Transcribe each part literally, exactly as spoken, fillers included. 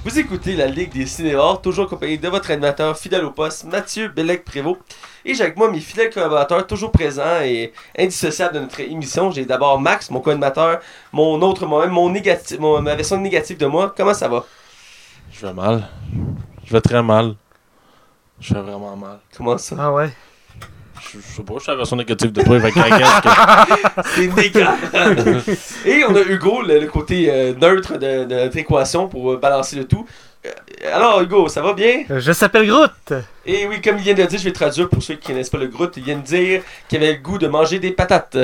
Vous écoutez la Ligue des Cinévores, toujours accompagné de votre animateur fidèle au poste, Mathieu Bellec-Prévost. Et j'ai avec moi mes fidèles collaborateurs, toujours présents et indissociables de notre émission. J'ai d'abord Max, mon co-animateur, mon autre moi-même, mon négatif, mon, ma version négative de moi. Comment ça va? Je vais mal. Je vais très mal. Je vais vraiment mal. Comment ça? Ah ouais? Je, je sais pas, je suis la version négative de toi avec un C'est négatif. Et on a Hugo, le, le côté euh, neutre de, de notre équation pour euh, balancer le tout. Euh, alors Hugo, ça va bien? Je s'appelle Groot! Et oui, comme il vient de le dire, je vais traduire pour ceux qui ne connaissent pas le Groot, il vient de dire qu'il avait le goût de manger des patates.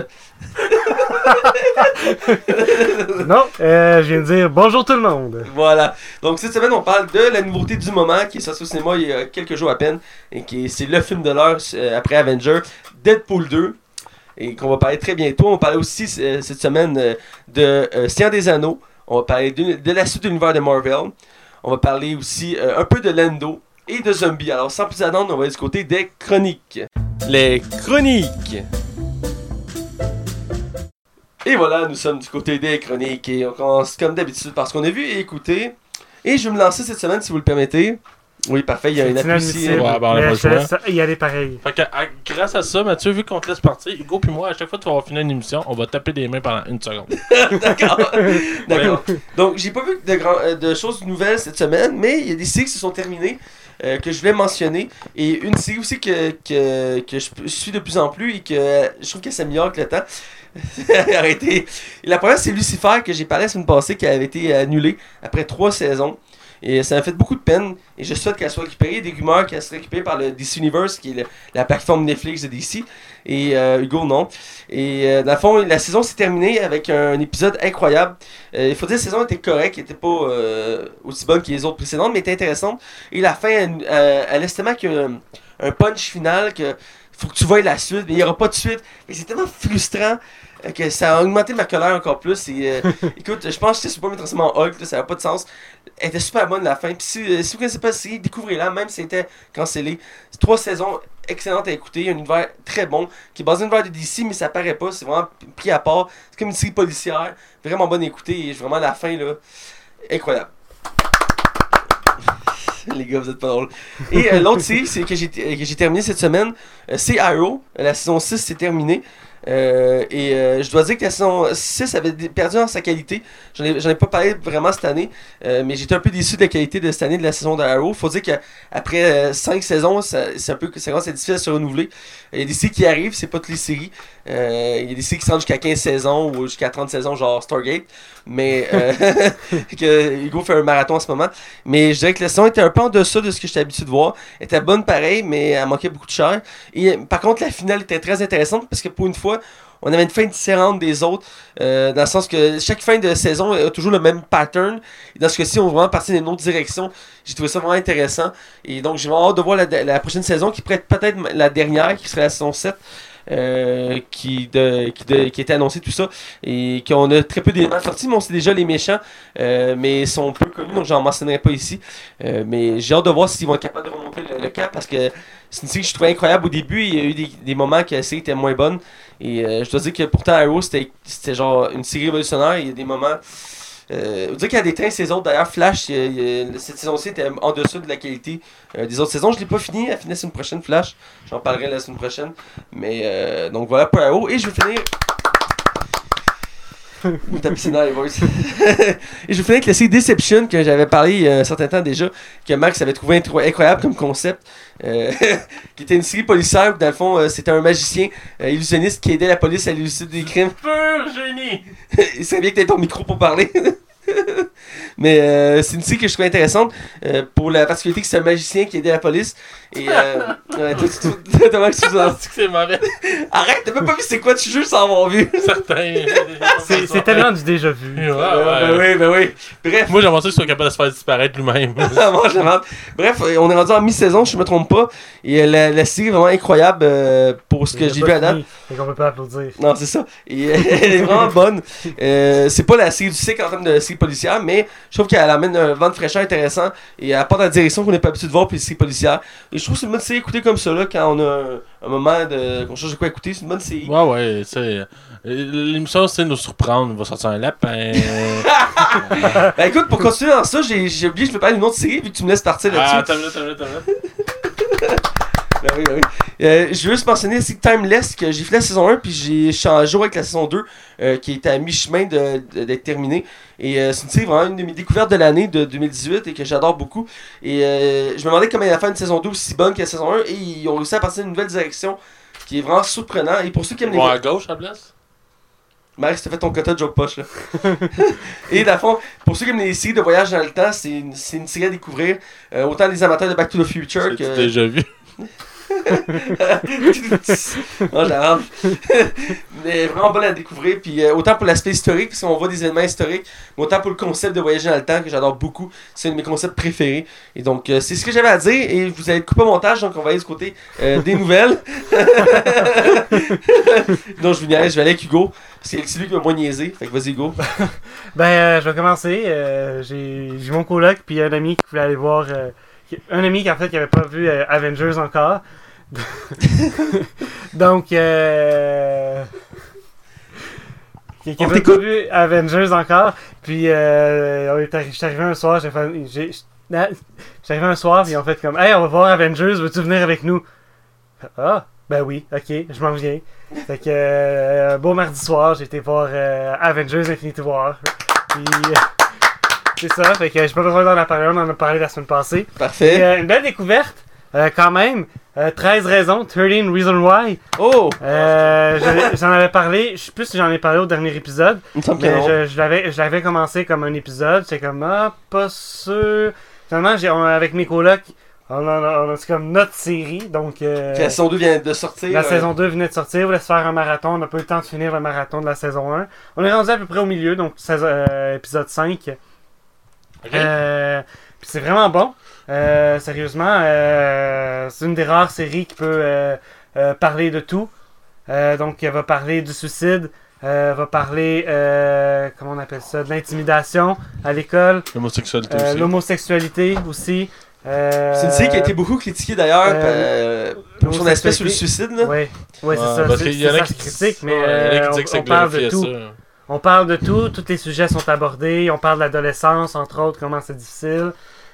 Non, euh, je viens de dire bonjour tout le monde! Voilà. Donc cette semaine, on parle de la nouveauté du moment qui est sortie au cinéma il y a quelques jours à peine. Et qui est, c'est le film de l'heure euh, après Avengers, Deadpool deux. Et qu'on va parler très bientôt. On va parler aussi euh, cette semaine euh, de euh, Seigneur des Anneaux. On va parler de, de la suite de l'univers de Marvel. On va parler aussi euh, un peu de Lando et de zombies. Alors sans plus attendre, on va aller du côté des chroniques. Les chroniques. Et voilà, nous sommes du côté des chroniques et on commence comme d'habitude parce qu'on a vu et écouté. Et je vais me lancer cette semaine si vous le permettez. Oui, parfait, il y a une appui ici. inadmissible, Ouais, ben, on a pas mais le je te choix. laisse y aller pareil. Fait que, à- grâce à ça, Mathieu, vu qu'on te laisse partir, Hugo puis moi, à chaque fois que tu vas avoir fini une émission, on va taper des mains pendant une seconde. D'accord. D'accord. Donc, j'ai pas vu de, grand, euh, de choses nouvelles cette semaine, mais il y a des séries qui se sont terminées euh, que je voulais mentionner. Et une série aussi que, que, que je, je suis de plus en plus et que euh, je trouve qu'elle s'améliore avec le temps. Arrêtez. Et la première, c'est Lucifer que j'ai parlé la semaine passée, qui avait été annulée après trois saisons. Et ça m'a fait beaucoup de peine. Et je souhaite qu'elle soit récupérée. Il y a des rumeurs qu'elle serait récupérée par le D C Universe, qui est le- la plateforme Netflix de D C. Et euh, Hugo, non. Et euh, dans le fond, la saison s'est terminée avec un, un épisode incroyable. Euh, il faut dire que la saison était correcte, elle était pas euh, aussi bonne que les autres précédentes, mais était intéressante. Et la fin, elle, elle, elle laisse tellement qu'il y a un, un punch final que faut que tu voies la suite, mais il n'y aura pas de suite. Et c'est tellement frustrant euh, que ça a augmenté ma colère encore plus. Et, euh, écoute, je pense que c'était pas me transformer en Hulk, là, ça n'a pas de sens. Elle était super bonne la fin. Puis si, euh, si vous ne connaissez pas la série, découvrez-la, même si elle était cancellée. C'est trois saisons excellentes à écouter, un univers très bon, qui est basé sur l'univers de D C, mais ça paraît pas, c'est vraiment pris à part. C'est comme une série policière, vraiment bonne à écouter, et vraiment la fin, là, incroyable. Les gars, vous êtes pas drôles. Et euh, l'autre série c'est que j'ai que j'ai terminé cette semaine, euh, c'est Arrow. La saison six c'est terminé. Euh, et euh, je dois dire que la saison six avait dé- perdu en sa qualité. J'en ai, j'en ai pas parlé vraiment cette année, euh, mais j'étais un peu déçu de la qualité de cette année de la saison d'Arrow. Faut dire qu'après euh, cinq saisons, ça- c'est un peu c'est vraiment c'est difficile de se renouveler. Il y a des séries qui arrivent, c'est pas toutes les séries. Euh, il y a des séries qui se rendent jusqu'à quinze saisons ou jusqu'à trente saisons, genre Stargate. Mais euh, que Hugo fait un marathon en ce moment. Mais je dirais que la saison était un peu en deçà de ce que j'étais habitué de voir. Elle était bonne pareil, mais elle manquait beaucoup de chair. Et par contre, la finale était très intéressante parce que pour une fois, on avait une fin différente des autres, euh, dans le sens que chaque fin de saison a toujours le même pattern. Et dans ce cas-ci, on va vraiment partir dans une autre direction. J'ai trouvé ça vraiment intéressant. Et donc, j'ai vraiment hâte de voir la, la prochaine saison, qui pourrait être peut-être la dernière, qui serait la saison sept. Euh, qui, de, qui, de, qui était annoncé tout ça et qu'on a très peu d'éléments sortis, mais on sait déjà les méchants, euh, mais ils sont peu connus, donc j'en mentionnerai pas ici. Euh, mais j'ai hâte de voir s'ils vont être capables de remonter le, le cap, parce que c'est une série que je trouvais incroyable au début. Il y a eu des, des moments que la série était moins bonne, et euh, je dois dire que pourtant Arrow c'était, c'était genre une série révolutionnaire. Il y a des moments Euh, on dirait qu'il y a des trains saisons. D'ailleurs, Flash, il y a- il y a- cette saison-ci était en dessous de la qualité euh, des autres saisons. Je l'ai pas fini. Elle finit la semaine prochaine, Flash. J'en parlerai la semaine prochaine. Mais euh, donc voilà pour Arrow. Et je vais finir. Vous tapez c'est dans les voices. Et je vais finir avec la série Deception que j'avais parlé il y a un certain temps déjà, que Max avait trouvé intro- incroyable comme concept. Euh, qui était une série policière où dans le fond euh, c'était un magicien euh, illusionniste qui aidait la police à élucider des crimes. Pur génie! Il serait bien que tu aies ton micro pour parler. Mais euh, c'est une série que je trouve intéressante euh, pour la particularité que c'est un magicien qui aidait la police. Et euh, ouais, toi, tu tu- toi, Max, tu Je dis que c'est mauvais. arrête, t'as même pas vu c'est quoi, tu jures sans avoir vu. Certains. C'est, c'est tellement du déjà vu. Ouais, ouais. Ben oui, ben oui. Bref. Moi, j'aimerais ça qu'il soit capable de se faire disparaître lui-même. Moi, je demande. Bref, euh, on est rendu en mi-saison, si je me trompe pas. Et euh, la, la série est vraiment incroyable euh, pour ce que Il a j'ai pas vu à date. fini, fait qu'on peut pas applaudir. Non, c'est ça. Et euh, elle est vraiment bonne. Euh, c'est pas la série du cycle en termes de série policière, mais je trouve qu'elle amène un vent de fraîcheur intéressant et elle part dans la direction qu'on n'est pas habitué de voir pour les séries policières. Et je trouve que c'est une bonne série à écouter comme ça, là, quand on a un, un moment de, qu'on cherche de quoi écouter, c'est une bonne série. Ouais, ouais, c'est. L'émission, c'est nous surprendre. On va sortir un lapin. Ben écoute, pour continuer dans ça, j'ai, j'ai oublié, je veux parler d'une autre série, vu que tu me laisses partir là-dessus. Ah, t'as une minute, t'as une minute, t'as une minute. Ben oui, ben oui. Euh, je veux juste mentionner aussi Timeless, que j'ai fait la saison un, puis j'ai changé avec la saison deux, euh, qui est à mi-chemin de, de- d'être terminée. Et euh, c'est une série vraiment une de mes découvertes de l'année de deux mille dix-huit et que j'adore beaucoup. Et euh, je me demandais comment il a fait une saison deux aussi bonne que la saison un, et ils ont réussi à partir d'une nouvelle direction qui est vraiment surprenant. Et pour ceux qui aiment les. Bon, à gauche, à place. Max, t'as fait ton quota de joke poche là. Et dans le fond, pour ceux qui aiment les séries de voyage dans le temps, c'est une, c'est une série à découvrir. Euh, autant les amateurs de Back to the Future C'est que. déjà vu. Non, je la rends. Mais vraiment bonne à découvrir. Puis euh, autant pour l'aspect historique, parce qu'on voit des événements historiques, mais autant pour le concept de voyager dans le temps, que j'adore beaucoup. C'est un de mes concepts préférés. Et donc, euh, c'est ce que j'avais à dire. Et vous allez être coupé au montage, donc on va aller du côté euh, des nouvelles. Donc, je vais, je vais aller avec Hugo. Parce que c'est lui qui m'a moins niaisé. Fait que vas-y, Hugo. Ben, euh, je vais commencer. Euh, j'ai, j'ai mon coloc, puis un ami qui voulait aller voir. Euh, qui- un ami qui en fait qui avait pas vu euh, Avengers encore. Donc, euh. Qui, qui On avait pas t'écoute. vu Avengers encore. Puis, euh, on est arri- j'étais arrivé un soir, j'ai fait. J'ai, ah, j'étais arrivé un soir, puis ils ont fait comme Hey, on va voir Avengers, veux-tu venir avec nous? Ah, ben oui, ok, je m'en viens. Fait que, euh, beau mardi soir, j'ai été voir euh, Avengers Infinity War. Puis, euh, c'est ça, fait que j'ai pas besoin d'en parler, on en a parlé la semaine passée. Et, Parfait. euh, une belle découverte, euh, quand même. Euh, treize raisons, treize Reasons Why. Oh! Euh, j'avais- j'en avais parlé, je sais plus si j'en ai parlé au dernier épisode, Il me semble que mais non. je, je l'avais, je l'avais commencé comme un épisode, c'est comme, ah, pas sûr. Finalement, j'ai, on- avec mes colocs, on a, on a c'est comme notre série, donc... euh, Puis la saison deux vient de sortir. la euh, saison deux venait de sortir, on voulait se faire un marathon, on n'a pas eu le temps de finir le marathon de la saison un. On est rendu à peu près au milieu, donc saison- euh, épisode cinq. Ok. Euh, puis c'est vraiment bon. Euh, sérieusement, euh, c'est une des rares séries qui peut euh, euh, parler de tout. Euh, donc, elle va parler du suicide, euh, va parler, euh, comment on appelle ça, de l'intimidation à l'école, L'homosexualité euh, aussi. l'homosexualité aussi. Euh, C'est une série qui a été beaucoup critiquée d'ailleurs euh, euh, pour son aspect sur le l'homosexualité. suicide. Là. Ouais, ouais, c'est Ouais, ça. parce C'est, qu'il y en c'est a ça, qui c'est critique, mais ouais, il y en a euh, qui on, disent que c'est on parle de glorifié, tout. ça. On parle de tout, tous les sujets sont abordés, on parle de l'adolescence, entre autres, comment c'est difficile.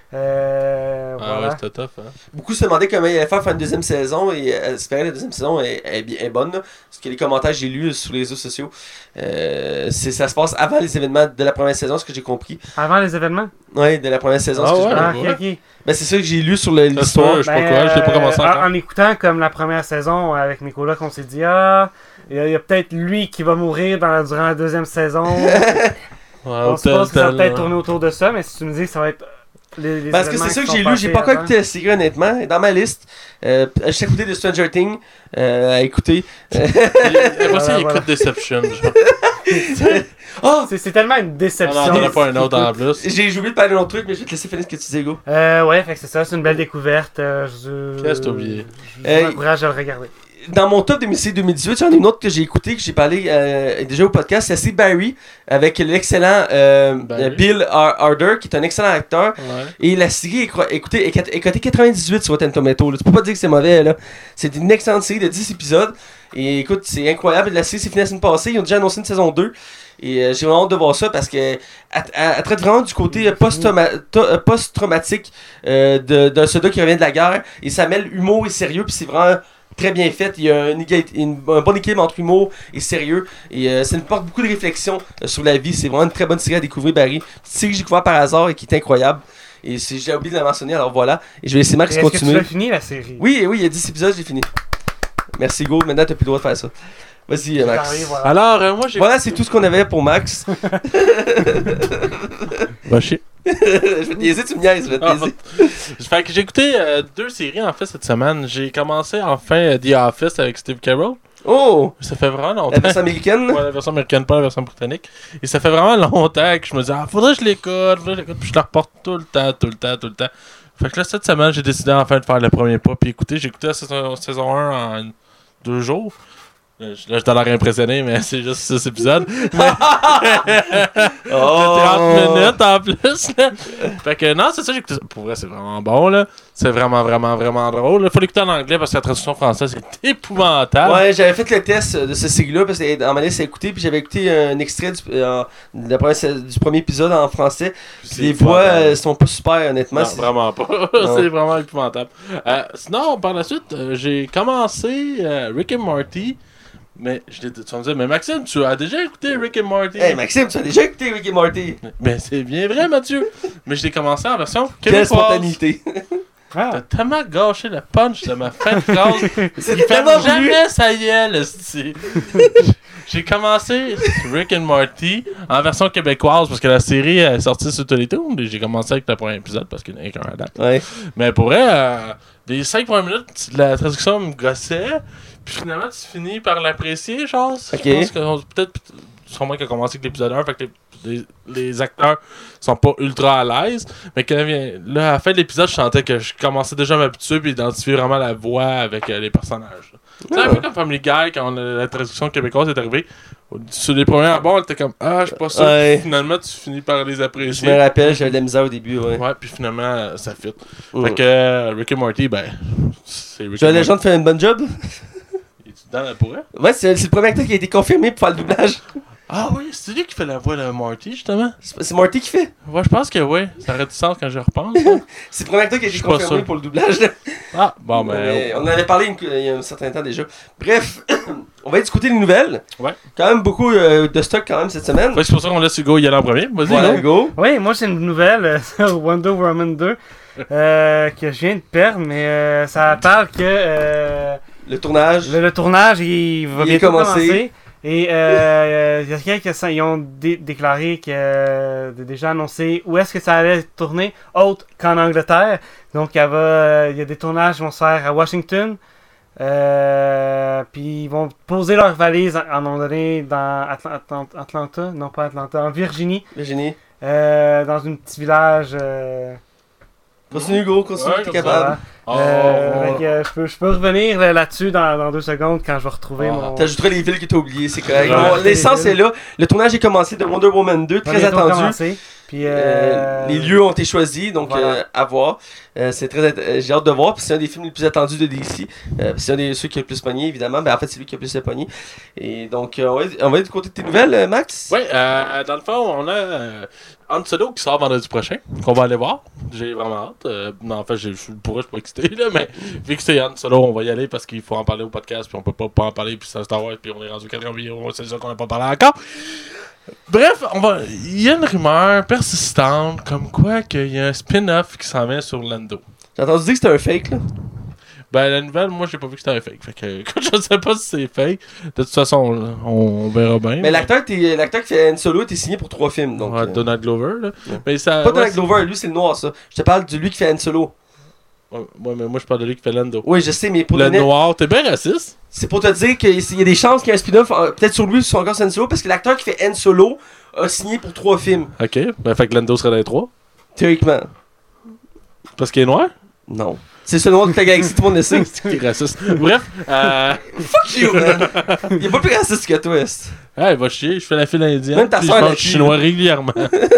Euh, Ah voilà. ouais, c'était tough, hein. Beaucoup se demandaient comment il allait faire pour faire une deuxième saison et euh, c'est pareil, la deuxième saison est, est, bien- est bonne. Là, parce que les commentaires que j'ai lus sur les réseaux sociaux, euh, c'est, ça se passe avant les événements de la première saison, ce que j'ai compris. Avant les événements? Ouais, de la première saison. Ah ce que ouais? j'ai- Ah, ouais. ok, ok. Ben, c'est ça que j'ai lu sur le- Ça se l'histoire. peut, je sais pas Ben, quoi, je l'ai pas commencé euh, encore. En, en écoutant comme la première saison avec mes colocs, on s'est dit ah, il y a, il y a peut-être lui qui va mourir dans la- durant la deuxième saison. Ouais, On tel, suppose que ça va tel, peut-être là. tourner autour de ça, mais si tu me dis que ça va être les, les Parce que événements c'est ça que qui j'ai sont lu, j'ai pas passés encore avant. écouté la série honnêtement. Elle est dans ma liste. Euh, je à côté de Stranger Things euh, à écouter. Et après ça, Voilà, il voilà. écoute Deception. genre. Oh! C'est, c'est tellement une Ah déception. non, t'en as pas un autre en plus. J'ai j'ai oublié de parler d'un autre truc, mais je vais te laisser finir ce que tu disais, Go. Euh, ouais, fait que c'est ça, c'est une belle découverte. Euh, je, Qu'est-ce que t'as oublié? Je Hey. vous encourage à le regarder. Dans mon top de mes séries deux mille dix-huit, j'en ai une autre que j'ai écoutée, que j'ai parlé euh, déjà au podcast, c'est la série Barry, avec l'excellent euh, Barry. euh, Bill Har- Harder, qui est un excellent acteur. Ouais. Et la série est, cro- écoutez, est, cat- est cotée quatre-vingt-dix-huit sur Rotten Tomatoes. là. Tu peux pas dire que c'est mauvais, là. C'est une excellente série de dix épisodes. Et écoute, c'est incroyable. La série s'est finie la semaine passée. Ils ont déjà annoncé une saison deux. Et euh, j'ai vraiment hâte de voir ça parce que elle, elle- elle traite vraiment du côté euh, post-trauma- to- euh, post-traumatique euh, de- d'un soldat qui revient de la guerre. Et ça mêle humour et sérieux. Puis c'est vraiment très bien fait. Il y a une égalité- une- un bon équilibre entre humour et sérieux. Et euh, ça nous porte beaucoup de réflexions euh, sur la vie. C'est vraiment une très bonne série à découvrir, Barry. Petite série que j'ai découvert par hasard et qui est incroyable. Et c'est- j'ai oublié de la mentionner, alors voilà. Et je vais laisser Max Et est-ce que tu continuer. l'as fini la série? Oui, oui, il y a dix épisodes, j'ai fini. Merci, Go. Maintenant, t'as plus le droit de faire ça. Vas-y, euh, Max. J'arrive, voilà. Alors, euh, moi, j'ai. Voilà, c'est tout ce qu'on avait pour Max. Va chier. Je vais te niaiser, tu me niaises, je vais te Ah. niaiser. Fait que j'ai écouté euh, deux séries en fait cette semaine. J'ai commencé enfin euh, The Office avec Steve Carell. Oh! Ça fait vraiment La longtemps. version américaine? Ouais, la version américaine, pas la version britannique. Et ça fait vraiment longtemps que je me dis, ah, faudrait que je l'écoute, faudrait que je l'écoute, puis je la reporte tout le temps, tout le temps, tout le temps. Fait que là, cette semaine, j'ai décidé enfin de faire le premier pas, puis écouter, j'ai écouté la saison, saison un en deux jours. Là, je là, je t'ai l'air impressionné, mais c'est juste six épisodes. Oh. trente minutes en plus, là. Fait que non, c'est ça, j'ai écouté ça. Pour vrai, c'est vraiment bon, là. C'est vraiment, vraiment, vraiment drôle. Il faut l'écouter en anglais parce que la traduction française est épouvantable. Ouais, j'avais fait le test de ce sigle-là parce que dans ma liste à écouter, puis j'avais écouté un extrait du, euh, de la première- du premier épisode en français. C'est Les voix épouvantable. euh, sont pas super, honnêtement. Non, c'est- vraiment pas. Non. C'est vraiment épouvantable. Euh, sinon, par la suite, euh, j'ai commencé euh, Rick and Morty. Mais je l'ai- tu vas me dire, mais Maxime, tu as déjà écouté Rick and Morty? Hey Maxime, tu as déjà écouté Rick et Morty? Mais c'est bien vrai, Mathieu. Mais je l'ai commencé en version Quelle québécoise. spontanéité! Ah. T'as tellement gâché le punch de ma fin de phrase. C'était Il tellement ferme voulu! jamais ça y est, le style. J'ai commencé Rick and Morty en version québécoise parce que la série est sortie sur Télétoon et j'ai commencé avec le premier épisode parce qu'il n'y en a qu'un à date. Ouais. Mais pour vrai, euh, les cinq premières minutes, la traduction me gossait. Puis finalement, tu finis par l'apprécier, genre. Ok. Je pense que on- peut-être, sûrement qu'il a commencé avec l'épisode un, fait que les, les, les acteurs sont pas ultra à l'aise. Mais quand vient, là, à la fin de l'épisode, je sentais que je commençais déjà à m'habituer puis identifier vraiment la voix avec euh, les personnages. C'est un peu comme Family Guy quand on a- la traduction québécoise est arrivée. Au- Sur les premiers abords, t'es comme ah, je suis pas sûr. Ouais. Puis finalement, tu finis par les Je me apprécier. rappelle, j'avais de la misère au début, ouais. Ouais, puis finalement, euh, ça fit. Mm. Fait que euh, Rick and Morty, ben, c'est Rick Joe and Morty. Legend fait un bon job? Es-tu dans la pourrait? Ouais, c'est c'est le premier acteur qui a été confirmé pour faire le doublage. Ah oui, c'est lui qui fait la voix de Morty, justement. C'est c'est Morty qui fait. Ouais, je pense que oui. Ça aurait du sens quand je repense. hein. C'est le premier acteur qui a été Je suis pas confirmé sûr. pour le doublage. là. Ah, bon, ben. Mais on en avait parlé une- il y a un certain temps déjà. Bref, on va discuter les nouvelles. Ouais. Quand même beaucoup euh, de stock quand même cette semaine. Ouais, c'est pour ça qu'on laisse Hugo y aller en premier. Vas-y, Voilà, Hugo. go. Oui, moi c'est une nouvelle euh, sur Wonder Woman deux euh, que je viens de perdre, mais euh, ça parle que euh, Le tournage. le, le tournage il va Il est bientôt commencé. commencer. Et euh, il y a quelqu'un qui ils ont dé- déclaré que euh, de- déjà annoncé où est-ce que ça allait tourner, autre qu'en Angleterre. Donc il y, va, euh, il y a des tournages qui vont se faire à Washington. Euh, puis ils vont poser leurs valises à un moment donné dans Atla- Atlant- Atlanta, non pas Atlanta, en Virginie, Virginie. euh, dans un petit village. Euh, Continue, Hugo, continue, Ouais, t'es comme capable. voilà. Oh, Euh, oh, fait que, euh, je, peux, je peux revenir là- là-dessus dans, dans deux secondes quand je vais retrouver Ah, mon. T'ajouteras les villes que t'as oubliées, c'est correct. Ouais, Bon, c'est l'essence les est là. Le tournage est commencé de Wonder Woman deux, va très bientôt attendu. commencer. Puis, Euh, euh, les lieux ont été choisis, donc voilà. euh, à voir. Euh, c'est très, att- euh, j'ai hâte de voir. Puis c'est un des films les plus attendus de D C. Euh, c'est un des ceux qui a le plus pogné, évidemment. Ben, en fait, c'est lui qui a le plus pogné. Et donc, euh, on, va, on va aller du côté de tes nouvelles, euh, Max. Ouais, euh, dans le fond, on a euh, Han Solo qui sort vendredi prochain, qu'on va aller voir. J'ai vraiment hâte. Euh, non, en fait, j'ai- je pourrais, je suis pas excité, là, mais vu que c'est Han Solo, on va y aller parce qu'il faut en parler au podcast, puis on peut pas, pas en parler, puis c'est un Star Wars, puis on est rendu au quatrième vidéo, c'est ça qu'on n'a pas parlé encore. Bref, on va. Il y a une rumeur persistante comme quoi qu'il y a un spin-off qui s'en vient sur Lando. J'ai entendu dire que c'était un fake, là. Ben, la nouvelle, moi, j'ai pas vu que c'était un fake. Fait que, écoute, je sais pas si c'est fake. De toute façon, on, on verra bien. Mais l'acteur, t'es- l'acteur qui fait Han Solo était signé pour trois films. Donc, Ouais, euh, Donald Glover, là. Ouais. Mais ça. pas ouais, Donald Glover, lui c'est le noir, ça. Je te parle de lui qui fait Han Solo. Ouais, ouais, mais moi, je parle de lui qui fait Lando. Oui, je sais, mais pour Le donner- noir, t'es bien raciste. c'est pour te dire qu'il y a des chances qu'il y ait un spin-off, euh, peut-être sur lui ou sur encore Han Solo, parce que l'acteur qui fait Han Solo a signé pour trois films, Ok, ben fait que Lando serait dans les trois. théoriquement. Parce qu'il est noir. Non. C'est ce noir de la galaxie, tout le monde le sait. C'est raciste. Bref, euh. Fuck you, man! Il est pas plus raciste que toi, est. Hey, va chier, je fais la file indienne. Même ta puis soeur je l'a mange cul. chinois régulièrement.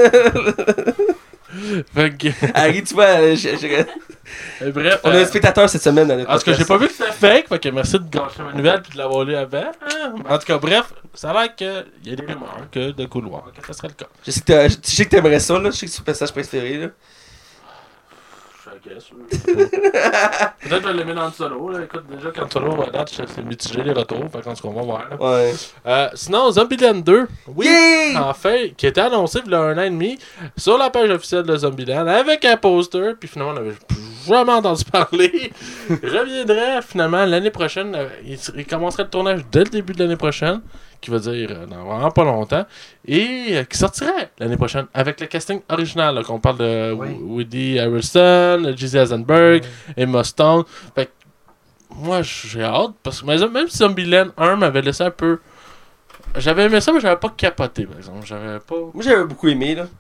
Fait que. Harry, tu vois, euh, je- je- euh, Bref. on a euh, un spectateur cette semaine dans notre En tout cas, j'ai podcast. pas vu que c'était fake, fait que merci de gâcher ma nouvelle puis de l'avoir lu avant. hein. En tout cas, bref, ça a l'air qu'il y a des rumeurs que de couloir, que ça serait le cas. Je sais que t'as- je sais que t'aimerais ça, là. Je sais que c'est ton personnage préféré, là. Je guess. Peut-être que je vais l'aimer dans le solo. Là. Écoute, déjà, quand le solo, à date, c'est mitigé les retours. Fait qu'on va voir. Là. Ouais. Euh, sinon, Zombieland deux. Oui. Yeah! En fait, qui était annoncé il y a un an et demi sur la page officielle de Zombieland avec un poster. Puis finalement, on n'avait jamais entendu parler. Il reviendrait finalement l'année prochaine. euh, Il, il commencerait le tournage dès le début de l'année prochaine. Qui veut dire euh, dans vraiment pas longtemps. Et euh, qui sortirait l'année prochaine avec le casting original. Là, qu'on parle de Oui. W- Woody Harrelson, Jesse Eisenberg, Emma Stone. Fait que moi, j'ai hâte. Parce que mais même si Zombieland un m'avait laissé un peu. J'avais aimé ça, mais j'avais pas capoté, par exemple. J'avais pas. Moi, j'avais beaucoup aimé, là.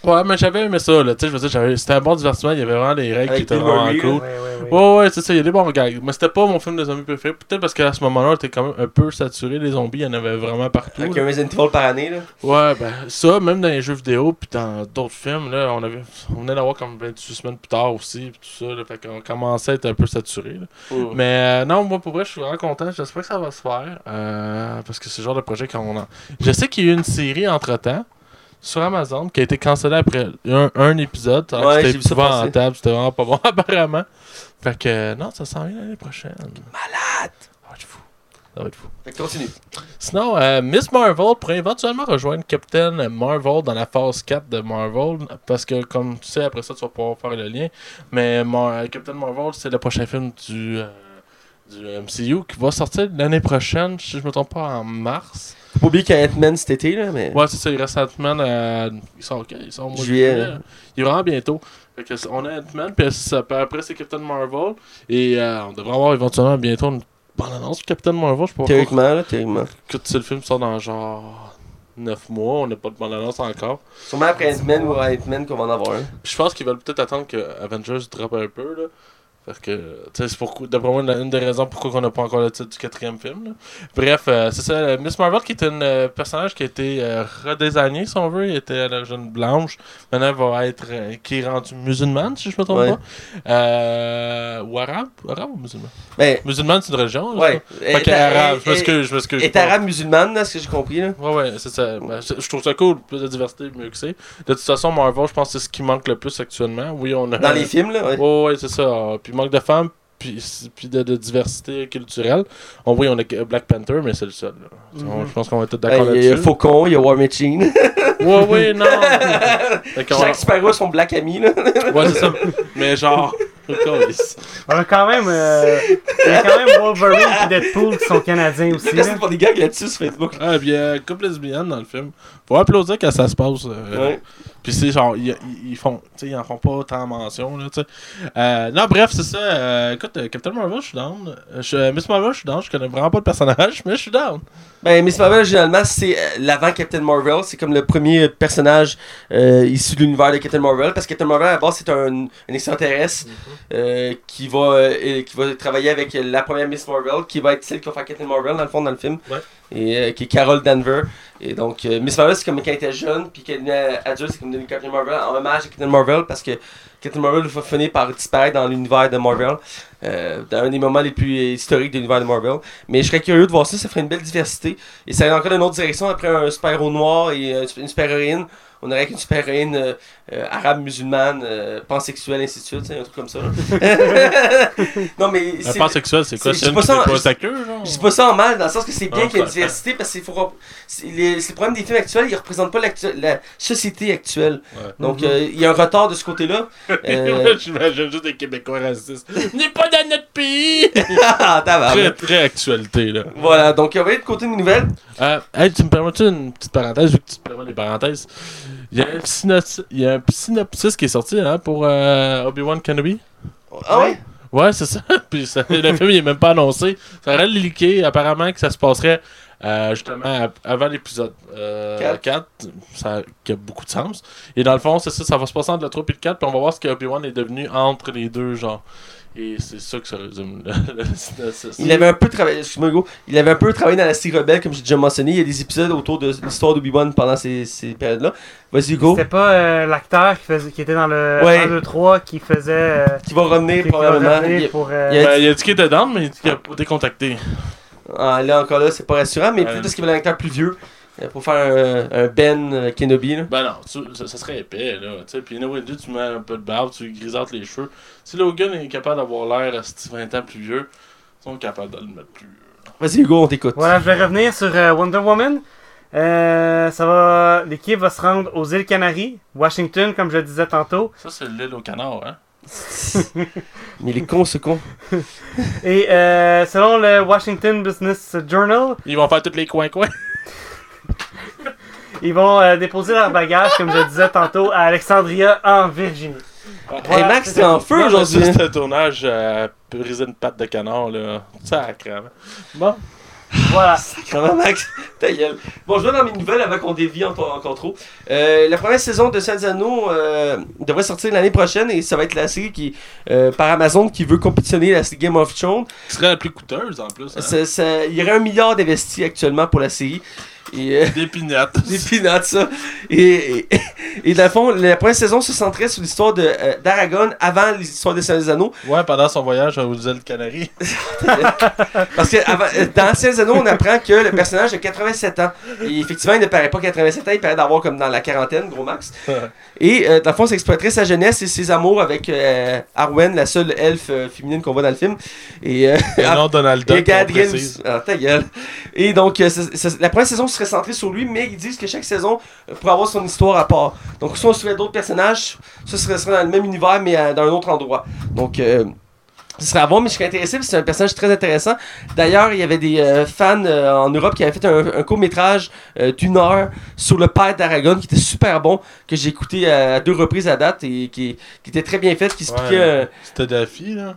Ouais, mais j'avais aimé ça, là. Tu sais, je veux dire, j'avais... c'était un bon divertissement. Il y avait vraiment des règles Avec qui étaient Bill vraiment Murray, cool. Ouais, ouais, ouais. Ouais, ouais, c'est ça, il y a des bons gags. Mais c'était pas mon film de zombies préféré. Peut-être parce qu'à ce moment-là, on était quand même un peu saturé. Les zombies, il y en avait vraiment partout. Avec là. un Resident Evil par année, là. Ouais, ben, ça, même dans les jeux vidéo, puis dans d'autres films, là, on avait, on venait d'avoir comme vingt-huit semaines plus tard aussi, puis tout ça, là, fait qu'on commençait à être un peu saturé, là. Mm. Mais euh, non, moi, pour vrai, je suis vraiment content, j'espère que ça va se faire, euh, parce que c'est le genre de projet qu'on a... Je sais qu'il y a eu une série, entre-temps, sur Amazon, qui a été cancellée après un, un épisode, alors Ouais, que j'ai c'était vu ça passer. épouvantable, c'était vraiment pas bon, apparemment. Fait que, euh, non, ça s'en vient l'année prochaine. Malade! Ça va être fou. Ça va être fou. Fait que continue. Sinon, euh, Miss Marvel pourrait éventuellement rejoindre Captain Marvel dans la phase quatre de Marvel, parce que, comme tu sais, après ça, tu vas pouvoir faire le lien. Mais Mar- Captain Marvel, c'est le prochain film du, euh, du M C U qui va sortir l'année prochaine, si je me trompe pas, en mars. Faut pas oublier qu'il y a Ant-Man cet été, là, mais... Ouais, c'est ça, il reste Ant-Man, euh, il sort, okay, il sort au mois de Juillet. juillet. Il est vraiment bientôt. Fait que, on a Ant-Man, puis ça- puis après c'est Captain Marvel, et euh, on devrait avoir éventuellement bientôt une bonne annonce de Captain Marvel, je sais pas. Théoriquement, là, théoriquement. Que tu sais, le film sort dans genre neuf mois, on n'a pas de bonne annonce encore. Sûrement après Ant-Man ou Ant-Man qu'on va en avoir un. Puis je pense qu'ils veulent peut-être attendre que Avengers droppe un peu, là. Parce que, tu sais, c'est pour, d'après moi, une, une des raisons pourquoi on n'a pas encore le titre du quatrième film, là. Bref, euh, c'est ça, Miss Marvel qui est un euh, personnage qui a été euh, redésigné, si on veut. Il était à l'origine blanche. Maintenant, elle va être, euh, qui est rendu musulmane, si je me trompe Ouais. pas. Euh, ou arabe? Arabe ou musulman? Ben, Musulmane, c'est une religion, là, ouais. ça? Fait que arabe, je m'excuse, je m'excuse. Est arabe musulmane, là, ce que j'ai compris, là. Ouais, ouais, c'est ça. Ben, c'est- je trouve ça cool, plus de diversité, mieux que c'est. De toute façon, Marvel, je pense que c'est ce qui manque le plus actuellement. Oui, on a. Dans les films, là, ouais. Ouais, ouais, c'est ça. Ah, puis manque de femmes, puis, puis de, de diversité culturelle. On, oui, on a que Black Panther, mais c'est le seul. là. On- Je pense qu'on va être tous d'accord Ben, il y a là-dessus. Faucon, il y a War Machine. Ouais, ouais, non. Fait qu'on- Jack Sparrow a son black ami, là. Ouais, c'est ça. Mais genre. câlisse. On a quand même, euh, il y a quand même Wolverine et Deadpool qui sont canadiens aussi. Merci Là. pour des gags là-dessus sur Facebook. Ah, puis euh, couple lesbienne dans le film. Faut applaudir quand ça se passe. euh, Ouais. Puis c'est genre, ils, ils, ils font, tu sais, ils en font pas tant mention, là, tu sais. Euh, non, bref, c'est ça. Euh, écoute, euh, Captain Marvel, je suis down. Euh, je- euh, Miss Marvel, je suis down. Je connais vraiment pas le personnage, mais je suis down. Ben, Miss Marvel, généralement, c'est euh, l'avant Captain Marvel. C'est comme le premier personnage euh, issu de l'univers de Captain Marvel. Parce que Captain Marvel, à la base, c'est un, un extraterrestre euh, qui, va, euh, qui va travailler avec la première Miss Marvel, qui va être celle qui va faire Captain Marvel, dans le fond, dans le film. Ouais. Et euh, qui est Carol Danvers. Et donc, euh, Miss Marvel, c'est comme quand elle était jeune, puis qu'elle est adulte, c'est comme devenu Captain Marvel, en hommage à Captain Marvel, parce que Captain Marvel va finir par disparaître dans l'univers de Marvel, euh, dans un des moments les plus euh, historiques de l'univers de Marvel. Mais je serais curieux de voir ça, ça ferait une belle diversité. Et ça irait encore dans une autre direction, après un super-héros noir et euh, une super-héroïne. On aurait qu'une super-héroïne euh, euh, arabe, musulmane, euh, pansexuelle, ainsi de suite, un truc comme ça. Non, mais Un c'est... pansexuel, c'est quoi? c'est- C'est une je qui sais pas fait ça, pas je- sa queue, genre? Je dis pas ça en mal, dans le sens que c'est bien Ah, qu'il y ait une ça- diversité, parce que c'est faut, c'est les, c'est le problème des films actuels, ils représentent pas l'actu- la société actuelle. Ouais. Donc, euh, il y a un retard de ce côté-là. Euh, J'imagine juste des Québécois racistes. N'est pas dans notre pays! Ah, tabarnak. Très, très actualité, là. Voilà, donc on va aller de côté de nouvelles. Euh, hey, tu me permets-tu une petite parenthèse, vu que tu te permets des parenthèses? Il y a un synopsis, il y a un synopsis qui est sorti hein, pour euh, Obi-Wan Kenobi. Ah ouais? Ouais, c'est ça. Puis ça- le film, il est même pas annoncé. Ça aurait leaké, apparemment, que ça se passerait euh, justement à- avant l'épisode euh, Quatre. quatre. Ça qui a beaucoup de sens. Et dans le fond, c'est ça, ça va se passer entre le trois et le quatre, puis on va voir ce que Obi-Wan est devenu entre les deux, genre. Et c'est ça que ça résume le, le synopsis. Il avait un peu travaillé, excuse-moi Hugo, il avait un peu travaillé dans la série Rebelle, comme j'ai déjà mentionné. Il y a des épisodes autour de l'histoire d'Obi-Wan pendant ces, ces périodes-là. Vas-y Hugo, C'était pas euh, l'acteur qui, faisait, qui était dans le Ouais. un, deux, trois qui faisait. Euh, qui va revenir qui va probablement. revenir Il- pour, euh, il y a- Ben, il a dit qu'il était down, mais il dit qu'il a pas été contacté. Ah, là encore là, c'est pas rassurant, mais Ouais. peut-être parce qu'il y avait un acteur plus vieux euh, pour faire un, un Ben euh, Kenobi. Là. Ben non, tu- ça, ça serait épais, là. Tu sais, puis anyway, tu mets un peu de barbe, tu grisâtres les cheveux. Si Logan est capable d'avoir l'air à ce vingt ans plus vieux, ils sont capables de le mettre plus vieux. Vas-y Hugo, on t'écoute. Voilà, je vais revenir sur euh, Wonder Woman. Euh, ça va, l'équipe va se rendre aux îles Canaries, Washington, comme je le disais tantôt. Ça, c'est l'île au canard, hein. Mais il est con ce con. Et euh, selon le Washington Business Journal, Ils vont faire tous les coins-coins. ils vont euh, déposer leur bagage, comme je disais tantôt, à Alexandria, en Virginie. Hey Max, c'est t'es ça. en feu Non, mais aujourd'hui. ça, hein? C'était un tournage à briser une patte de canard, là. Sacrément. Bon. Voilà. Comment, Max? Ta gueule. Bon, je vais dans mes nouvelles avant qu'on dévie encore, encore trop. Euh, la première saison de Seigneur des Anneaux euh, devrait sortir l'année prochaine et ça va être la série qui, euh, par Amazon qui veut compétitionner la Game of Thrones. Qui serait la plus coûteuse en plus. Hein? Ça, ça, il y aurait un milliard d'investis actuellement pour la série. Et, euh, Des pinottes. Des pinottes, ça. Et, et, et dans le fond, la première saison se centrait sur l'histoire de, euh, d'Aragorn avant l'histoire des Seigneurs des Anneaux. Ouais, pendant son voyage aux îles Canaries. Parce que avant, dans Seigneurs des Anneaux, on apprend que le personnage a quatre-vingt-sept ans. Et effectivement, il ne paraît pas quatre-vingt-sept ans, il paraît d'avoir comme dans la quarantaine, gros max. Et euh, dans le fond, ça exploiterait sa jeunesse et ses amours avec euh, Arwen, la seule elfe euh, féminine qu'on voit dans le film. Et, euh, Et non, Donald Duck. et Galadriel. on précise. Ah, ta gueule. Et donc, euh, ça- ça- la première saison serait centrée sur lui, mais ils disent que chaque saison euh, pourrait avoir son histoire à part. Donc, si on suivait d'autres personnages, ça serait, serait dans le même univers, mais euh, dans un autre endroit. Donc, euh, ce serait à voir, mais je serais intéressé parce que c'est un personnage très intéressant. D'ailleurs, il y avait des euh, fans euh, en Europe qui avaient fait un, un court-métrage euh, d'une heure sur le père d'Aragorn qui était super bon, que j'ai écouté à, à deux reprises à date et qui, qui était très bien fait, qui expliquait. Ouais, euh, C'était Daffy, là.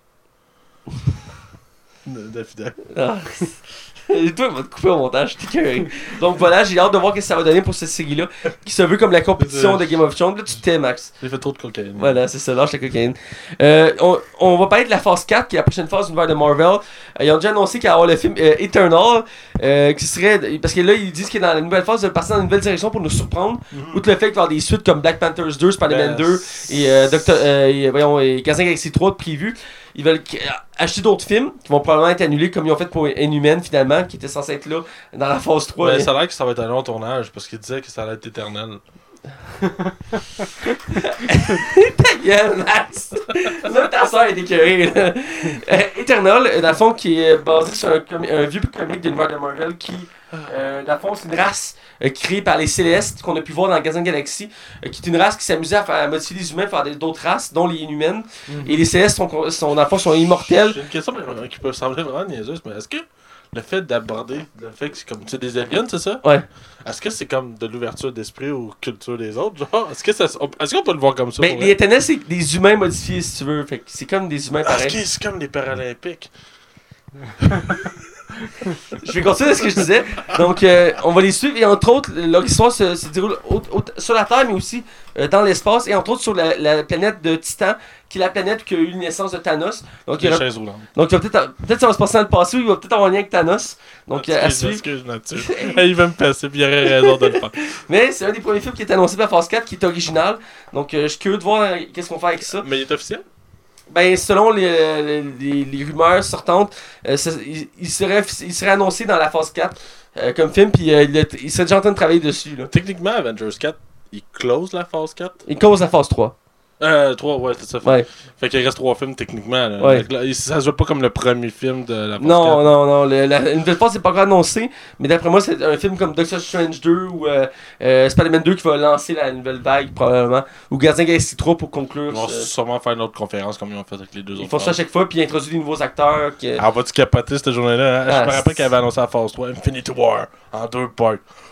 Daffy Duck. Ah. Et toi, il va te couper au montage, t'es curé. Donc voilà, j'ai hâte de voir ce que ça va donner pour cette série-là, qui se veut comme la compétition de Game of Thrones. Là, tu t'es, Max. J'ai fait trop de cocaïne. Voilà, c'est ça, lâche la cocaïne. Euh, on, on va parler de la phase quatre, qui est la prochaine phase de l'univers de Marvel. Euh, ils ont déjà annoncé qu'il y avoir le film euh, Eternal, euh, qui serait. Parce que là, ils disent que dans la nouvelle phase, ils veulent partir dans une nouvelle direction pour nous surprendre. Mm-hmm. Outre le fait qu'il va y avoir des suites comme Black Panthers deux, Spider-Man Ben, deux et, euh, Doctor, euh, et, voyons, et Gardien de la Galaxie trois de prévu. Ils veulent euh, acheter d'autres films qui vont probablement être annulés comme ils ont fait pour Inhuman finalement, qui était censé être là dans la phase trois. Mais Et- ça a l'air que ça va être un long tournage parce qu'il disait que ça allait être éternel. Ta gueule, Max! Là, ta soeur est écœurée, là. Euh, Eternal, euh, dans le fond, qui est basé sur un, comi- un vieux comic de l'univers de Marvel qui, euh, dans le fond, c'est une race euh, créée par les Célestes qu'on a pu voir dans Gardien de la Galaxie, euh, qui est une race qui s'amusait à, faire, à modifier les humains, faire des- d'autres races, dont les Inhumains. Et les Célestes, sont, sont, dans le fond, sont immortels. J'ai une question mais, qui peut sembler vraiment niaiseuse, mais est-ce que le fait d'aborder le fait que c'est comme c'est des aliens, c'est ça? Ouais. Est-ce que c'est comme de l'ouverture d'esprit aux cultures des autres? Genre, est-ce que ça, est-ce qu'on peut le voir comme ça? Ben, pour les vrai? Éternels, c'est des humains modifiés, si tu veux. Fait que c'est comme des humains Ah, pareils. ok, c'est comme les Paralympiques. Je vais continuer ce que je disais. Donc, euh, on va les suivre et entre autres, leur histoire se, se déroule au- au- sur la Terre, mais aussi euh, dans l'espace et entre autres sur la, la planète de Titan, qui est la planète qui a eu une naissance de Thanos. Donc, il y Les aura- chaises roulantes. donc il va peut-être, peut-être ça va se passer dans le passé ou il va peut-être avoir un lien avec Thanos. Donc, euh, à Excuse, suivre. excuse, nature. Il va me passer, puis il aurait raison de le faire. Mais c'est un des premiers films qui est annoncé par Phase quatre qui est original. Donc, euh, je suis curieux de voir euh, qu'est-ce qu'on fait avec ça. Mais il est officiel? Ben, selon les, les, les- les rumeurs sortantes, euh, ça- il, il serait, il serait annoncé dans la phase quatre euh, comme film, puis euh, il, est- il serait déjà en train de travailler dessus. Là. Techniquement, Avengers quatre, il close la phase quatre? Il cause la phase trois. Euh, trois, ouais, c'est ça. Fait, Ouais. fait qu'il reste trois films techniquement. Là. Ouais. Fait que là, ça se voit pas comme le premier film de la phase Non, quatre. non, non. Le, la, une nouvelle phase n'est pas encore annoncée, mais d'après moi, c'est un film comme Doctor Strange deux ou euh, euh, Spider-Man deux qui va lancer la nouvelle vague, probablement. Ou Gardien de la Galaxie trois pour conclure. Ils vont euh, sûrement faire une autre conférence comme ils ont fait avec les deux ils autres. font ça à phases. chaque fois, puis ils introduisent des nouveaux acteurs. Que... Ah, vas-tu capoter cette journée-là? Hein? Ah, Je me rappelle c'est- qu'il avait annoncé la phase trois, Infinity War, en deux parts.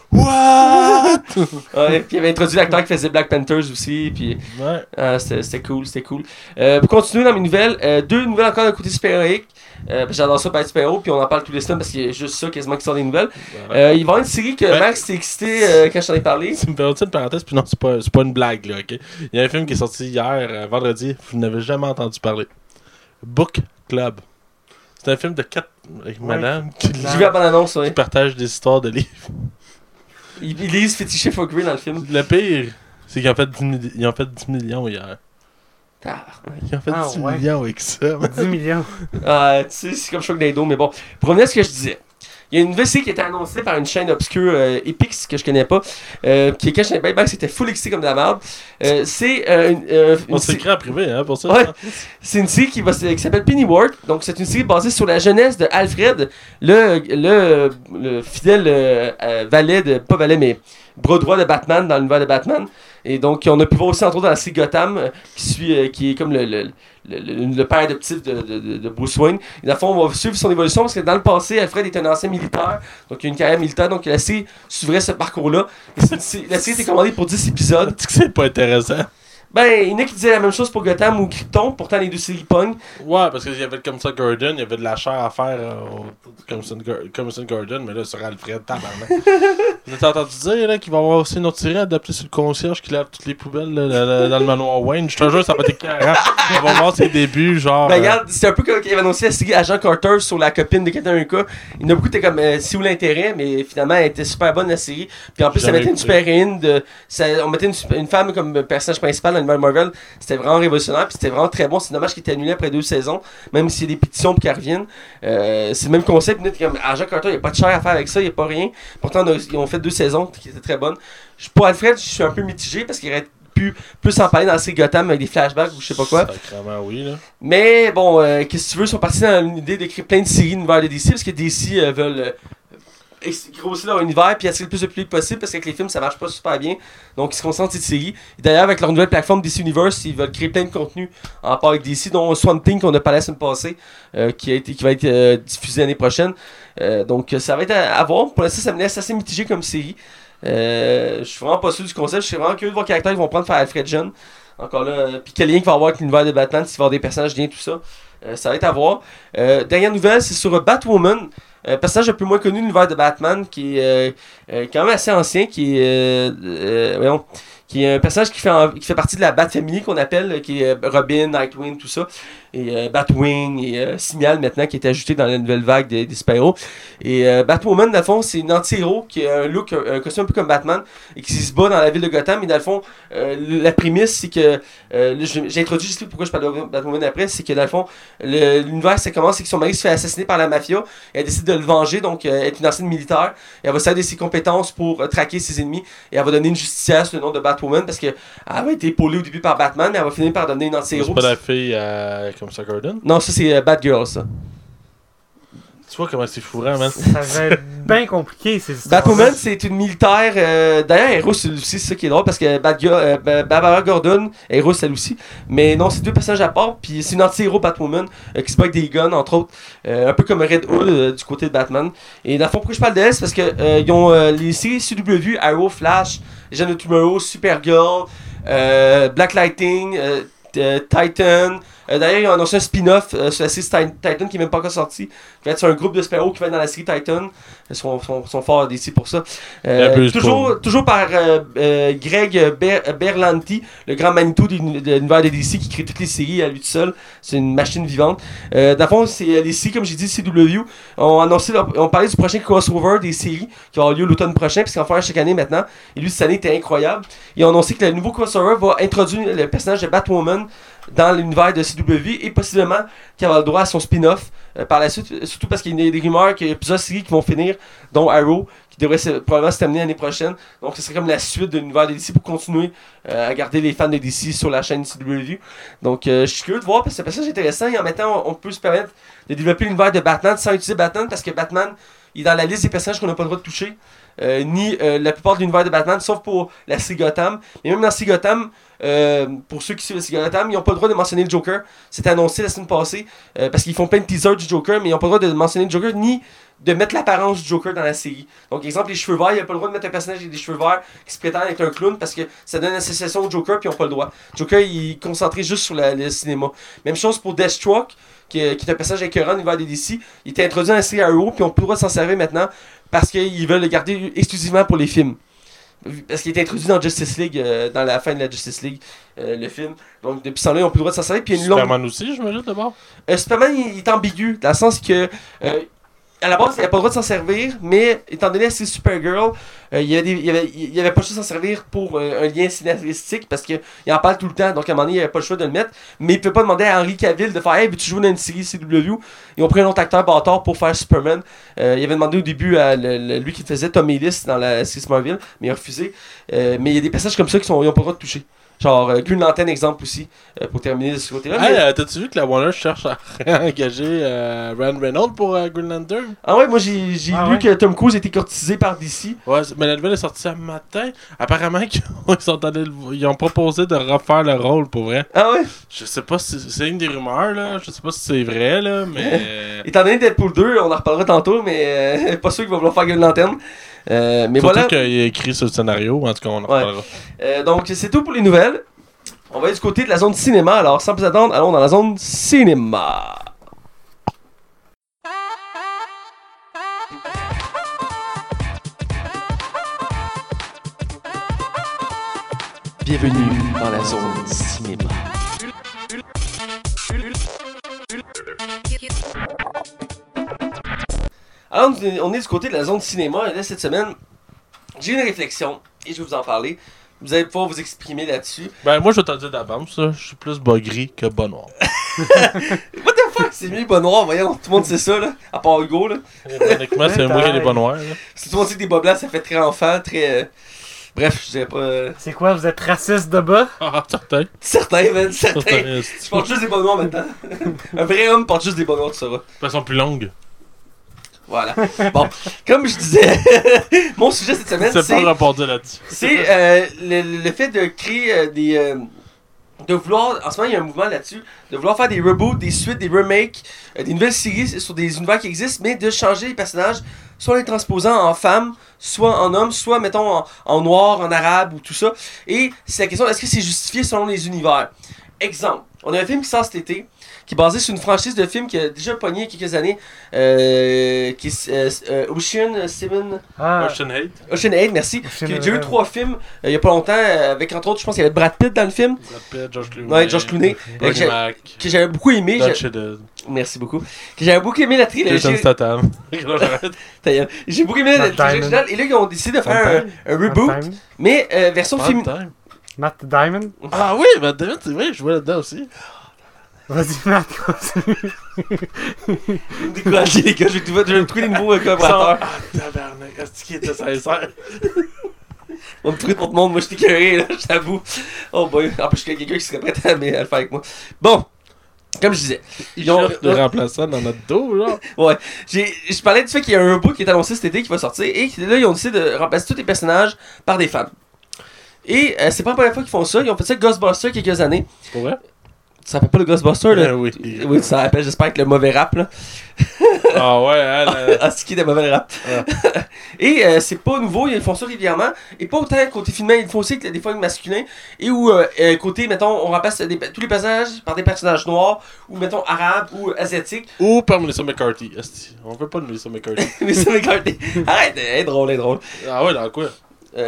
What? Ouais, puis il avait introduit l'acteur qui faisait Black Panthers aussi, puis Ouais. ah, c'était c'était cool, c'était cool. Euh, pour continuer dans mes nouvelles, euh, deux nouvelles encore d'un côté super-héroïque. Euh, parce que j'adore ça parler de super-héros, puis on en parle tous les semaines parce qu'il y a juste ça quasiment qui sort des nouvelles. Euh, il va y avoir une série que Ben- Max t'es excité euh, quand je t'en ai parlé. Tu me permets une parenthèse, puis non, c'est pas, c'est pas une blague, là, ok? Il y a un film qui est sorti hier, euh, vendredi, vous n'avez jamais entendu parler. Book Club. C'est un film de quatre avec Ouais. madame qui, J'ai vu la bande-annonce, qui ouais. partage des histoires de livres. Ils, ils lisent Fifty Shades of Grey dans le film. Le pire, c'est qu'ils ont fait dix, milli- ils ont fait dix millions hier. Tabarnak. Ils ont fait Ah, dix ouais. millions avec ça. man. dix millions. Ah, tu sais, c'est comme choc des dos, mais bon. Pour revenir à ce que je disais. Il y a une nouvelle série qui a été annoncée par une chaîne obscure euh, Epix que je connais pas. Euh, qui est quand je connais pas, c'était full excité comme de la merde. Euh, c'est euh, une, euh, une On sé- s'écrit en privé, hein, pour ça. Ouais. C'est une série qui, va, qui s'appelle Pennyworth. Donc, c'est une série basée sur la jeunesse de Alfred, le, le, le fidèle euh, euh, valet de. Pas valet, mais bras droit de Batman dans l'univers de Batman. Et donc, on a pu voir aussi, entre autres, dans la série Gotham, euh, qui, suit, euh, qui est comme le, le, le, le- le père adoptif de, de, de, de Bruce Wayne. Et dans le fond, on va suivre son évolution parce que dans le passé, Alfred est un ancien militaire. Donc, il a une carrière militaire. Donc, la série suivrait ce parcours-là. Et c'est une sé- la série était commandée pour dix épisodes. Tu que c'est pas intéressant. Ben, il y en a qui disaient la même chose pour Gotham ou Krypton, pourtant les deux séries pognent. Ouais, parce qu'il y avait comme ça Gordon, il y avait de la chair à faire euh, au comme ça Gordon, mais là, sur Alfred, tabarnak. Vous avez entendu dire là, qu'il va y avoir aussi une autre série adaptée sur le concierge qui lave toutes les poubelles là, là, là, dans le manoir Wayne. Je te jure, ça va être carré. On va voir ses débuts, genre. Ben, regarde, c'est un peu comme quand il avait annoncé la série Agent Carter sur la copine de Captain America. Il y en a beaucoup qui étaient comme, euh, si où l'intérêt, mais finalement, elle était super bonne la série. Puis en plus, ça Jamais mettait une écouté. super héroïne de. Ça, on mettait une, une femme comme personnage principal dans l'univers Marvel. C'était vraiment révolutionnaire, puis c'était vraiment très bon. C'est dommage qu'il était annulé après deux saisons, même s'il y a des pétitions pour qu'elle revienne. Euh, c'est le même concept. Comme Agent Carter, il n'y a pas de chair à faire avec ça, il n'y a pas rien. Pourtant, on a- ils ont fait deux saisons qui étaient très bonnes. Je- Pour Alfred, je suis un peu mitigé parce qu'il aurait pu plus en parler dans la série Gotham avec des flashbacks ou je sais pas quoi. Sacrément, oui, là. Mais bon, euh, qu'est-ce que tu veux, ils sont partis dans l'idée d'écrire plein de séries d'univers de D C parce que D C euh, veulent euh, ex- grossir leur univers puis attirer le plus de public possible parce qu'avec les films ça marche pas super bien. Donc ils se concentrent sur ces séries. Et d'ailleurs, avec leur nouvelle plateforme D C Universe, ils veulent créer plein de contenus en rapport avec D C, dont Swamp Thing qu'on a parlé la semaine passée, euh, qui, a été, qui va être euh, diffusé l'année prochaine. Euh, donc euh, ça va être à, à voir. Pour l'instant, ça me laisse assez mitigé comme série. Euh, je suis vraiment pas sûr du concept. Je suis vraiment curieux de voir quel caractère ils vont prendre pour faire Alfred John. Encore là, euh, puis quel lien qu'il va y avoir avec l'univers de Batman, s'il va y avoir des personnages liés, tout ça. Euh, ça va être à voir. Euh, dernière nouvelle, c'est sur Batwoman. Un personnage un peu moins connu de l'univers de Batman, qui est euh, euh, quand même assez ancien, qui est, euh, euh, voyons, qui est un personnage qui fait, en- qui fait partie de la Bat Family qu'on appelle, qui est euh, Robin, Nightwing, tout ça, et euh, Batwing et euh, Signal maintenant qui est ajouté dans la nouvelle vague des, des super-héros. Et euh, Batwoman, dans le fond, c'est une anti-héros qui a un look, un, un costume un peu comme Batman et qui se bat dans la ville de Gotham. Et dans le fond, euh, la prémisse, c'est que, euh, là, je- j'ai introduit, je sais pourquoi je parle de Batwoman après, c'est que dans le fond, le- l'univers, ça commence, c'est que son mari se fait assassiner par la mafia. Et elle décide de le venger, donc euh, elle est une ancienne militaire. Et elle va s'aider ses compétences pour euh, traquer ses ennemis. Et elle va donner une justicière sous le nom de Batwoman parce qu'elle avait été épaulée au début par Batman, mais elle va finir par devenir une C'est anti-héros. pas la fille euh, comme ça Gordon. Non, ça c'est euh, Batgirl, ça. Tu vois comment c'est fourrant, man. Ça va être bien compliqué, ces histoires. Batwoman, c'est une militaire. Euh, D'ailleurs, elle est rousse aussi, c'est ça qui est drôle parce que Batgirl, euh, Ba- Barbara Gordon est rousse elle aussi. Mais non, c'est deux personnages à part. Puis c'est une anti-héros Batwoman euh, qui se bat avec des guns, entre autres. Euh, un peu comme Red Hood euh, du côté de Batman. Et dans le fond, pourquoi je parle d'elle, c'est parce que euh, ils ont euh, les séries C W, Arrow, Flash, Legend of Tomorrow, Supergirl, euh, Black Lightning, euh, euh, Titan. Euh, D'ailleurs, ils ont annoncé un spin-off euh, sur la série Ti- Titan qui est même pas encore sorti. Qui va être sur un groupe de super-héros qui va être dans la série Titan. Ils sont, sont, sont forts d'ici pour ça. Euh, Abuse toujours, toujours par euh, euh, Greg Ber- Berlanti, le grand Manitou de l'uni- de l'univers de D C qui crée toutes les séries à lui tout seul. C'est une machine vivante. Euh, dans le fond, c'est euh, les séries, comme j'ai dit, C W ont annoncé, leur- ont parlé du prochain crossover des séries qui va avoir lieu l'automne prochain, parce qu'ils en font un chaque année maintenant. Et lui, cette année, était incroyable. Ils ont annoncé que le nouveau crossover va introduire le personnage de Batwoman dans l'univers de C W et possiblement qu'il va avoir le droit à son spin-off euh, par la suite, euh, surtout parce qu'il y a des rumeurs qu'il y a plusieurs séries qui vont finir, dont Arrow, qui devrait se- probablement se terminer l'année prochaine. Donc ce serait comme la suite de l'univers de D C pour continuer euh, à garder les fans de D C sur la chaîne C W. Donc euh, je suis curieux de voir parce que c'est un personnage intéressant et en même temps on, on peut se permettre de développer l'univers de Batman sans utiliser Batman parce que Batman il est dans la liste des personnages qu'on n'a pas le droit de toucher. Euh, ni euh, la plupart de l'univers de Batman, sauf pour la série Gotham. Mais même dans la série Gotham, euh, pour ceux qui suivent la série Gotham, ils n'ont pas le droit de mentionner le Joker. C'était annoncé la semaine passée, euh, parce qu'ils font plein de teasers du Joker, mais ils n'ont pas le droit de mentionner le Joker, ni de mettre l'apparence du Joker dans la série. Donc, exemple, les cheveux verts, il n'y a pas le droit de mettre un personnage avec des cheveux verts qui se prétend être un clown, parce que ça donne une association au Joker, puis ils n'ont pas le droit. Joker, il est concentré juste sur la- le cinéma. Même chose pour Deathstroke, qui est, qui est un personnage écœurant dans l'univers des D C. Il était introduit dans la série Arrow, puis on n'a plus le droit de s'en servir maintenant, parce qu'ils veulent le garder exclusivement pour les films. Parce qu'il était introduit dans Justice League, euh, dans la fin de la Justice League, euh, le film. Donc depuis ce temps-là, ils n'ont plus le droit de s'en servir. Puis il y a une longue... Superman aussi, j'imagine, d'abord. Euh, Superman, il, il est ambigu, dans le sens que... Euh, à la base, il n'avait pas le droit de s'en servir, mais étant donné que c'est Supergirl, euh, il, y avait des, il, y avait, il y avait pas le choix de s'en servir pour euh, un lien scénaristique, parce qu'il en parle tout le temps, donc à un moment donné, il n'y avait pas le choix de le mettre. Mais il ne peut pas demander à Henry Cavill de faire « Hey, veux-tu jouer dans une série C W ?» Ils ont pris un autre acteur bâtard pour faire Superman. Euh, il avait demandé au début à le, le- lui qui faisait Tom Ellis dans la série Smallville, mais il a refusé. Euh, mais il y a des personnages comme ça qui n'ont pas le droit de toucher. Genre, euh, Green Lantern, exemple aussi, euh, pour terminer de ce côté-là. Hey, Mais- euh, t'as-tu vu que la Warner cherche à engager euh, Ryan Reynolds pour euh, Green Lantern? Ah ouais, moi j'ai j'ai Ah lu ouais? que Tom Cruise a été courtisé par D C. Ouais, c'est- mais la nouvelle est sortie un matin. Apparemment, qu'ils ont- ils, sont allés le- ils ont proposé de refaire le rôle pour vrai. Ah ouais? Je sais pas si c'est une des rumeurs, là. Je sais pas si c'est vrai, là, mais. Étant donné Deadpool deux, on en reparlera tantôt, mais euh, pas sûr qu'il va vouloir faire Green Lantern. Euh, mais Surtout voilà. qu'il a écrit sur le scénario, en tout cas, on en Ouais. reparlera. Euh, donc c'est tout pour les nouvelles. On va aller du côté de la zone cinéma. Alors, sans plus attendre, allons dans la zone cinéma. Bienvenue dans la zone cinéma. Alors, on est du côté de la zone cinéma et là, cette semaine, j'ai une réflexion et je vais vous en parler. Vous allez pouvoir vous exprimer là-dessus. Ben, moi, je vais te dire d'avance, là, je suis plus bas gris que bas noir. What the fuck? C'est mieux bas noir, voyons. Tout le monde sait ça, là. À part Hugo, là. Honnêtement, c'est moi qui ai les bas noirs. Là. Si tout le monde sait que des bas blancs, ça fait très enfant, très. Euh... Bref, je dirais pas. Euh... C'est quoi, vous êtes raciste de bas? Ah, certain. Certain, man, certain. Certain. Je porte juste des bas noirs maintenant. Un vrai homme porte juste des bas noirs, tu sauras. De façon plus longue. Voilà. Bon, comme je disais, mon sujet cette semaine, C'est c'est. pas rapporté là-dessus. C'est euh, le, le fait de créer euh, des. Euh, de vouloir. En ce moment, il y a un mouvement là-dessus. De vouloir faire des reboots, des suites, des remakes, euh, des nouvelles séries sur des univers qui existent, mais de changer les personnages, soit les transposant en femmes, soit en hommes, soit, mettons, en, en noir, en arabe ou tout ça. Et c'est la question, est-ce que c'est justifié selon les univers? Exemple, on a un film qui sort cet été, qui est basé sur une franchise de films qui a déjà pogné il y a quelques années, euh, qui est euh, euh, Ocean Seven... Ah, Ocean Hate. Ocean Eight, merci. Ocean Qui a déjà eu Eight. trois films euh, il y a pas longtemps, euh, avec entre autres, je pense qu'il y avait Brad Pitt dans le film. Brad Pitt, George Clooney. Ouais, George Clooney. euh, que Bernie j'ai- Mac. que j'avais beaucoup aimé. Dutch j'ai- Headed. Merci beaucoup. Que j'avais beaucoup aimé la trilogie. Jason Statham. Non, j'arrête. Ta gueule. J'ai beaucoup aimé la Matt trilogie Damon. originale. Et là, ils ont décidé de faire Matt un, un reboot, Matt Damon. mais euh, version Part féminine. time. Matt Diamond. Ah oui, Matt Damon, c'est vrai, je jouais là-dedans aussi. Vas-y, Matt, continue. Vous me découragez, les gars. Je vais trouver, je vais trouver des nouveaux euh, collaborateurs. Ah, tabarnak, est-ce qu'il était sincère? On va me trouver pour tout le monde. Moi, je suis écœuré, là, je t'avoue. Oh boy. En plus, je suis quelqu'un qui serait prêt à, à le faire avec moi. Bon. Comme je disais. Il Ils ont- cherche le remplaçant dans notre dos, genre. Ouais, j'ai, je parlais du fait qu'il y a un reboot qui est annoncé cet été qui va sortir et que là ils ont décidé de remplacer tous les personnages par des femmes. Et euh, c'est pas la première fois qu'ils font ça, ils ont fait ça avec Ghostbusters il y a quelques années. Pour vrai? Ça s'appelle pas le Ghostbusters là? Euh, oui. Oui, ça s'appelle, j'espère que le mauvais rap là. Ah ouais, hein, la- Ah, c'est qui de mauvais rap. Ah. Et euh, c'est pas nouveau, ils font ça régulièrement. Et pas autant côté féminin, ils font aussi avec des fois masculins. Et où euh, euh, côté, mettons, on remplace des- tous les personnages par des personnages noirs, ou mettons arabes ou asiatiques. Ou par Melissa McCarthy. esti. On veut pas de Melissa McCarthy. Mais ça m'écarte. Arrête, elle est drôle, elle est drôle. Ah ouais, dans quoi?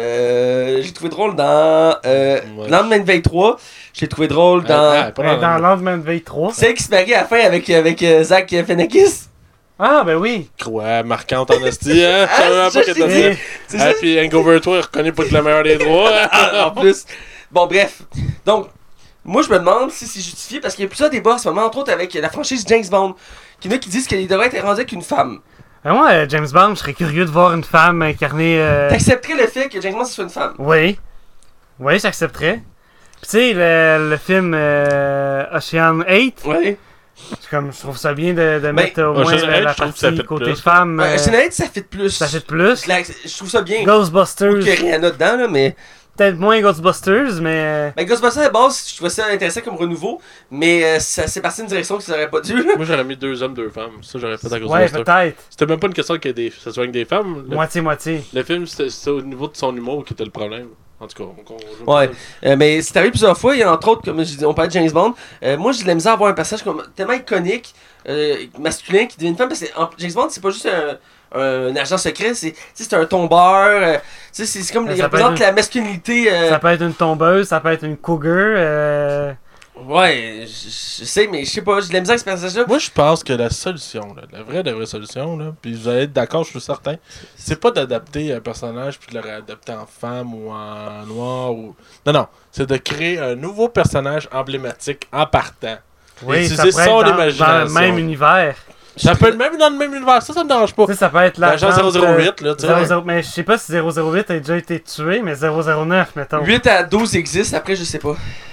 Euh, j'ai trouvé drôle dans euh, Ouais. Lendemain de veille trois. J'ai trouvé drôle dans Ah, ah, pas Euh, dans Dans Lendemain de veille trois. celle qui se marie à la fin avec, avec euh, Zach Fenekis. Ah, ben oui. Quoi, marquante en esti, hein? Ah, Je savais même c'est pas ça, qu'elle je était t'ai ça. C'est Ah, ça? puis Hangover trois est reconnu pour être la meilleure des trois. Ah, en plus. Bon, bref. Donc, moi, je me demande si c'est justifié parce qu'il y a plusieurs débats en ce moment, entre autres avec la franchise James Bond. Il y en a qui disent qu'il devrait être rendu avec une femme. Ben moi, euh, James Bond, je serais curieux de voir une femme incarner... euh, T'accepterais le fait que James Bond soit une femme? Oui. Oui, j'accepterais. Puis tu sais, le, le film euh, Ocean Eight, Ouais. c'est comme, je trouve ça bien de, de mettre au Ocean moins la, Eight, la je trouve que ça partie fait côté plus. femme. Ouais, euh, Sinead, ça fait plus. ça fait plus. Je la- je trouve ça bien. Ghostbusters, Qu'il y a rien dedans, là, mais. peut-être moins Ghostbusters, mais... euh, Ben, Ghostbusters, à la base, je trouvais ça intéressant comme renouveau, mais euh, ça c'est parti d'une direction que ça aurait pas dû. Moi, j'aurais mis deux hommes, deux femmes. Ça, j'aurais fait à cause Ouais, de ça. peut-être. C'était même pas une question que des... ça soit avec des femmes. Le, Moitié-moitié. le film, c'était c'était au niveau de son humour qui était le problème. En tout cas, on, on, Ouais. Euh, mais c'est arrivé plusieurs fois, il y a entre autres, comme je dis, on parlait de James Bond. Euh, moi, j'ai de la misère à avoir un personnage comme, tellement iconique, euh, masculin, qui devient une femme, parce que en- James Bond, c'est pas juste un, un agent secret, c'est, tu sais, c'est un tombeur, euh, tu sais, c'est, c'est comme, Ça il peut représente être la masculinité. euh, Ça peut être une tombeuse, ça peut être une cougar. Euh... Ouais, je je sais, mais je sais pas, j'ai de la misère avec ce personnage-là. Moi, je pense que la solution, là, la vraie, la vraie solution, là, puis vous allez être d'accord, je suis certain, c'est pas d'adapter un personnage puis de le réadapter en femme ou en noir ou. Non, non, c'est de créer un nouveau personnage emblématique en partant. Oui, Et ça utiliser pourrait être son dans, dans le imagination. même univers. Ça peut être même dans le même univers, ça, ça me dérange pas. Tu sais, ça peut être L'agent l'agent zéro zéro huit, là, tu sais. zéro zéro mais je sais pas si zéro zéro huit a déjà été tué, mais zéro zéro neuf, mettons. huit à douze existent, après, je sais pas.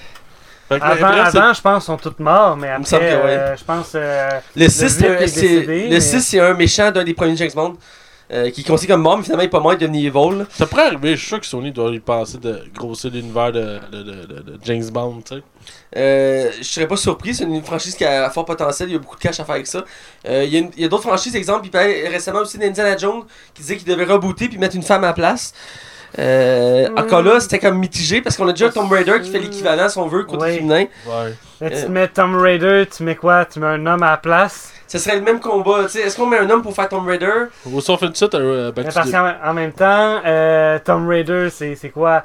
Fait que, Avant, bref, c'est- avant je pense, ils sont tous morts, mais me après, semble que ouais. euh, je pense... euh, Le six, huit c'est, un- est c'est- décédé, le mais- six, c'est un méchant d'un des premiers James Bond, euh, qui est considéré comme mort, mais finalement, il est pas mort, il est devenu evil. là. Ça pourrait arriver, je suis sûr que Sony doit y penser de grossir l'univers de, de, de, de, de James Bond, tu sais. Euh, je serais pas surpris, c'est une franchise qui a fort potentiel, il y a beaucoup de cash à faire avec ça. Euh, Il y a, une- il y a d'autres franchises, exemple, il parlait récemment aussi d'Indiana Jones qui disait qu'il devait rebooter puis mettre une femme à la place. Euh, Mm. Encore là, c'était comme mitigé parce qu'on a déjà Tomb Raider qui fait l'équivalent, si on veut, côté Oui. féminin. Ouais. Là, tu Euh. mets Tomb Raider, tu mets quoi? Tu mets un homme à la place? Ce serait le même combat. Tu sais, est-ce qu'on met un homme pour faire Tomb Raider? Ou si on fait une suite, euh, Back Mais to parce the... qu'en en même temps, euh, Tomb Raider, c'est c'est quoi?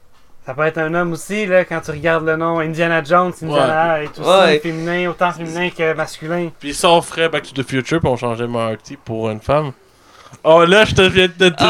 Ça peut être un homme aussi, là, quand tu regardes le nom Indiana Jones, Indiana est aussi Ouais. féminin, autant féminin que masculin. Puis ça, on ferait Back to the Future, puis on changeait Marty pour une femme. Oh là, je te viens de te toucher,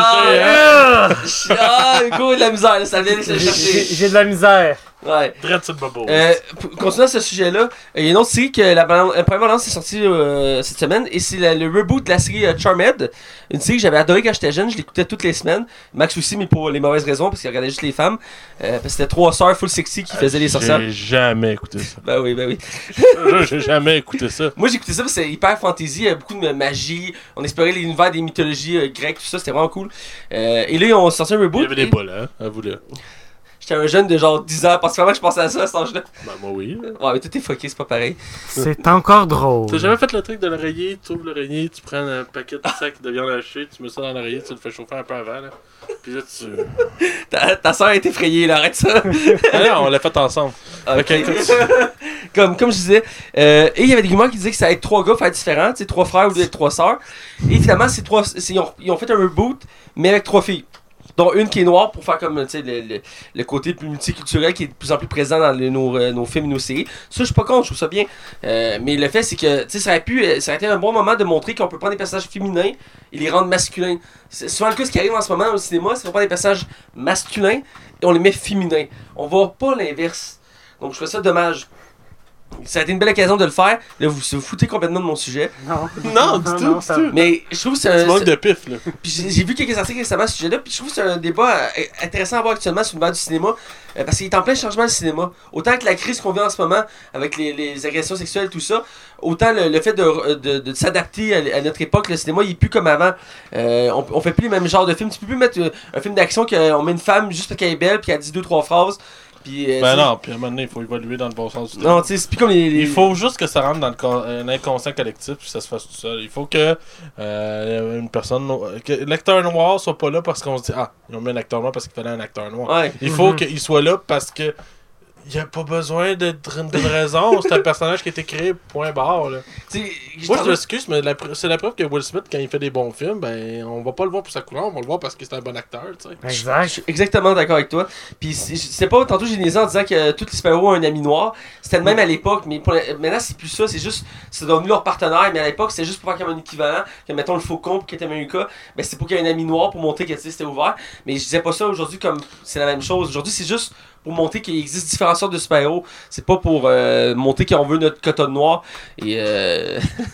Ah, hein? Ah! Ah, le coup de la misère, là, ça vient de se J'ai- chercher. J'ai j'ai de la misère. Ouais. Drette sur le bobo. Euh, pour continuer à ce sujet-là, il y a une autre série que la, bande- la première bande est sortie euh, cette semaine et c'est la- le reboot de la série euh, Charmed. Une série que j'avais adorée quand j'étais jeune, je l'écoutais toutes les semaines. Max aussi, mais pour les mauvaises raisons, parce qu'il regardait juste les femmes. Euh, parce que c'était trois sœurs full sexy qui faisaient les sorcières. J'ai jamais écouté ça. Ben oui, ben oui. J'ai jamais écouté ça. Moi j'écoutais ça parce que c'est hyper fantasy, il y a beaucoup de magie, on explorait l'univers des mythologies euh, grecques, tout ça, c'était vraiment cool. Euh, et là ils ont sorti un Il reboot. y avait des et boules, hein? À vous là. J'étais un jeune de genre dix ans, parce que vraiment je pensais à ça à cet âge-là. Ben, moi, oui. Ouais, mais tout est fucké, c'est pas pareil. C'est encore drôle. T'as jamais fait le truc de l'oreiller? Tu ouvres l'oreiller, tu prends un paquet de sacs de viande hachée, tu mets ça dans l'oreiller, tu le fais chauffer un peu avant, là. Puis là, tu. Ta, ta soeur est effrayée, là, arrête ça. Ah non, on l'a fait ensemble. Ok. Ok. comme, comme je disais, euh, et il y avait des rumeurs qui disaient que ça allait être trois gars faire différents, tu sais, trois frères au lieu d'être trois sœurs. Et finalement, ces trois, c'est- ils, ont, ils ont fait un reboot, mais avec trois filles. Dont une qui est noire pour faire comme tu sais, le, le, le côté plus multiculturel qui est de plus en plus présent dans les- nos, euh, nos films et nos séries. Ça, je suis pas contre, je trouve ça bien. Euh, mais le fait, c'est que tu sais, ça aurait pu, euh, ça aurait été un bon moment de montrer qu'on peut prendre des personnages féminins et les rendre masculins. C'est souvent le cas ce qui arrive en ce moment au cinéma, c'est qu'on prend des personnages masculins et on les met féminins. On va pas l'inverse. Donc je trouve ça dommage. Ça a été une belle occasion de le faire. Là, vous vous foutez complètement de mon sujet. Non, Non, du tout, ça- du tout. Mais je trouve que c'est Tu un. manques c'est- de pif, là. Puis j'ai j'ai vu quelques articles récemment à ce sujet-là, puis je trouve que c'est un débat euh, intéressant à voir actuellement sur le banc du cinéma, euh, parce qu'il est en plein changement le cinéma. Autant que la crise qu'on vit en ce moment, avec les, les agressions sexuelles, tout ça, autant le, le fait de, de, de s'adapter à, à notre époque, le cinéma, il est plus comme avant. Euh, on, on fait plus les mêmes genres de films. Tu peux plus mettre euh, un film d'action qu'on met une femme juste parce qu'elle est belle, puis qu'elle dit deux, trois phrases. Puis, euh, Ben tu sais, non, puis à un moment donné, il faut évoluer dans le bon sens du terme. non, tu sais, c'est plus comme les. les- Il faut juste que ça rentre dans le con- un inconscient collectif puis ça se fasse tout seul. Il faut que euh, une personne no- que l'acteur noir soit pas là parce qu'on se dit ah, ils ont mis un acteur noir parce qu'il fallait un acteur noir. Ouais. Il faut Mhm. qu'il soit là parce que il y a pas besoin d'être d'une raison, c'est un personnage qui a été créé point barre là. Tu sais, Moi je j'ai- m'excuse mais la pr- c'est la preuve que Will Smith quand il fait des bons films, ben on va pas le voir pour sa couleur, on va le voir parce que c'est un bon acteur, tu sais. Je Exact. suis exactement d'accord avec toi. Puis c'est c'est pas tantôt j'ai niaisé en disant que tous les super-héros ont un ami noir. C'était le même à l'époque, mais pour la- maintenant c'est plus ça. C'est juste, c'est devenu leur partenaire. Mais à l'époque c'était juste pour faire comme un équivalent. Que mettons le Faucon pour Captain America, ben c'est pour qu'il y ait un ami noir pour montrer que tu sais, c'était ouvert. Mais je disais pas ça aujourd'hui comme c'est la même chose. Aujourd'hui c'est juste pour montrer qu'il existe différentes sortes de super-héros. C'est pas pour euh, montrer qu'on veut notre coton noir. Et euh...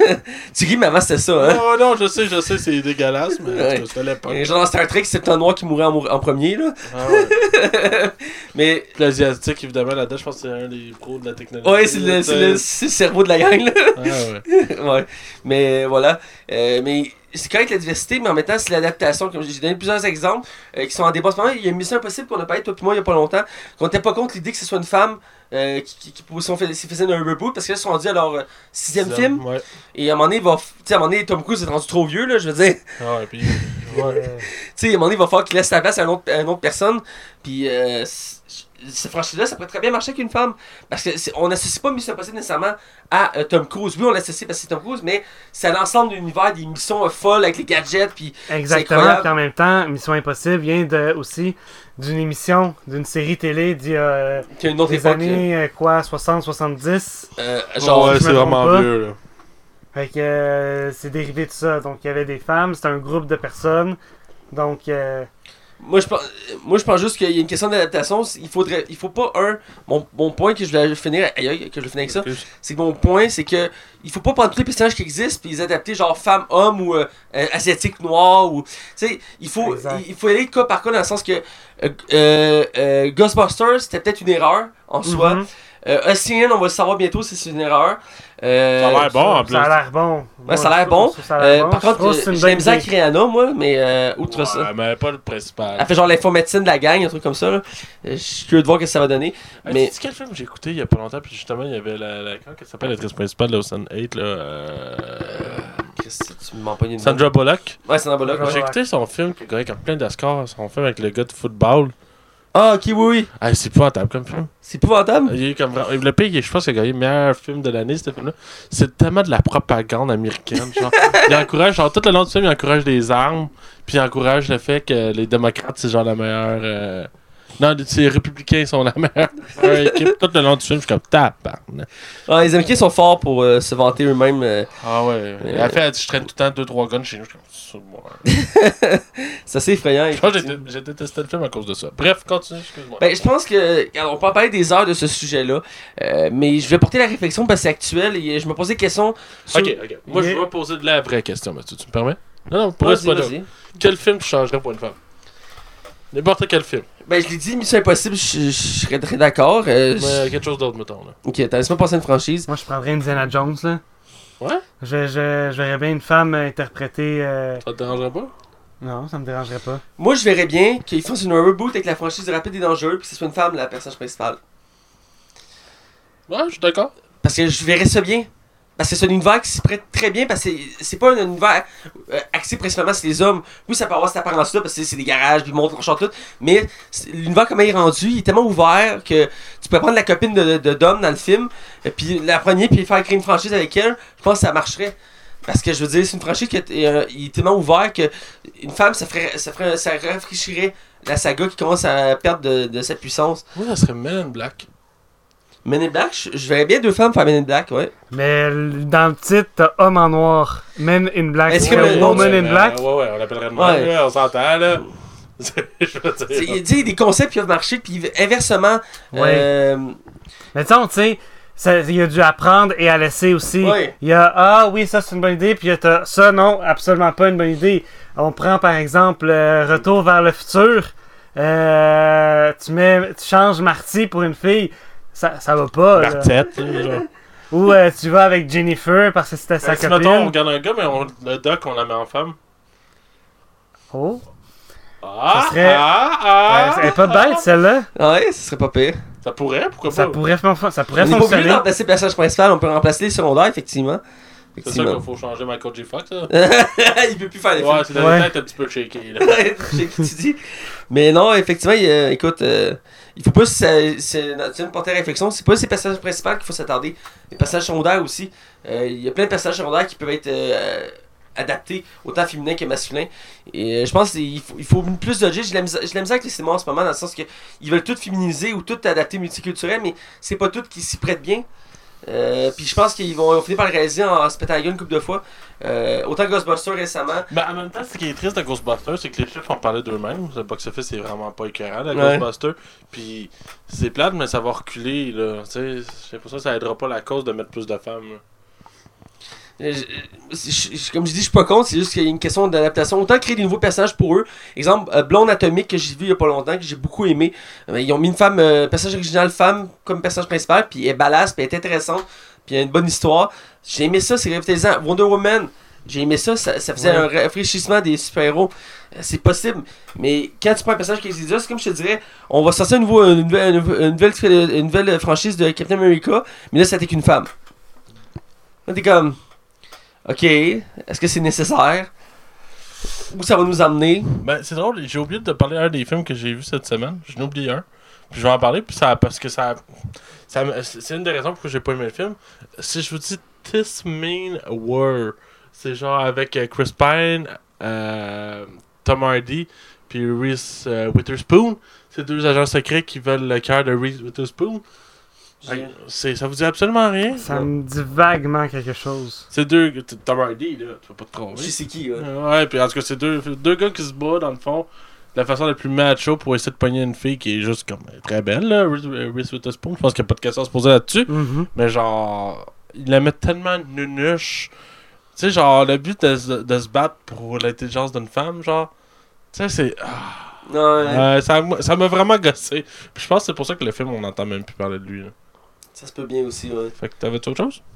tu ris, mais avant c'était ça, hein. Non, non, je sais, je sais, c'est dégueulasse, mais en tout Ouais. cas, c'était à l'époque. Et genre dans Star Trek, c'est un noir qui mourait en, mour- en premier, là. Ah ouais. Mais L'asiatique, évidemment, là-dedans, je pense que c'est un des pros de la technologie. ouais, c'est le, c'est le, c'est le cerveau de la gang, là. Ah ouais. Ouais, mais voilà. Euh, mais c'est correct la diversité, mais en même temps, c'est l'adaptation. Comme j'ai donné plusieurs exemples euh, qui sont en débat en ce moment. Il y a une Mission Impossible qu'on a parlé, toi et moi, il y a pas longtemps, qu'on n'était pas contre l'idée que ce soit une femme euh, qui, qui, qui, si on fait- s'ils faisaient un reboot, parce que là, ils sont rendus à leur euh, sixième film. Ouais. Et à un moment donné, il va. f- Tu sais, à un moment donné, Tom Cruise est rendu trop vieux, là, je veux dire. Ah ouais, puis. Euh, Ouais. Tu sais, à un moment donné, il va falloir qu'il laisse sa place à une autre, à une autre personne. Puis, euh, c- cette franchise-là, ça pourrait très bien marcher avec une femme. Parce que c'est- on n'associe pas Mission Impossible nécessairement à euh, Tom Cruise. Oui, on l'associe parce que c'est Tom Cruise, mais c'est à l'ensemble de l'univers des missions euh, folles avec les gadgets. Puis, Exactement. incroyable. Puis en même temps, Mission Impossible vient de, aussi d'une émission, d'une série télé d'il y a euh, qu'il y a une autre des époque. années, euh, quoi, soixante soixante-dix. euh, Genre, genre, ouais, je c'est me vraiment trompe pas. vieux, là. Fait que euh, c'est dérivé de ça. Donc il y avait des femmes, c'était un groupe de personnes. Donc, euh, moi, je pense, moi, je pense juste qu'il y a une question d'adaptation. Il faudrait, il faut pas un. Mon, mon point que je vais finir, aïe, aïe, que je vais finir avec ça. C'est que mon point, c'est que il faut pas prendre tous les personnages qui existent puis les adapter genre femme, homme ou euh, euh, asiatique, noir ou tu sais, il faut Exact. il, il faut aller cas par cas dans le sens que euh, euh, euh, Ghostbusters c'était peut-être une erreur en soi. mhm. Euh, Ocean, on va le savoir bientôt si c'est une erreur. Euh, Ça a l'air bon en plus. Ça a l'air bon. Moi, ça a l'air je trouve- bon. je trouve ça a euh, l'air bon. par Je contre, trouve que euh, c'est une j'ai bonne la misère idée. avec Rihanna, moi, mais euh, outre ça. Ouais, mais pas le principal. Elle fait genre l'infomédecine de la gang, un truc comme ça. Là. Euh, Je suis curieux de voir ce que ça va donner. Hey, mais sais-tu quel film j'ai écouté il y a pas longtemps, puis justement, il y avait la. la comment elle s'appelle l'actrice principale de Ocean eight, là. Euh... Christ, tu m'en pognes une Sandra Bullock. Ouais, Sandra Bullock. Ouais. J'ai écouté son film qui a gagné comme plein d'Oscars. Son film avec le gars de football. Ah, ok, oui, oui. Ah, c'est épouvantable comme film. C'est épouvantable. Il est comme... Le pire, je pense qu'il a gagné le meilleur film de l'année, ce film-là. C'est tellement de la propagande américaine. Genre, il encourage, genre, tout le long du film, il encourage des armes. Puis il encourage le fait que les démocrates, c'est genre la meilleure. Euh... Non, les républicains sont la meilleure, meilleure équipe. Tout le long du film, je suis comme tabarnak. Ah, les Américains sont forts pour euh, se vanter eux-mêmes. Euh, Ah ouais. Elle a fait, elle dit, je traîne tout le temps deux trois guns chez nous. Je suis comme, c'est moi. c'est assez effrayant. Je pense que j'ai- j'ai détesté le film à cause de ça. Bref, continue, excuse-moi. Ben, je pense que. Alors, on peut en parler des heures de ce sujet-là. euh, mais je vais porter la réflexion parce que c'est actuel et je me posais des questions sur. Ok, ok. Moi, je Yeah. vais poser de la vraie question, Mathieu. Tu me permets? Non, non, pour Vas-y, pas vas-y. Quel film tu changerais pour une femme? N'importe quel film. Ben, je l'ai dit, Mission Impossible, je, je serais très d'accord. Euh, je- Mais quelque chose d'autre, mettons. Là. Ok, attends, laisse-moi passer une franchise. Moi, je prendrais Indiana Jones, là. Ouais? Je, je, je verrais bien une femme interpréter... euh, Ça te dérangerait pas? Non, ça me dérangerait pas. Moi, je verrais bien qu'ils fassent une reboot avec la franchise de Rapide et Dangereux, puis que ce soit une femme, la personnage principale. Ouais, je suis d'accord. Parce que je verrais ça bien. Parce que c'est un univers qui s'y prête très bien, parce que c'est- c'est pas un univers euh, axé principalement sur les hommes. Oui, ça peut avoir cette apparence-là, parce que c'est des garages, puis ils montrent, on chante tout. Mais c'est- l'univers, comment il est rendu, il est tellement ouvert que tu peux prendre la copine de, de Dom dans le film, et puis la première, puis faire créer une franchise avec elle. Je pense que ça marcherait. Parce que je veux dire, c'est une franchise qui est, euh, il est tellement ouvert que une femme, ça ferait, ça ferait, ça rafraîchirait la saga qui commence à perdre de, de sa puissance. Moi, ça serait Men in Black. Men in Black, je, je verrais bien deux femmes faire Men in Black, ouais. Mais l- dans le titre, t'as Homme en noir, Men in Black, Est-ce c'est que le nom Woman Ouais, in mais, Black. euh, Ouais, ouais, on l'appellerait de Ouais. même, là, on s'entend, là. Je veux C'est- dire. Tu sais, des concepts qui peuvent marcher, puis inversement, Ouais. euh, Mais disons, tu sais, ça- il y a du apprendre et à laisser aussi. Ouais. Il y a Ah oui, ça c'est une bonne idée, puis il y a t'as, ça non, absolument pas une bonne idée. On prend par exemple euh, Retour vers le futur. Euh, tu mets, tu changes Marty pour une fille, ça, ça va pas. là. Bartette, là, genre. Ou euh, tu vas avec Jennifer parce que c'était sa Ben, si, copine. mettons, on regarde un gars, mais on, le doc, on la met en femme. Oh, Ah, Ça serait- ah, ah, elle est pas bête celle-là. ouais, ce serait pas pire. Ça pourrait, pourquoi Ça pas? pourrait, fon- ça On pourrait n'est pas obligé fonctionner. de remplacer le personnage principal, on peut remplacer les secondaires, effectivement. C'est ça Effectivement. qu'il faut changer Michael J. Fox, là. Il peut plus faire les Ouais, films. c'est la Ouais. tête un petit peu shaky, là. Ouais, je sais ce que tu dis. Mais non, effectivement, il, euh, écoute, euh, il faut pas se- se- tu me porter à réflexion. C'est pas ces personnages principaux qu'il faut s'attarder. Les personnages secondaires aussi. Euh, Il y a plein de personnages secondaires qui peuvent être euh, adaptés, autant féminins que masculins. Et euh, je pense qu'il faut, il faut plus de J'ai la misère j'ai la misère avec les cinémas en ce moment, dans le sens que ils veulent tout féminiser ou tout adapter multiculturel, mais c'est pas tout qui s'y prête bien. Euh, puis je pense qu'ils vont finir par le réaliser en se pétant la gueule une couple de fois. Euh, autant Ghostbusters récemment. Ben, en même temps, ce qui est triste de Ghostbusters, c'est que les chiffres ont parlé d'eux-mêmes. Le box-office est vraiment pas écœurant, de Ouais. Ghostbusters. Puis c'est plate, mais ça va reculer, là. Tu sais, j'ai l'impression que ça aidera pas la cause de mettre plus de femmes, là. Euh, je- je- je- comme je dis, je suis pas contre, c'est juste qu'il y a une question d'adaptation. Autant créer des nouveaux personnages pour eux. Exemple, euh, Blonde Atomique que j'ai vu il y a pas longtemps, que j'ai beaucoup aimé. Euh, ils ont mis une femme, euh, personnage original femme comme personnage principal, puis elle est badass, puis elle est intéressante, puis il y a une bonne histoire. J'ai aimé ça, c'est revitalisant. Wonder Woman, j'ai aimé ça, ça, ça faisait Ouais. un rafraîchissement des super-héros. Euh, C'est possible, mais quand tu prends un personnage qui existe déjà, c'est comme je te dirais, on va sortir un nouveau, une, nouvelle, une, nouvelle, une nouvelle franchise de Captain America, mais là, c'était qu'une femme. Là, t'es comme. Ok, est-ce que c'est nécessaire? Où ça va nous emmener? Ben, c'est drôle, j'ai oublié de te parler d'un des films que j'ai vu cette semaine. J'en ai oublié un. Puis je vais en parler, puis ça, parce que ça, ça me- c'est une des raisons pourquoi j'ai pas aimé le film. Si je vous dis This Mean War, c'est genre avec euh, Chris Pine, euh, Tom Hardy, puis Reese euh, Witherspoon. C'est deux agents secrets qui veulent le cœur de Reese Witherspoon. J'ai- C'est, ça vous dit absolument rien? Ça me dit vaguement quelque chose. C'est deux. Tom Hardy, là, tu vas pas te tromper. Je sais c'est qui, ouais. Ouais, puis en tout cas, c'est deux, deux gars qui se battent, dans le fond, de la façon la plus macho pour essayer de pogner une fille qui est juste comme euh, très belle, là, Reese Reese Witherspoon. Je pense qu'il n'y a pas de question à se poser là-dessus. Mhm. Mais genre, ils la mettent tellement nunuche. Tu sais, genre, le but de, se- de se battre pour l'intelligence d'une femme, genre, tu sais, c'est. ah, Ouais. euh, ça m'a ça m'a vraiment gossé. Puis je pense que c'est pour ça que le film, on n'entend même plus parler de lui. Là. Ça se peut bien aussi, ouais. Fait que t'avais autre chose?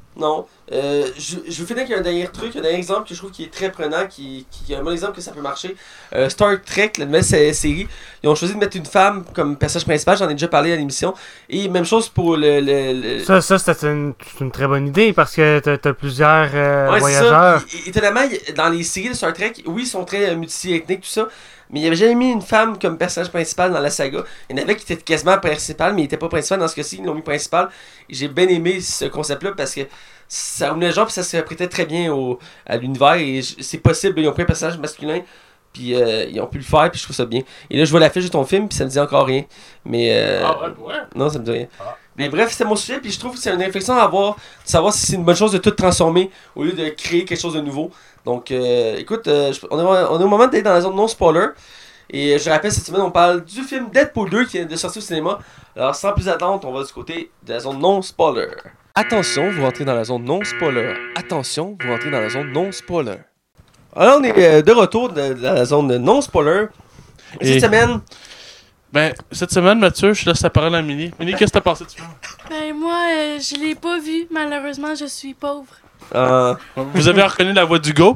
Non. Euh, je, je veux finir avec un dernier truc, un dernier exemple que je trouve qui est très prenant, qui, qui est un bon exemple que ça peut marcher. Euh, Star Trek, la nouvelle sé- série, ils ont choisi de mettre une femme comme personnage principal, j'en ai déjà parlé à l'émission. Et même chose pour le... le, le... Ça, ça c'est une, une très bonne idée parce que t'as, t'as plusieurs euh, Ouais, voyageurs. c'est ça. Et- Étonnamment, y- dans les séries de Star Trek, oui, ils sont très euh, multi-ethniques, tout ça. Mais il n'y avait jamais mis une femme comme personnage principal dans la saga. Il y en avait qui étaient quasiment principal, mais il n'était pas principal. Dans ce cas-ci, ils l'ont mis principal. Et j'ai bien aimé ce concept-là parce que ça revenait genre, puis ça se prêtait très bien au, à l'univers. Et j- c'est possible, ils ont pris un personnage masculin, puis euh, ils ont pu le faire, puis je trouve ça bien. Et là, je vois l'affiche de ton film, puis ça me dit encore rien. Mais. Euh, Ah ouais, ouais. Non, ça me dit rien. Ah. Mais bref, c'est mon sujet, puis je trouve que c'est une réflexion à avoir, de savoir si c'est une bonne chose de tout transformer au lieu de créer quelque chose de nouveau. Donc, euh, écoute, euh, je- on, est, on est au moment d'être dans la zone non-spoiler. Et je rappelle, cette semaine, on parle du film Deadpool deux qui vient de sortir au cinéma. Alors, sans plus attendre, on va du côté de la zone non-spoiler. Attention, vous rentrez dans la zone non-spoiler. Attention, vous rentrez dans la zone non-spoiler. Alors, on est euh, de retour de, de la zone non-spoiler. Et cette Et- semaine, Ben, cette semaine, Mathieu, je laisse la parole à Mini. Mini, qu'est-ce que t'as pensé du film? Ben moi, euh, je l'ai pas vu. Malheureusement, je suis pauvre. euh, Vous avez reconnu la voix d'Hugo?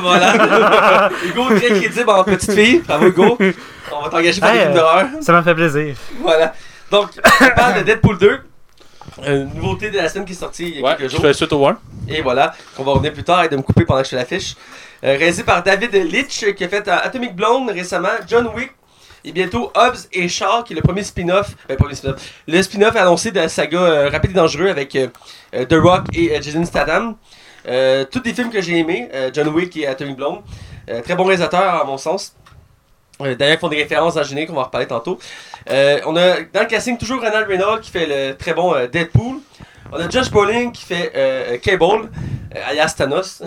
voilà. Hugo, très crédible en petite fille. Bravo, Hugo. On va t'engager pour Hey, des films euh, d'horreur. Ça m'a fait plaisir. Voilà. Donc, on parle de Deadpool deux. Une nouveauté de la semaine qui est sortie il y a Ouais, quelques je jours. fais suite au one. Et voilà, qu'on va revenir plus tard et de me couper pendant que je fais l'affiche. Euh, réalisé par David Leitch, qui a fait euh, Atomic Blonde récemment, John Wick, et bientôt Hobbs et Shaw, qui est le premier spin-off, ben premier spin-off, le spin-off annoncé de la saga euh, Rapide et Dangereux avec euh, euh, The Rock et euh, Jason Statham. Euh, tous des films que j'ai aimés, euh, John Wick et Atomic Blonde. Euh, très bon réalisateur à mon sens. Euh, D'ailleurs, ils font des références dans le générique, on va en reparler tantôt. Euh, on a dans le casting toujours Ronald Reynolds qui fait le très bon euh, Deadpool. On a Josh Brolin qui fait euh, Cable, euh, alias Thanos.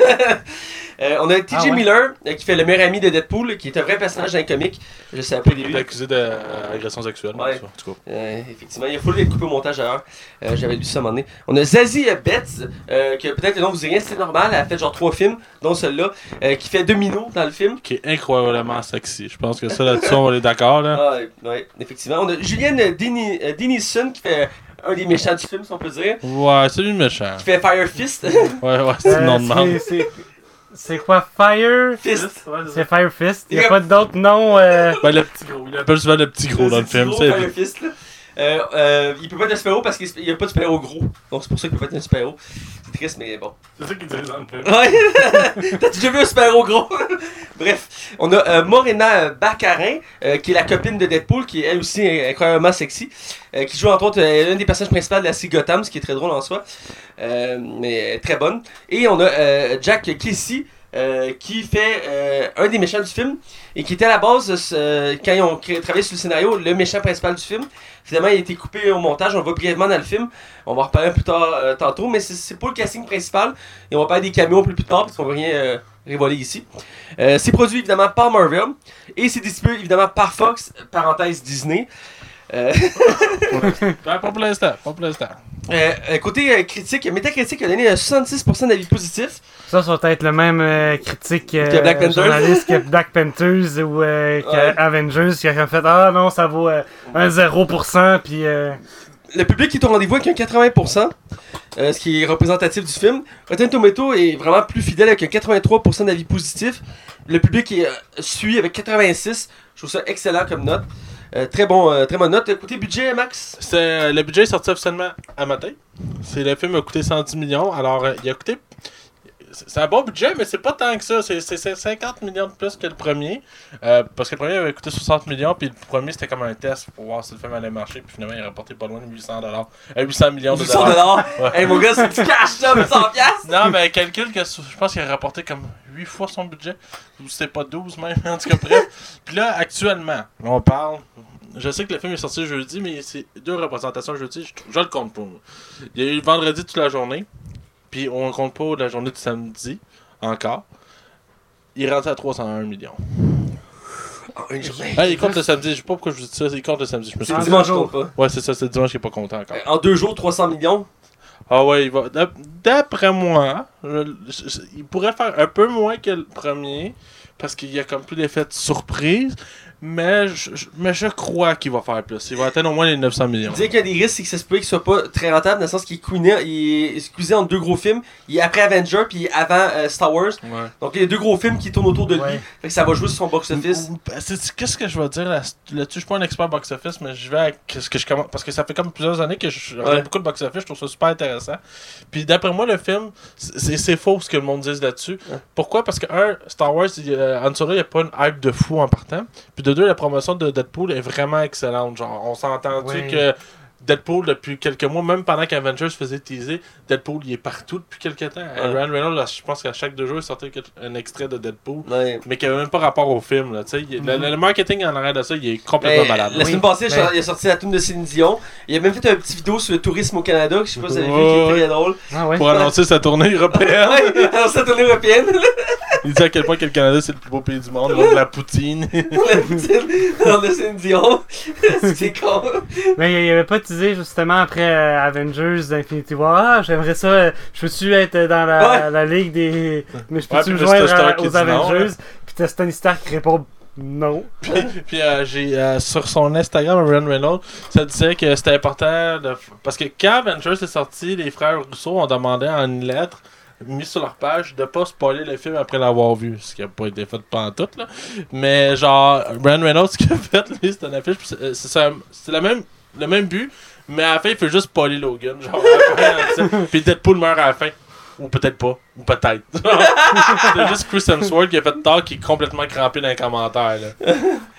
Euh, on a T J Ah ouais. Miller euh, qui fait le meilleur ami de Deadpool, qui est un vrai personnage dans les comics. Je savais pas au Il est début. accusé d'agression sexuelle. Ouais. En tout cas. Euh, effectivement, il a fallu être coupé au montage d'ailleurs. Euh, J'avais lu ça à un moment donné. On a Zazie Betts, euh, que peut-être le nom vous dit rien, c'est normal. Elle a fait genre trois films, dont celui-là, euh, qui fait Domino dans le film. Qui est incroyablement sexy. Je pense que ça, là-dessus, on est d'accord, là. Ah, ouais, ouais, effectivement. On a Julianne Deni- euh, Dennison qui fait un des méchants du film, si on peut dire. Ouais, c'est lui le méchant. Qui fait Fire Fist. Ouais, ouais, c'est le nom de Euh, membre. c'est- c'est- C'est quoi Fire? Fist. C'est Fire Fist. Il n'y Yep. a pas d'autre nom. Euh... Ben, le petit gros. Il appelle souvent le petit gros dans le C'est film. gros, c'est- Fire Fist, là. Euh, euh, il peut pas être un super-héros parce qu'il n'y a pas de super-héros gros. Donc c'est pour ça qu'il peut pas être un super-héros. C'est triste, mais bon. C'est ça qu'il dit dans le film. Ouais! T'as déjà vu un super-héros gros? Bref, on a euh, Morena Baccarin, euh, qui est la copine de Deadpool, qui est elle aussi euh, incroyablement sexy, euh, qui joue entre autres euh, l'un des personnages principaux de la série Gotham, ce qui est très drôle en soi, euh, mais très bonne. Et on a euh, Jack Casey, euh, qui fait euh, un des méchants du film, et qui était à la base, euh, quand ils ont créé- travaillé sur le scénario, le méchant principal du film. Finalement, il a été coupé au montage, on le voit brièvement dans le film. On va en reparler plus tard euh, tantôt, mais c'est- c'est pas le casting principal. Et on va parler des caméos plus plus tard, parce qu'on va rien euh, révoler ici. Euh, c'est produit évidemment par Marvel, et c'est distribué évidemment par Fox, parenthèse Disney. Euh, Ben, pas pour l'instant. Pas pour l'instant. euh, côté euh, critique, Metacritic a donné euh, soixante-six pour cent d'avis positifs. Ça, ça va être le même euh, critique euh, Que Black Panther. journaliste que Black Panthers ou euh, que Ouais. Avengers qui a fait ah non, ça vaut euh, un zéro pour cent. Puis. Euh... Le public est au rendez-vous avec un quatre-vingts pour cent, euh, ce qui est représentatif du film. Rotten Tomato est vraiment plus fidèle avec un quatre-vingt-trois pour cent d'avis positifs. Le public est, euh, suit avec quatre-vingt-six. Je trouve ça excellent comme note. Euh, très bon, euh, très bonne note. Côté budget, Max? C'est, euh, le budget est sorti officiellement à matin. C'est, le film a coûté cent dix millions. Alors, euh, il a coûté. C'est c'est un bon budget, mais c'est pas tant que ça. C'est, c'est, c'est cinquante millions de plus que le premier. Euh, parce que le premier avait coûté soixante millions, puis le premier c'était comme un test pour voir si le film allait marcher. Puis finalement, il a rapporté pas loin de huit cents dollars. Euh, huit cents millions de huit cents dollars. dollars. Hey mon gars, c'est du cash ça, huit cents piastres. Non, mais calcule que je pense qu'il a rapporté comme huit fois son budget. Ou c'est pas douze même, en tout cas, bref. Puis là, actuellement, on parle. Je sais que le film est sorti jeudi, mais c'est deux représentations jeudi. Je, je le compte pas. moi. Il y a eu le vendredi toute la journée. Puis on compte pas la journée du samedi encore. Il est rentré à trois cent un millions. Oh, une journée. Ah, il compte le samedi. Je sais pas pourquoi je vous dis ça. Il compte le samedi. Je me suis C'est Ah, dimanche, je jour. compte pas. Ouais, c'est ça. C'est dimanche qui est pas content encore. Euh, En deux jours, trois cents millions. Ah ouais, il va. d'ap- D'après moi, Je- je- je- il pourrait faire un peu moins que le premier, parce qu'il y a comme plus l'effet de surprise, mais je, je- mais je crois qu'il va faire plus. Il va atteindre au moins les neuf cents millions. Dire qu'il y a des risques, c'est que ça se peut qu'il soit pas très rentable, dans le sens qu'il est couiné- il est squeezé entre deux gros films. Il est après Avenger, puis il est avant euh, Star Wars. Ouais. Donc il y a deux gros films qui tournent autour de lui. Ouais. Fait que ça va jouer sur son box-office. Ou- ou- c'est- Qu'est-ce que je vais dire là- là-dessus? Je suis pas un expert box-office, mais je vais avec ce que je commence. Parce que ça fait comme plusieurs années que je regarde Ouais. beaucoup de box-office, je trouve ça super intéressant. Puis d'après moi, le film, c'est c'est faux ce que le monde dit là-dessus. Ouais. Pourquoi? Parce que, un, Star Wars, il y a- Han Solo, il n'y a pas une hype de fou en partant. Puis de deux, la promotion de Deadpool est vraiment excellente. Genre, on s'est entendu Ouais. que Deadpool, depuis quelques mois, même pendant qu'Avengers faisait teaser, Deadpool, il est partout depuis quelques temps. Ouais. Ryan Reynolds, là, je pense qu'à chaque deux jours, il sortait quelque- un extrait de Deadpool Ouais. mais qui avait même pas rapport au film. Là, tu sais. Il- le, Mhm. le marketing en arrière de ça, il est complètement Ben, malade. la semaine Oui. passée, Ben. il a sorti la tune de Céline Dion. Il a même fait un petit vidéo sur le tourisme au Canada, que je sais pas si vous avez vu, Ouais, qui est ouais. très drôle. Ah ouais. Pour annoncer sa tournée européenne. Ouais, dans cette tournée européenne. Il dit à quel point que le Canada c'est le plus beau pays du monde, le monde de la poutine. La poutine dans le Céline Dion. C'est con. Mais il avait pas teasé justement après euh, Avengers Infinity War. Ah, j'aimerais ça. euh, je peux-tu être dans la, Ouais. la ligue des. Mais je Ouais, peux-tu puis me Mister joindre Stark à- qui aux dit non, Avengers? là. Puis t'as Tony Stark qui répond non. puis puis euh, j'ai euh, sur son Instagram, Ryan Reynolds, ça disait que c'était important de. Parce que quand Avengers est sorti, les frères Rousseau ont demandé en une lettre mis sur leur page de pas spoiler le film après l'avoir vu, ce qui a pas été fait pantoute là. Mais genre Ryan Reynolds ce qu'il a fait lui c'est une affiche, puis c'est c'est ça- c'est le même le même but, mais à la fin il fait juste spoiler Logan, genre à la fin, puis Deadpool meurt à la fin. Ou peut-être pas, ou peut-être. C'est juste Chris Hemsworth qui a fait tort, qui est complètement crampé dans les commentaires là.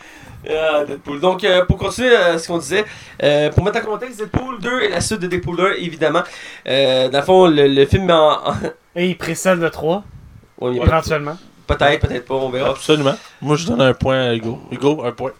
Ah, Deadpool. Donc, euh, pour continuer euh, ce qu'on disait, euh, pour mettre en contexte, Deadpool deux et la suite de Deadpool un, évidemment. Euh, dans le fond, le, le film met en. en... Et il précède le trois, Ouais, mais éventuellement. peut-être, peut-être pas, on verra. Absolument. Moi je donne un point à Hugo. Hugo, un point.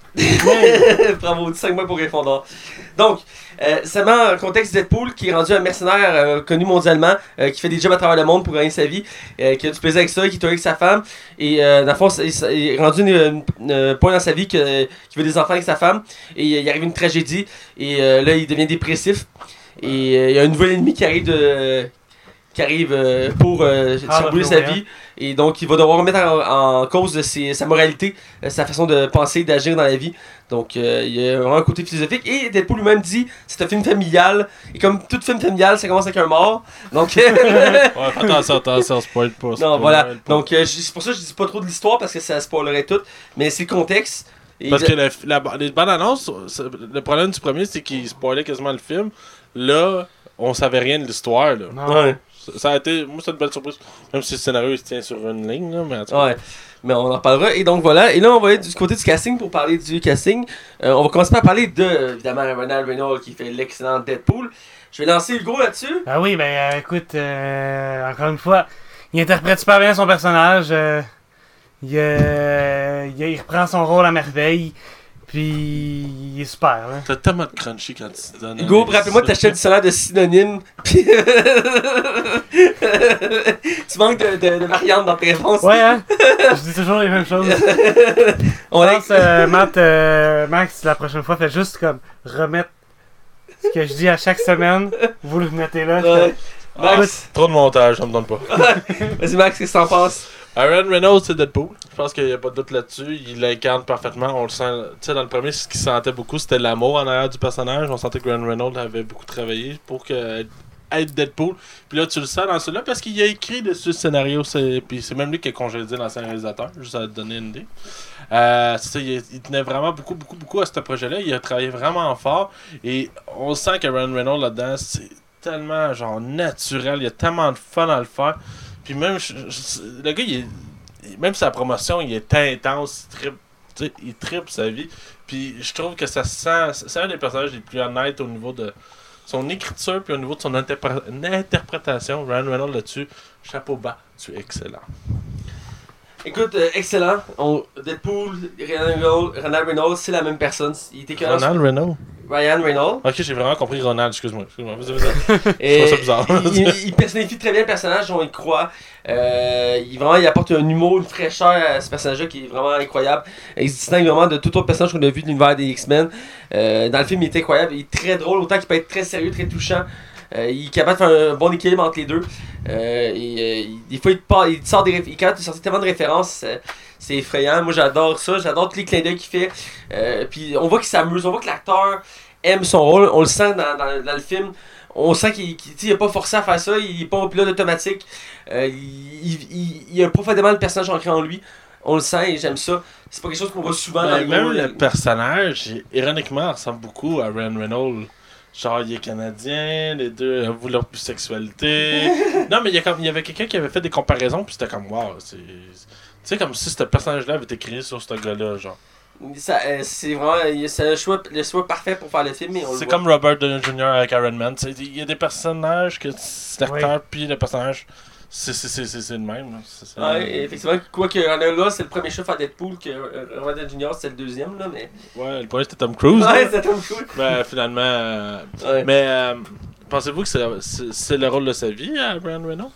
Bravo, cinq mois pour Gryffondor. Donc, euh, ça met en contexte Deadpool, qui est rendu un mercenaire euh, connu mondialement, euh, qui fait des jobs à travers le monde pour gagner sa vie, euh, qui a du plaisir avec ça, qui est avec sa femme. Et euh, dans le fond, c'est- c'est- il est rendu un point dans sa vie que, qu'il veut des enfants avec sa femme. Et euh, il arrive une tragédie. Et euh, là, il devient dépressif. Et euh, il y a un nouvel ennemi qui arrive de. qui arrive euh, pour euh, Ah, chambouler bah, sa ouais. vie. Et donc, il va devoir remettre en, en cause de ses- sa moralité, euh, sa façon de penser, d'agir dans la vie. Donc, euh, il y a vraiment un côté philosophique. Et Deadpool lui-même dit c'est un film familial. Et comme tout film familial, ça commence avec un mort. Donc, Ouais, attention, attention, spoil pas. non, spoil voilà. pas. Donc, euh, je- c'est pour ça que je dis pas trop de l'histoire parce que ça spoilerait tout. Mais c'est le contexte. Et Parce il- que le- la, les bandes annonces, c'est- le problème du premier, c'est qu'il spoilait quasiment le film. Là, on savait rien de l'histoire. Là. Non. Ouais. Ça, ça a été, moi, c'est une belle surprise. Même si le scénario il se tient sur une ligne, là, mais en tout cas. Ouais, mais on en reparlera. Et donc voilà, et là on va aller du côté du casting pour parler du casting. Euh, on va commencer par parler de, évidemment, Ryan Reynolds qui fait l'excellent Deadpool. Je vais lancer Hugo là-dessus. Ah oui, ben euh, écoute, euh, encore une fois, il interprète super bien son personnage. euh, il, euh, il, il reprend son rôle à merveille. Puis il est super. Là. T'as tellement de crunchy quand tu te donnes. Hugo, un- rappelle-moi de t'acheter du salaire de synonyme. Puis tu manques de, de, de variantes dans tes réponses. Ouais, hein? Je dis toujours les mêmes choses. On Je va pense, euh, Matt, euh, Max, la prochaine fois, fait juste comme remettre ce que je dis à chaque semaine. Vous le mettez là. Ouais. Ah, Max, trop de montage, ça me donne pas. vas-y Max, qu'est-ce que t'en penses? Ryan Reynolds, c'est Deadpool. Je pense qu'il n'y a pas de doute là-dessus. Il l'incarne parfaitement. On le sent. Tu sais, dans le premier, ce qu'il sentait beaucoup, c'était l'amour en arrière du personnage. On sentait que Ryan Reynolds avait beaucoup travaillé pour que, être Deadpool. Puis là, tu le sens dans celui-là parce qu'il a écrit dessus le scénario. C'est, puis c'est même lui qui a congédié l'ancien réalisateur, juste à te donner une idée. Euh, c'est ça, il, il tenait vraiment beaucoup, beaucoup, beaucoup à ce projet-là. Il a travaillé vraiment fort. Et on sent que Ryan Reynolds là-dedans, c'est tellement genre naturel. Il y a tellement de fun à le faire. Puis même, je- je- le gars, il est, il- même sa promotion, il est intense, il tripe, tu sais, il tripe sa vie. Puis je trouve que ça se sent, c'est un des personnages les plus honnêtes au niveau de son écriture, puis au niveau de son interpré- interprétation. Ryan Reynolds là-dessus, chapeau bas, tu es excellent. Écoute, euh, excellent. On, Deadpool, Ryan Reynolds, Ryan Reynolds, c'est la même personne. Il était que Ronald Reynolds? Ryan Reynolds. Ok, j'ai vraiment compris Ronald, excuse-moi. excuse-moi. Vas-y, vas-y. Et Je trouve ça bizarre. il, il- il personnifie très bien le personnage, on y croit. Euh, il, vraiment, il apporte un humour, une fraîcheur à ce personnage-là qui est vraiment incroyable. Il se distingue vraiment de tout autre personnage qu'on a vu de l'univers des X-Men. Euh, dans le film, il est incroyable. Il est très drôle, autant qu'il peut être très sérieux, très touchant. Euh, il est capable de faire un bon équilibre entre les deux. Euh, et, euh, il- des fois, il, te part, il te sort des réf- il est capable de sortir tellement de références. euh, c'est effrayant. Moi, j'adore ça. J'adore tous les clins d'œil qu'il fait. Euh, puis on voit qu'il s'amuse. On voit que l'acteur aime son rôle. On le sent dans, dans, dans le film. On sent qu'il n'est pas forcé à faire ça. Il n'est pas en pilote automatique. Euh, il, il, il, il a profondément le personnage ancré en lui. On le sent et j'aime ça. C'est pas quelque chose qu'on voit souvent dans les même gros- le personnage, ironiquement, ressemble beaucoup à Ryan Reynolds. Genre, il est canadien, les deux avouent leur bisexualité. Non, mais il y, a comme, il y avait quelqu'un qui avait fait des comparaisons, puis c'était comme, wow, c'est. Tu sais, comme si ce personnage-là avait été créé sur ce gars-là, genre. Ça, euh, c'est vraiment c'est le choix, le choix parfait pour faire le film. Et on le C'est voit. comme Robert Downey junior avec Iron Man. Tu sais, il y a des personnages que c'est l'acteur, puis le personnage, c'est c'est- c'est- c'est- c'est le même. là. C'est- c'est- Ouais, et effectivement, quoi que là, c'est le premier chef à Deadpool, que euh, Robert Downey junior c'est le deuxième, là, mais. Ouais, le premier c'était Tom Cruise. Ouais, là. c'est Tom Cruise. Ben, finalement. euh, Ouais. Mais euh, pensez-vous que c'est- c'est c'est le rôle de sa vie à Ryan Reynolds?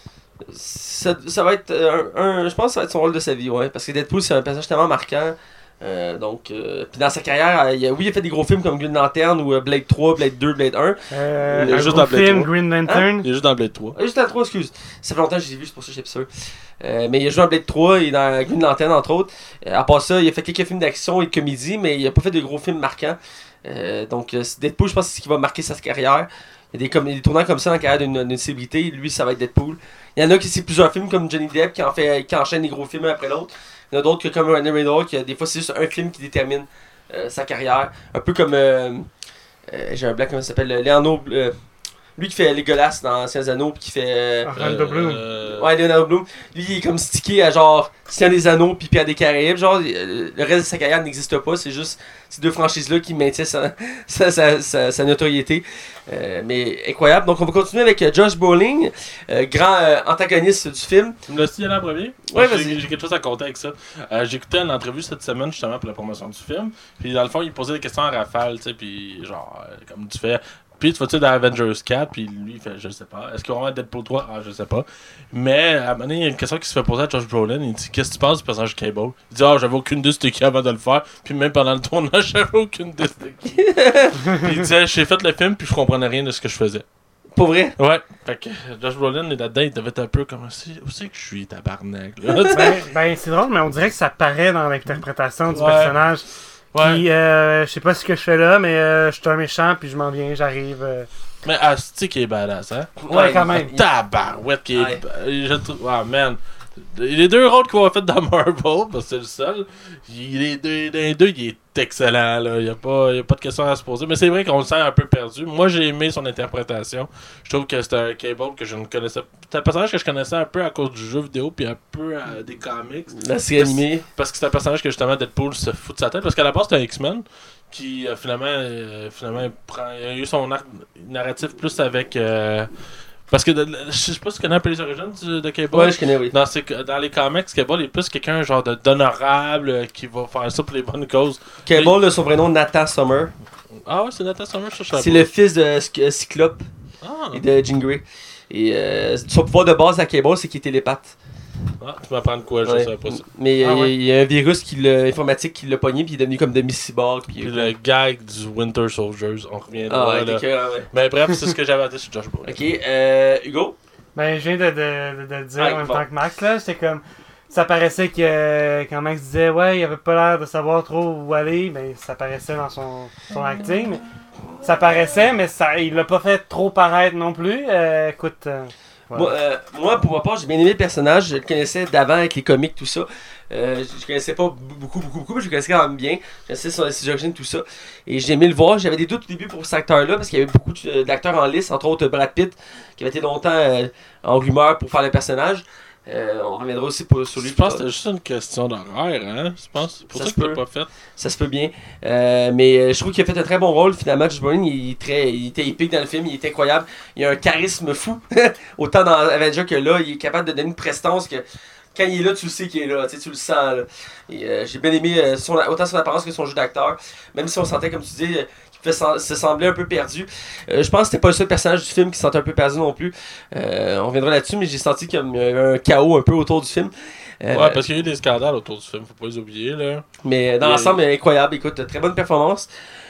Ça, ça va être euh, un, un- je pense que ça va être son rôle de sa vie, ouais, parce que Deadpool c'est un personnage tellement marquant. Euh, donc, euh, puis dans sa carrière, euh, il a, oui, il a fait des gros films comme Green Lantern ou euh, Blade trois, Blade deux, Blade un. Euh, Il est un juste gros dans Blade film, trois. Green Lantern. Il est juste dans Blade trois. Ah, juste dans le trois, excuse. Ça fait longtemps que je l'ai vu, c'est pour ça que j'ai plus sûr. Euh, mais il a joué dans Blade trois et dans Green Lantern, entre autres. Euh, à part ça, il a fait quelques films d'action et de comédie, mais il a pas fait de gros films marquants. Euh, donc, euh, Deadpool, je pense que c'est ce qui va marquer sa carrière. Il y a des, comme, des tournants comme ça dans la carrière d'une, d'une célébrité. Lui, ça va être Deadpool. Il y en a qui c'est plusieurs films comme Johnny Depp qui, en fait, qui enchaîne des gros films un après l'autre. Il y en a d'autres que comme Ryan Reynolds, qui des fois c'est juste un film qui détermine euh, sa carrière. Un peu comme. Euh, euh, j'ai un black, comment ça s'appelle Leonardo. Euh, lui qui fait Legolas dans Anciens Anneaux, puis qui fait. Euh, Orlando Bloom. Euh, Ouais, Leonardo Bloom. Lui, il est comme stické à genre Seigneur des Anneaux puis Pierre des Caraïbes. Genre, euh, le reste de sa carrière n'existe pas. C'est juste ces deux franchises-là qui maintiennent sa, sa, sa, sa, sa notoriété. Euh, mais incroyable. Donc, on va continuer avec euh, Josh Brolin, euh, grand euh, antagoniste du film. Tu me laisses y aller en premier? Ouais, J'ai- vas-y. J'ai quelque chose à compter avec ça. Euh, j'ai écouté une entrevue cette semaine justement pour la promotion du film. Puis dans le fond, il posait des questions à rafale, tu sais, puis genre, euh, comme tu fais. Puis tu vas-tu dans Avengers quatre? Puis lui, il fait, je sais pas. Est-ce qu'il va y avoir Deadpool trois? Ah, je sais pas. Mais à un moment donné, il y a une question qui se fait poser à Josh Brolin. Il dit, qu'est-ce que tu penses du personnage de Cable? Il dit, ah, j'avais aucune idée c'était qui avant de le faire. Puis même pendant le tournage, j'avais aucune idée c'était qui. Puis il disait, j'ai fait le film, puis je comprenais rien de ce que je faisais. Pour vrai. Ouais, fait que Josh Brolin est là-dedans, il devait être un peu comme aussi. Où c'est que je suis, tabarnak, là? Tu sais? Ben, ben, c'est drôle, mais on dirait que ça paraît dans l'interprétation du Ouais. personnage. Ouais. Puis, euh, je sais pas ce que je fais là, mais euh, je suis un méchant, puis je m'en viens, j'arrive. euh. Mais Asti qui est badass, hein? Ouais, quand même. Tabarouette qui est. Ouais. Je trouve. Ah, man. Les deux rôles qu'il va faire dans Marvel, parce que c'est le seul, il, les deux, les deux, il est excellent, là. Il n'y a, pas- il y a pas de question à se poser. Mais c'est vrai qu'on le sent un peu perdu. Moi, j'ai aimé son interprétation. Je trouve que c'était un Cable que je ne connaissais pas. C'est un personnage que je connaissais un peu à cause du jeu vidéo, puis un peu euh, des comics. La série animée. Parce que c'est un personnage que justement Deadpool se fout de sa tête. Parce qu'à la base, c'est un X-Men qui euh, finalement, euh, finalement prend, il a eu son arc narratif plus avec. euh, parce que de- je sais pas si tu connais un peu les origines du- de Cable. Ouais, je connais, oui. Dans, ces- dans les comics, Cable est plus quelqu'un genre de d'honorable euh, qui va faire ça pour les bonnes causes. Cable, là, son vrai nom, Nathan Summer. Ah ouais, c'est Nathan Summer, ça, je savais C'est pas. le fils de Cy- Cyclope Ah, et de Jean Grey. Et euh, son pouvoir de base à Cable, c'est qu'il est télépathe. ah, tu m'apprends de quoi, je Ouais. savais pas ça. Mais Ah il y a- ouais. il y a un virus qui l'a, informatique qui l'a pogné, puis il est devenu comme demi-cyborg. Puis, Puis le gag du Winter Soldiers, on reviendra Ah ouais, là. quelqu'un, ouais. Mais bref, c'est ce que j'avais à dire sur Josh Brolin. Ok, euh, Hugo? Ben, je viens de, de, de, de le dire Ouais, en même bon. temps que Max, là. C'était comme. Ça paraissait que euh, quand Max disait, ouais, il avait pas l'air de savoir trop où aller, ben, ça paraissait dans son, son acting. Mais ça paraissait, mais ça, il l'a pas fait trop paraître non plus. Euh, écoute. euh, voilà. Moi, euh, moi, pour ma part, j'ai bien aimé le personnage. Je le connaissais d'avant avec les comics, tout ça. Euh, je connaissais pas beaucoup, beaucoup, beaucoup, mais je le connaissais quand même bien. Je connaissais son- ses origines, tout ça. Et j'ai aimé le voir. J'avais des doutes au début pour cet acteur-là, parce qu'il y avait beaucoup de- d'acteurs en lice, entre autres Brad Pitt, qui avait été longtemps euh, en rumeur pour faire le personnage. Euh, on reviendra aussi pour, sur lui. Je pense plus que tard. c'était juste une question d'horaire, hein? Je pense. C'est pour Ça ça, se que tu peut. l'as pas fait. Ça se peut bien. Euh, mais euh, je trouve qu'il a fait un très bon rôle. Finalement, Josh Brolin, il, est très, il était épique dans le film. Il était incroyable. Il a un charisme fou. Autant dans Avenger que là, il est capable de donner une prestance que quand il est là, tu le sais qu'il est là. Tu sais, tu le sens. Là. Et, euh, j'ai bien aimé euh, son, autant son apparence que son jeu d'acteur. Même si on sentait, comme tu dis, euh, qu'il pouvait sem- se sembler un peu perdu. Euh, je pense que c'était pas le seul personnage du film qui se sentait un peu perdu non plus. Euh, on reviendra là-dessus, mais j'ai senti qu'il y avait un chaos un peu autour du film. Euh, Ouais, parce qu'il y a eu des scandales autour du film, faut pas les oublier, là. Mais dans Et- l'ensemble, incroyable. Écoute, très bonne performance.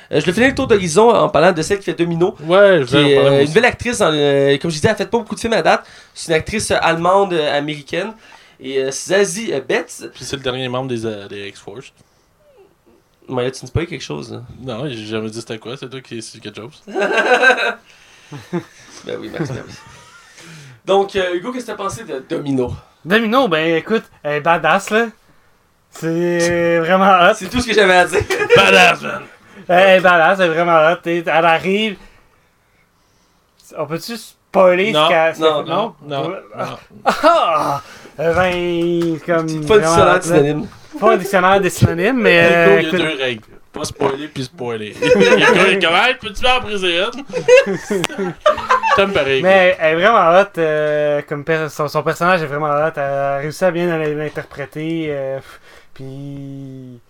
Euh, je le finis le tour d'horizon en parlant de celle qui fait Domino. Ouais, je Qui est vais en parler euh, moi une aussi. belle actrice, dans le- comme je disais, elle fait pas beaucoup de films à date. C'est une actrice euh, allemande euh, américaine. Et euh, Zazie euh, Betts. Puis c'est le dernier membre des, euh, des X-Force. Ouais, là, tu ne dis pas quelque chose. Hein. Non, j'ai jamais dit c'était quoi, c'est toi qui sais quelque chose. Ben oui, Max, ben oui. Donc, euh, Hugo, qu'est-ce que t'as pensé de Domino? Domino, ben écoute, elle est badass là. C'est vraiment hot. C'est tout ce que j'avais à dire. Badass, man! Elle est badass, elle est vraiment hot. T'sais, Elle arrive. On peut-tu spoiler Non, ce qu'elle. non, Non, non, non. Ah! Euh, Ben, comme. C'est pas le vraiment dictionnaire hot, là. synonyme. Pas un dictionnaire des synonymes, mais. Nico, euh, il y a écoute, deux règles. Pas spoiler puis spoiler. Il y a quoi, comment elle peux-tu faire briser une? T'aimes pareil. mais elle est vraiment hot. euh, comme per- son, son personnage est vraiment hot. Elle a réussi à bien l'interpréter. euh, Puis.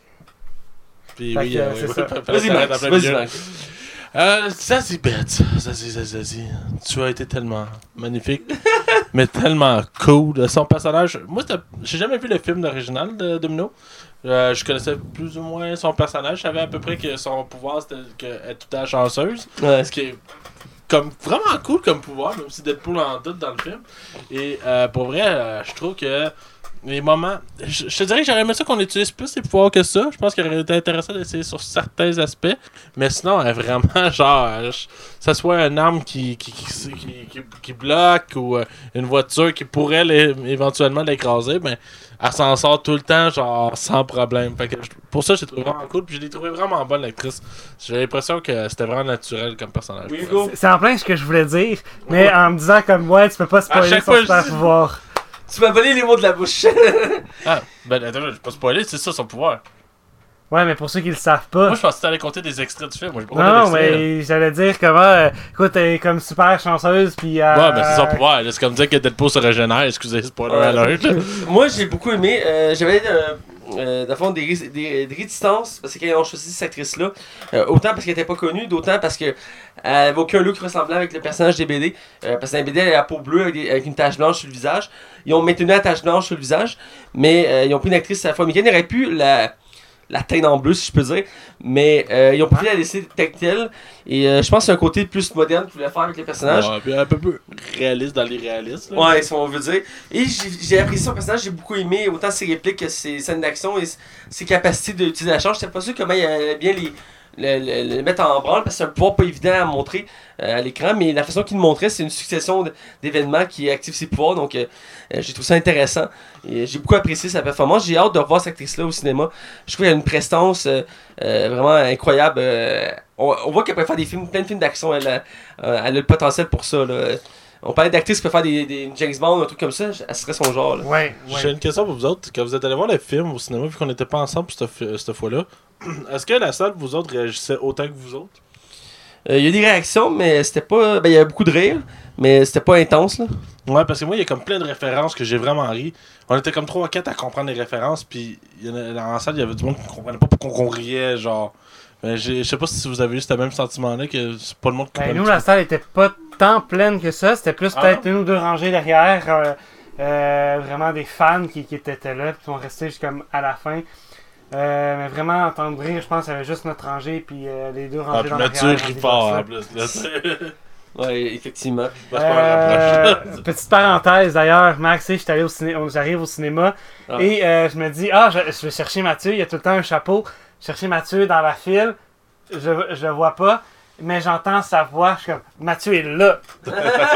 Puis Fait oui, que, euh, c'est oui, ça. oui, Vas-y, t'arrêtes Max. en plein Vas-y, milieu. Max. Euh, Zazie Betts, Zazie, Zazie, Zazie, tu as été tellement magnifique, mais tellement cool. Son personnage, moi, c'était- j'ai jamais vu le film d'original de Domino. Euh, je connaissais plus ou moins son personnage. Je savais à peu près que son pouvoir, c'était qu'elle est tout à chanceuse. Ouais. Ce qui est comme vraiment cool comme pouvoir, même si Deadpool en doute dans le film. Et euh, pour vrai, euh, je trouve que les moments. Je, je te dirais que j'aurais aimé ça qu'on utilise plus ces pouvoirs que ça. Je pense qu'il aurait été intéressant d'essayer sur certains aspects. Mais sinon, elle est vraiment genre. euh, je- ça soit une arme qui, qui, qui, qui, qui- qui bloque ou euh, une voiture qui pourrait l'é- éventuellement l'écraser, ben, elle s'en sort tout le temps, genre sans problème. Fait que je- pour ça, j'ai trouvé vraiment cool. Puis je l'ai trouvé vraiment bonne, l'actrice. J'ai l'impression que c'était vraiment naturel comme personnage. Oui, Hugo. c'est en plein ce que je voulais dire, mais en me disant comme ouais, tu peux pas spoiler chaque son fois, je super dis- pouvoir. Tu m'as volé les mots de la bouche. Ah, ben attends, je vais pas spoiler, c'est ça son pouvoir. Ouais, mais pour ceux qui le savent pas. Moi, je pensais que t'allais compter des extraits du film. Moi, j'ai pas compté Non, d'extraits, là. mais j'allais dire comment. euh, écoute, elle est comme super chanceuse, puis. Euh, Ouais, ben c'est son pouvoir. là. C'est comme dire que Deadpool se régénère. Excusez, spoiler Ouais. alert. là. Moi, j'ai beaucoup aimé. Euh, J'avais, euh, euh, dans le fond, des, rés- des, des réticences parce qu'ils ont choisi cette actrice-là. Euh, autant parce qu'elle était pas connue, d'autant parce qu'elle avait aucun look ressemblant avec le personnage des B D. Euh, parce que dans les B D, elle a la peau bleue avec, des- avec une tache blanche sur le visage. Ils ont maintenu la tache blanche sur le visage, mais euh, ils ont pris une actrice afro-américaine. Ils auraient pu la. La teindre en bleu, si je peux dire. Mais euh, ils ont préféré la laisser telle quelle. Et euh, je pense que c'est un côté plus moderne qu'ils voulaient faire avec les personnages. Ouais, puis un peu plus réaliste dans les réalistes. là. Ouais, si on veut dire. Et j'ai j'ai apprécié son personnage, j'ai beaucoup aimé autant ses répliques que ses scènes d'action et s- ses capacités d'utiliser la charge. J'étais pas sûr comment il allait bien les, le, le- le mettre en branle parce que c'est un pouvoir pas évident à montrer euh, à l'écran, mais la façon qu'il le montrait, c'est une succession d- d'événements qui activent ses pouvoirs. Donc euh, euh, j'ai trouvé ça intéressant. Et j'ai beaucoup apprécié sa performance. J'ai hâte de revoir cette actrice-là au cinéma. Je trouve qu'elle a une prestance euh, euh, vraiment incroyable. Euh, on, on voit qu'elle peut faire des films, plein de films d'action. Elle, a- euh, elle a le potentiel pour ça. Là. On parlait d'actrices qui peuvent faire des, des James Bond, un truc comme ça, elle serait son genre. Là. Ouais, J'ai ouais. une question pour vous autres. Quand vous êtes allés voir le film au cinéma, vu qu'on n'était pas ensemble cette, f- cette fois-là, est-ce que la salle, vous autres, réagissait autant que vous autres? Euh, Il y a des réactions, mais c'était pas. Ben, il y a beaucoup de rires, mais c'était pas intense. Là. Ouais, parce que moi, il y a comme plein de références que j'ai vraiment ri. On était comme trois ou quatre à comprendre les références, puis il y en a- dans la salle, il y avait du monde qui comprenait pas pourquoi on riait, genre. Mais j'ai- je sais pas si vous avez eu ce même sentiment-là, que c'est pas le monde qui Ben, comprenait. nous, la salle était pas tant pleine que ça. C'était plus Ah peut-être une ou deux rangées derrière. euh, euh, vraiment des fans qui, qui étaient là, puis qui sont restés jusqu'à à la fin. Euh, mais vraiment, entendre rire, je pense qu'il y avait juste notre rangée, puis euh, les deux Ah, rangées puis dans Mathieu l'arrière. rit rangées fort comme en plus. Là, c'est- Ouais, effectivement. Bah, c'est pas un Euh, rapproche. petite parenthèse d'ailleurs, Max, tu sais, j'étais allé au ciné- j'arrive au cinéma Ah. et euh, je me dis, ah, je, je vais chercher Mathieu, il y a tout le temps un chapeau. Chercher Mathieu dans la file, je, je le vois pas, mais j'entends sa voix, je suis comme, Mathieu est là. Puis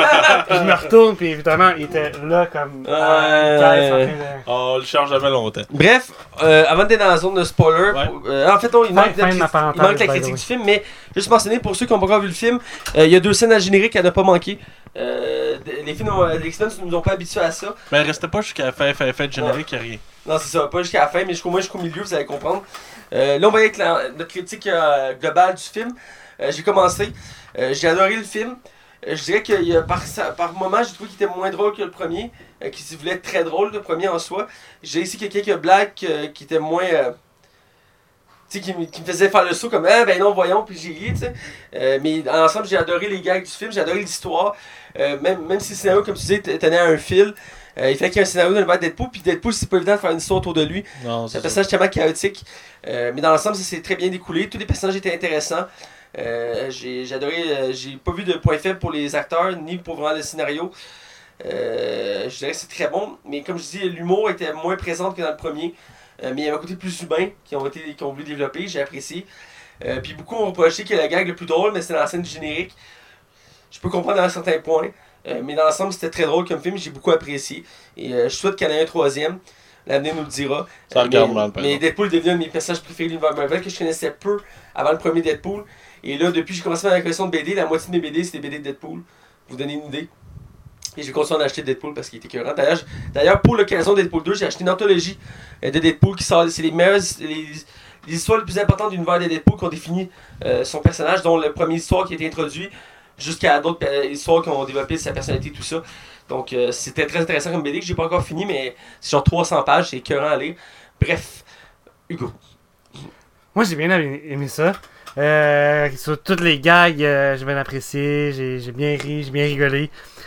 je me retourne, puis évidemment, il était là comme Ouais, à une caisse, en ouais. train de- On le charge jamais longtemps. Bref, euh, avant d'être dans la zone de spoiler, Ouais. pour- euh, en fait, non, il Fin- manque, fin la, de ma criti- parenthèse, il manque la by the critique way. du film, mais juste mentionner pour ceux qui n'ont pas encore vu le film, euh, il y a deux scènes à générique à ne pas manquer. Euh, les films, ont- les X-Men ne nous ont pas habitués à ça. Mais restez pas jusqu'à la fin, fin, fin de générique, y'a rien. Non, c'est ça, pas jusqu'à la fin, mais jusqu'au moins jusqu'au milieu, vous allez comprendre. Euh, là, on va y aller avec la- notre critique euh, globale du film. Euh, j'ai commencé. Euh, j'ai adoré le film. Euh, je dirais que il y a par, sa- par moment, j'ai trouvé qu'il était moins drôle que le premier, euh, qu'il se voulait être très drôle, le premier en soi. J'ai ici quelques blagues euh, qui étaient moins. Euh, tu sais, qui, me- qui me faisait faire le saut comme ah ben non voyons puis j'ai ri, tu sais. Euh, mais dans l'ensemble j'ai adoré les gags du film, j'ai adoré l'histoire. Euh, même, même si le scénario comme tu disais t- tenait à un fil, euh, il fallait qu'il y ait un scénario dans l'univers de Deadpool, puis Deadpool c'est pas évident de faire une histoire autour de lui. Non, C'est un c'est ça. personnage tellement chaotique. Euh, mais dans l'ensemble ça s'est très bien découlé, tous les personnages étaient intéressants. Euh, j'ai j'ai adoré, euh, j'ai pas vu de point faible pour les acteurs ni pour vraiment le scénario. Euh, je dirais que c'est très bon, mais comme je dis, l'humour était moins présent que dans le premier. Euh, mais il y avait un côté plus humain qui ont, été, qui ont voulu développer, j'ai apprécié. Euh, puis beaucoup ont reproché que le gag le plus drôle, mais c'est dans la scène du générique. Je peux comprendre à un certain point, euh, mais dans l'ensemble c'était très drôle comme film, j'ai beaucoup apprécié. Et euh, je souhaite qu'il y en ait un troisième. L'avenir nous le dira. Ça Euh, regarde mais, mal, par mais exemple. Deadpool devient un de mes personnages préférés de l'univers Marvel que je connaissais peu avant le premier Deadpool. Et là, depuis que j'ai commencé ma collection de B D, la moitié de mes B D c'est des B D de Deadpool. Vous donner une idée. Et je vais continuer d'acheter Deadpool parce qu'il était écœurant. D'ailleurs, je- d'ailleurs, pour l'occasion de Deadpool deux, j'ai acheté une anthologie euh, de Deadpool qui sort. C'est les meilleures, les, les histoires les plus importantes de l'univers de Deadpool qui ont défini euh, son personnage, dont le premier histoire qui a été introduit, jusqu'à d'autres euh, histoires qui ont développé sa personnalité, tout ça. Donc, euh, c'était très intéressant comme B D que j'ai pas encore fini, mais c'est genre trois cents pages, c'est écœurant à lire. Bref, Hugo. Moi, j'ai bien aimé ça. Euh, sur toutes les gags, euh, j'ai bien apprécié. J'ai j'ai bien ri, j'ai bien rigolé.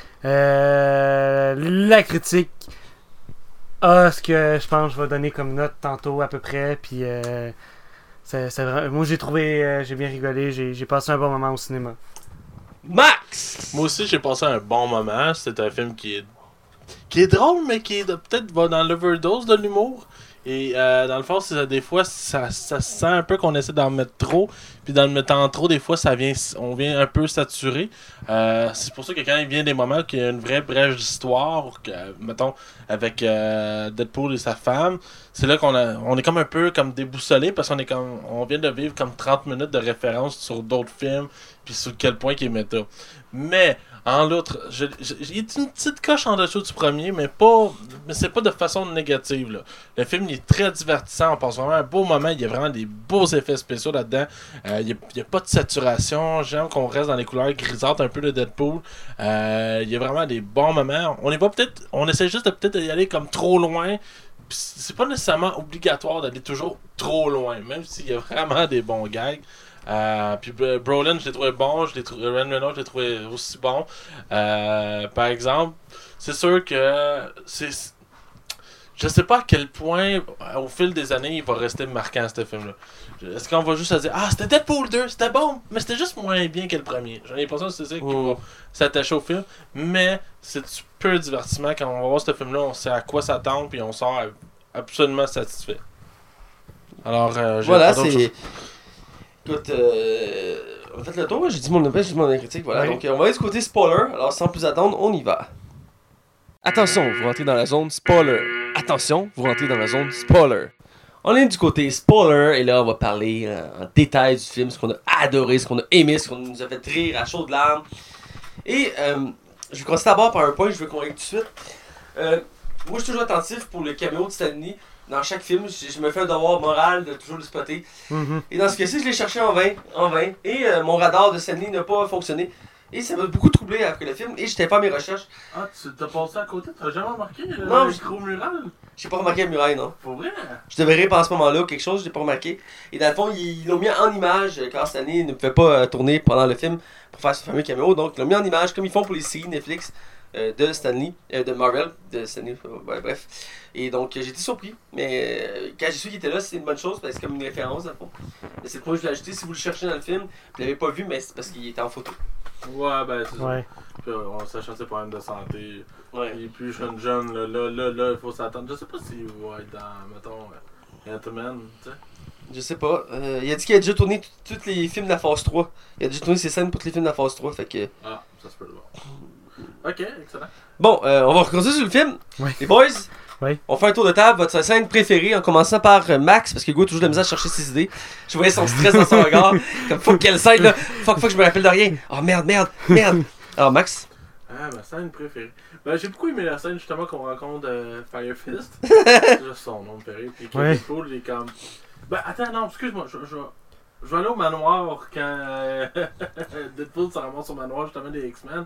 Euh, la critique a ce que je pense que je vais donner comme note tantôt à peu près. Puis, euh, c'est- c'est vra- moi, j'ai trouvé, euh, j'ai bien rigolé. J'ai j'ai passé un bon moment au cinéma. Max! Moi aussi, j'ai passé un bon moment. C'est un film qui est qui est drôle, mais qui est de- peut-être va dans l'overdose de l'humour. Et euh, dans le fond, c'est, des fois, ça, ça se sent un peu qu'on essaie d'en mettre trop. Puis d'en mettre en trop, des fois, ça vient, on vient un peu saturer. Euh, c'est pour ça que quand il vient des moments qu'il y a une vraie brèche d'histoire, que, mettons, avec euh, Deadpool et sa femme, c'est là qu'on a, on est comme un peu comme déboussolé parce qu'on est comme, on vient de vivre comme trente minutes de référence sur d'autres films, puis sur quel point qui est méta. Mais en l'autre, je- je- il est une petite coche en dessous du premier, mais pas, mais c'est pas de façon négative là. Le film il est très divertissant, on passe vraiment un beau moment, il y a vraiment des beaux effets spéciaux là-dedans. Euh, il n'y a, a pas de saturation, j'aime qu'on reste dans les couleurs grisâtres un peu de Deadpool. Euh, il y a vraiment des bons moments. On y va peut-être, on essaie juste de peut-être y aller comme trop loin. Puis c'est pas nécessairement obligatoire d'aller toujours trop loin, même s'il y a vraiment des bons gags. Euh, puis Br- Brolin, je l'ai trouvé bon, je l'ai trouvé, Ryan Reynolds, je l'ai trouvé aussi bon. Euh, par exemple, c'est sûr que c'est, je sais pas à quel point, au fil des années, il va rester marquant ce film-là. Est-ce qu'on va juste se dire ah c'était Deadpool deux, c'était bon, mais c'était juste moins bien que le premier. J'ai l'impression que c'est ça qui Mm. va s'attacher au film, mais c'est du pur divertissement quand on va voir ce film-là, on sait à quoi s'attendre puis on sort absolument satisfait. Alors, euh, j'ai Voilà, pas d'autre c'est. chose. Écoute, euh, on a fait le tour, j'ai dit mon appel, j'ai dit mon critique, voilà. Oui. Donc, euh, on va aller du côté spoiler, alors sans plus attendre, on y va. Attention, vous rentrez dans la zone spoiler. Attention, vous rentrez dans la zone spoiler. On est du côté spoiler, et là, on va parler euh, en détail du film, ce qu'on a adoré, ce qu'on a aimé, ce qu'on nous a fait rire à chaudes larmes. Et euh, je vais commencer d'abord par un point que je veux qu'on règle tout de suite. Euh, moi, je suis toujours attentif pour le caméo de Stanley. Dans chaque film, je, je me fais un devoir moral de toujours le spotter. Mhm. Et dans ce cas-ci, je l'ai cherché en vain, en vain. Et euh, mon radar de Stanley n'a pas fonctionné. Et ça m'a beaucoup troublé après le film. Et j'étais pas à mes recherches. Ah, tu t'as passé à côté, t'as jamais remarqué le Non, micro mural? J'ai pas remarqué la muraille, non. Pour vrai? Je devrais rire pendant ce moment-là ou quelque chose, je l'ai pas remarqué. Et dans le fond, ils ils l'ont mis en image euh, quand Stanley ne pouvait pas euh, tourner pendant le film pour faire ce fameux caméo. Donc, ils l'ont mis en image comme ils font pour les séries Netflix euh, de Stanley, euh, de Marvel, de Stanley, euh, ouais, bref. Et donc, euh, j'ai été surpris. Mais euh, quand j'ai su qu'il était là, c'était une bonne chose parce que c'est comme une référence, dans le fond. Mais c'est le point que je l'ai ajouté. Si vous le cherchez dans le film, vous l'avez pas vu, mais c'est parce qu'il était en photo. Ouais, ben c'est ça. Ouais. Puis, euh, on sachant ses problèmes de santé. Ouais. Il est plus jeune, jeune, là, là, là, là, il faut s'attendre. Je sais pas s'il va être dans, mettons, euh, Ant-Man, tu sais. Je sais pas. Euh, il a dit qu'il a déjà tourné tous les films de la phase trois. Il a déjà tourné ses scènes pour tous les films de la phase trois. Fait que. Ah, ça se peut le voir. Ok, excellent. Bon, euh, on va recommencer sur le film. Oui. Les boys, Oui. on fait un tour de table. Votre scène préférée, en commençant par euh, Max, parce que Hugo a toujours de la misère à chercher ses idées. Je voyais son stress dans son regard. Comme fuck, quelle scène là. Fuck, fuck, je me rappelle de rien. Oh merde, merde, merde. Alors, Max. Ah, ma scène préférée. Ben, j'ai beaucoup aimé la scène justement qu'on rencontre euh, Fire Fist. C'est juste son nom préféré. Puis que Ouais. Deadpool, il est comme. Ben, attends, non, excuse-moi, je, je, je vais aller au manoir quand euh, Deadpool se ramasse au manoir justement des X-Men.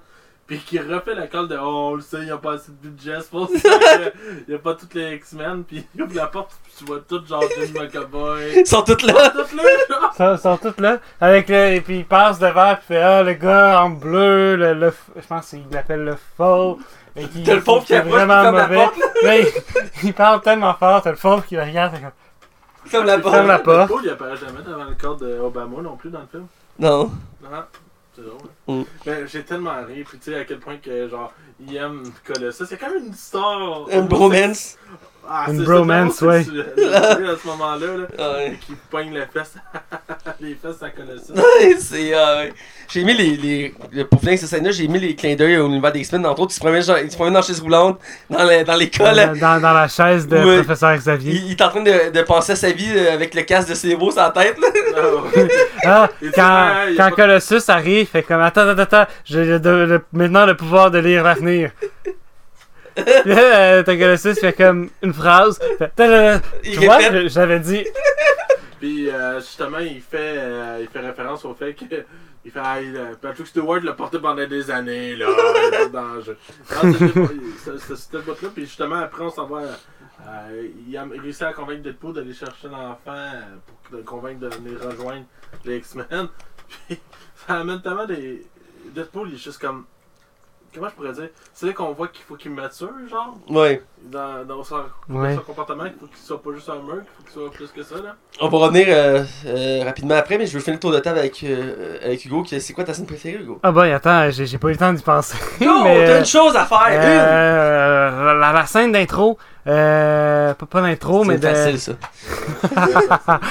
Puis qui refait la colle de oh, on le sait, il n'y a pas assez de budget, c'est pour ça qu'il n'y a pas toutes les X-Men. Puis il ouvre la porte, puis tu vois tout genre Jim McAvoy. Ils sont tous Ils là! sont tous là, genre. Ils sont, sont tous là. Avec le, et puis il passe devant, puis il fait ah, le gars en bleu, le, le je pense qu'il l'appelle le faux. Et qui, T'as le fauve qui est approche, vraiment qui ferme la mauvais. porte, là. Là, il, il parle tellement fort, t'as le fauve qui le regarde, c'est comme. Comme la Ferme porte. la porte. Deadpool, il apparaît jamais devant le corps d'Obama non plus dans le film. Non. Non, c'est drôle. Mm. Mais j'ai tellement ri, puis tu sais à quel point que genre, il aime Colossus. C'est quand même une histoire. Un bromance. Ah, Une c'est- bromance, c'est ouais. drôle, c'est- c'est- à ce moment-là, là, Ouais. qui pogne les fesses, les fesses à Colossus. Ouais, c'est. Euh, j'ai aimé les. les le- pour finir cette scène-là, j'ai aimé les clins d'œil au univers des X-Men. Entre autres, ils se promènent, genre, ils se promènent dans la chaise roulante, dans le- dans l'école. Dans, dans, dans la chaise de Ouais. professeur Xavier. Il, il est en train de, de penser à sa vie euh, avec le casque de Cébo sur la tête. Là. Ah, ouais. Ah, Et tu quand, vois, y a quand pas- Colossus arrive, fait comme attends, attends, attends, j'ai le- le- le- maintenant le pouvoir de lire l'avenir. Puis là, euh, t'as Colossus qui fait comme une phrase. Fait, ta- ta- ta- Il tu vois, répète. je- j'avais dit. Puis euh, justement, il fait, euh, il fait référence au fait que il fait ah, il, euh, Patrick Stewart l'a porté pendant des années là, il est pas dans le jeu. Non, c'est- c'est- c'est cette boîte là, puis justement après on s'en va. Euh, il a réussi à convaincre Deadpool d'aller chercher l'enfant euh, pour le convaincre de venir rejoindre les X-Men. Puis ça amène tellement des. Deadpool il est juste comme. Comment je pourrais dire? C'est là qu'on voit qu'il faut qu'il mature, genre, Ouais. dans, dans, son, dans Ouais. son comportement, qu'il faut qu'il soit pas juste un meurtre, qu'il faut qu'il soit plus que ça, là. On va revenir euh, euh, rapidement après, mais je veux finir le tour de table avec, euh, avec Hugo. qui- C'est quoi ta scène préférée, Hugo? Ah boy, attends, j'ai j'ai pas eu le temps d'y penser. Non, mais, t'as euh, une chose à faire! une! euh, la, la scène d'intro, euh, pas, pas d'intro, mais C'est de. facile, ça.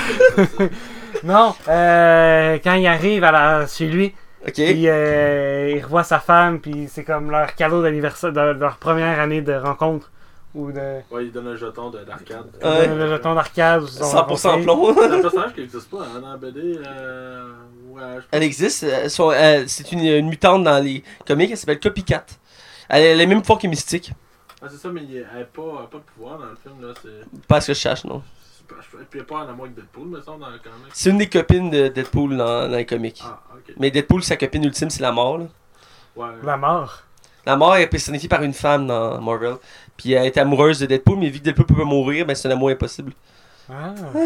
Non, euh, quand il arrive à la, chez lui, Ok. puis euh, il revoit sa femme, puis c'est comme leur cadeau d'anniversaire, de, de leur première année de rencontre. Ou de. Ouais, il donne un jeton de- d'arcade. Ouais. Le, le jeton d'arcade. où ils se sont cent pour cent rencontrés. plomb. C'est un personnage qui n'existe pas hein, dans la B D. Euh... Ouais, je Elle existe. euh, son- euh, c'est une, une mutante dans les comics. Elle s'appelle Copycat. Elle a la même forme que Mystique. Ah, c'est ça, mais il n'a pas, elle a pas de pouvoir dans le film. Là. C'est... Pas à ce que je cherche, non. c'est pas... Et puis il n'y a pas en amour avec Deadpool, mais ça, dans le comic. C'est une des copines de Deadpool dans, dans les comics. Ah, ok. Mais Deadpool, sa copine ultime, c'est la mort. Là. Ouais. La mort. La mort est personnifiée par une femme dans Marvel. Puis elle est amoureuse de Deadpool, mais vu que Deadpool peut pas mourir, ben c'est un amour impossible. Ah. C'est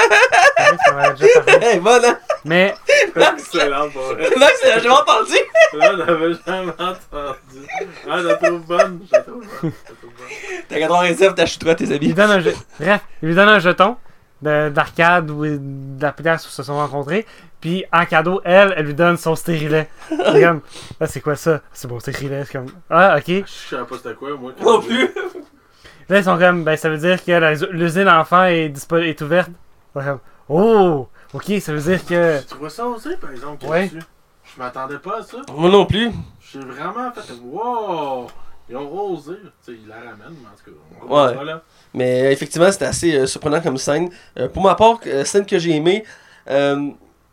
vrai qu'on en avait déjà parlé. Hey, bonne, hein? Mais Excellent, pour vrai. Max, c'est jamais entendu! Là, on n'avait jamais entendu. Ah, je la trouve bonne. Je la trouve bonne. Je la trouve bonne. T'as quatre-vingt-dix, t'achèteras tes il habits. lui donne un je- bref, il lui donne un jeton de- d'arcade ou de la place où ils se sont rencontrés. Puis en cadeau, elle, elle lui donne son stérilet. C'est comme, ah, c'est quoi ça? C'est bon stérilet. C'est comme, ah, ok. Je savais pas c'était quoi, moi. Non plus! Là, ils sont comme, ben, ça veut dire que la- l'usine enfant est, dispo- est ouverte. Ils sont comme, oh, ok, ça veut dire que. Tu trouvais ça osé, par exemple, Ouais. là-dessus? Je m'attendais pas à ça. Moi non plus. J'ai vraiment fait wow! Ils ont osé. Tu sais, ils la ramènent, mais en tout cas, on Ouais. comprend ça, là. Mais effectivement, c'était assez euh, surprenant comme scène. Euh, pour ma part, euh, scène que j'ai aimée, euh,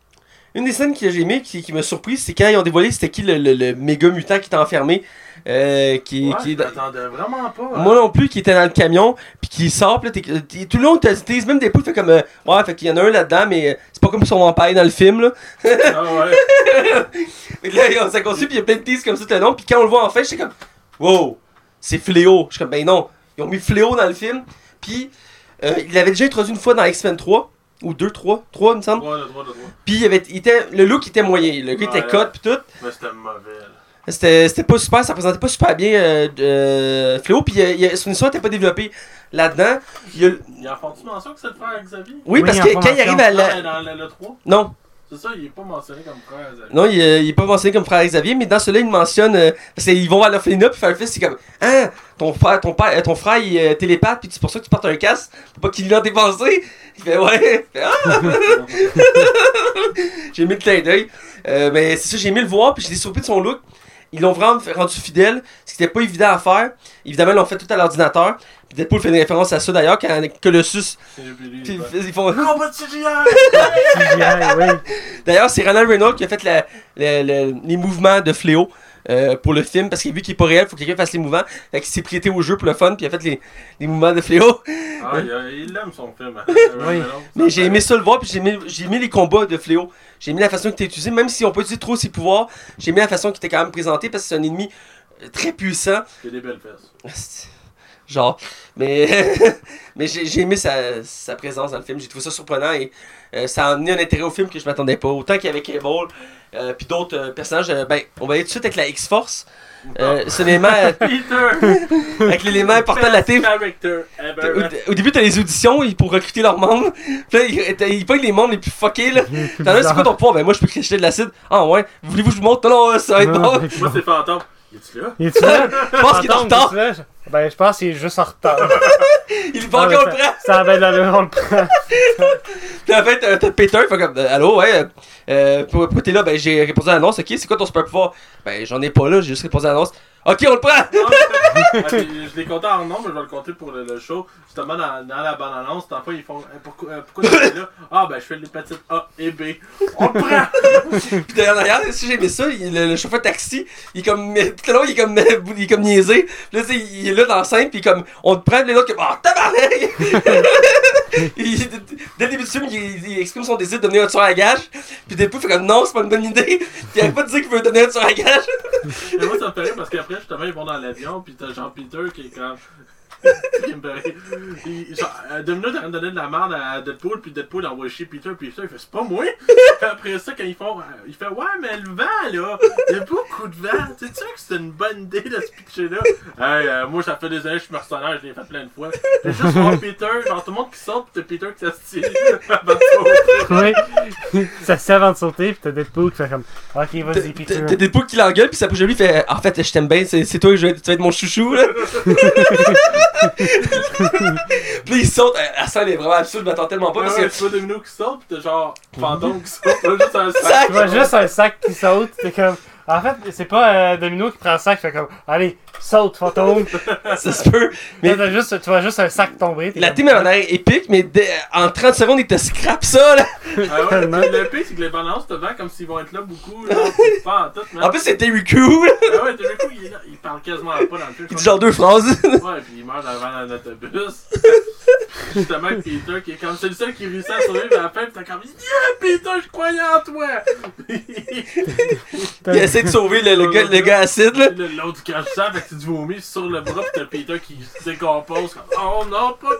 une des scènes que j'ai aimées qui, qui m'a surpris, c'est quand ils ont dévoilé c'était qui le, le, le méga mutant qui était enfermé. Euh, qui, Ouais, qui est je dans- m'attendais vraiment pas. hein. Moi non plus, qui était dans le camion, puis qui sort, puis là, t'es- t'es- tout le long, t'as t'es- même des poules, fait comme, euh, ouais, fait qu'il y en a un là-dedans, mais euh, c'est pas comme son vampire dans le film, là. Ah ouais. Fait que là, on s'est construit, puis il y a plein de teases comme ça tout le long, puis quand on le voit en fait, j'étais comme, wow, c'est Fléau. Je suis comme, ben non, ils ont mis Fléau dans le film, puis euh, il l'avait déjà introduit une fois dans X-Men trois, ou deux, trois, trois, il me semble. Droit, le droit, le droit. Puis il, avait, il était, le look était moyen, le gars était Ouais. cut, puis tout. Mais c'était mauvais, là. C'était c'était pas super, ça présentait pas super bien euh, euh, Fléau, puis euh, il y a- son histoire n'était pas développée là-dedans. Il y a le- Il en font-tu mention que c'est le frère Xavier? Oui, Oui, parce il que en quand il mention. arrive à Non, la... mais dans le, le trois. Non, C'est ça, il est pas mentionné comme frère Xavier. non, il, euh, il est pas mentionné comme frère Xavier, mais dans celui-là, il mentionne... euh, parce qu'ils vont à l'orphelinat, puis faire le fils, c'est comme... Hein, ton frère, ton père, euh, ton frère, il est euh, télépathe, puis c'est pour ça que tu portes un casque, pour pas qu'il l'a dépensé. Il fait, ouais. Il fait, ah! J'ai mis le clin d'œil. Euh, mais c'est ça, j'ai aimé le voir, puis j'ai été surpris de son look. Ils l'ont vraiment fait- rendu fidèle, ce qui n'était pas évident à faire. Évidemment, ils l'ont fait tout à l'ordinateur. Puis Deadpool fait une référence à ça d'ailleurs, quand Colossus, C'est lui, puis il ils font... Combat de C G I! C G I, oui. D'ailleurs, c'est Ronald Reynolds qui a fait la- la- la- les mouvements de Fléau euh, pour le film, parce qu'il a vu qu'il est pas réel, faut que quelqu'un fasse les mouvements. Fait qu'il s'est prêté au jeu pour le fun, puis il a fait les, les mouvements de Fléau. Ah, il, a- il aime son film. hein. Oui. Mais j'ai aimé ça le voir, puis j'ai aimé, j'ai aimé les combats de Fléau. J'ai aimé la façon qu'il était utilisé, même si on peut utiliser trop ses pouvoirs, j'ai aimé la façon qu'il était quand même présenté, parce que c'est un ennemi euh, très puissant. Il a des belles fesses. Genre, mais mais j'ai, j'ai aimé sa, sa présence dans le film, j'ai trouvé ça surprenant et euh, ça a amené un intérêt au film que je m'attendais pas. Autant qu'il y avait Cable, euh, puis d'autres euh, personnages, euh, ben, on va aller tout de suite avec la X-Force. Euh, c'est l'élément, euh, Peter! avec l'élément important de la team. Character ever. Au, au début, t'as les auditions ils- pour recruter leurs membres. Puis là, ils, t'as- ils pognent les membres les plus fuckés, là. T'en as, c'est quoi ton pouvoir? Ben, moi, je peux cracher de l'acide. Ah, ouais. Voulez-vous que je vous montre? Non, non, ça va être Non, bon. mais- Moi, c'est fantôme. Il est-tu là? Il est-tu là? Je pense qu'il est en Fantôme, retard. il est-tu là? Ben, je pense qu'il est juste en retard. Il va Ah, encore mais le ça- prendre. Ça avait de l'allure, on le prend. Puis en fait, euh, t'as Peter, il fait comme, euh, allô, ouais, euh, euh, pour- pourquoi t'es là? Ben, j'ai répondu à l'annonce, ok, c'est quoi ton super pouvoir? Ben, j'en ai pas là, j'ai juste répondu à l'annonce. Ok, on le prend! Non, mais- ah, puis je l'ai compté en nombre, mais je vais le compter pour le, le show. Justement, dans, dans la bande-annonce, dans le fond, ils font euh, pourquoi, euh, pourquoi tu es là? Ah, ben, je fais les petites A et B. On le prend! Puis derrière, derrière, si j'ai aimé ça, il- le, le chauffeur de taxi, il est comme, tout le long, il est comme, il est comme niaisé. Puis là, tu sais, il est là dans la scène, puis comme, on te prend, puis les autres, comme, ah, tabarnak! Il- Dès le début du film, il, il exprime son désir de devenir un tueur à gage. Puis Deadpool fait comme, non, c'est pas une bonne idée. Puis il arrête pas de dire qu'il veut devenir un tueur à gage. Mais moi, ça me fait rire parce qu'après, justement, ils vont dans l'avion, pis t'as genre Peter qui est comme. qui me fait rire. Il- genre, euh, deux minutes, il donner de la merde à Deadpool, puis Deadpool envoie chier Peter, puis Peter, il fait c'est pas moi. Puis après ça, quand ils font. euh, il fait ouais, mais le vent là, il y a beaucoup de vent. Tu sais que c'est une bonne idée de se pitcher là? Hey, euh, moi, ça fait des années que je suis mercenaire, je l'ai fait plein de fois. J'ai juste voir Peter, genre tout le monde qui saute, pis t'as Peter qui s'assied avant de sauter. Oui. Ça se fait avant de sauter, pis t'as Deadpool qui fait comme, ok, vas-y, T'as Peter. t'as Deadpool qui l'engueule, puis ça bouge à lui, il fait, en fait, je t'aime bien, c'est c'est toi, je vais- tu vas être mon chouchou, là. Puis là, il saute, euh, la scène est vraiment absurde, je m'attends tellement pas, Ouais, parce ouais, que. tu vois Domino qui saute, pis t'as genre Fantôme qui saute, t'as juste un Sac. sac. Tu vois juste un sac qui saute, t'es comme. En fait, c'est pas euh, Domino qui prend le sac, fait comme, allez, saute, fantôme. Ça se peut. Mais Là, t'as juste, tu vois juste un sac tomber. t'es la comme, team a l'air épique, mais dès- en trente secondes, il te scrape ça, là. Ah ouais, Tellement. le pire, c'est que les balances te vendent comme s'ils vont être là beaucoup, là, pis pas en tout, man. En plus, c'est Terry Crew, là. Ah ouais, t'as vu coup, il est là, il parle quasiment pas dans le film. Il dit genre deux phrases. Ouais, pis il meurt devant un autobus. Justement, Peter qui est comme, c'est le seul qui réussit à survivre à la fin, pis t'as comme, yeah, Peter, je croyais en toi! Il essaie de sauver le, le gars, le gars acide, là. Puis là, l'autre qui crache ça, fait que c'est du vomi sur le bras, pis t'as Peter qui se décompose, comme, oh non, pas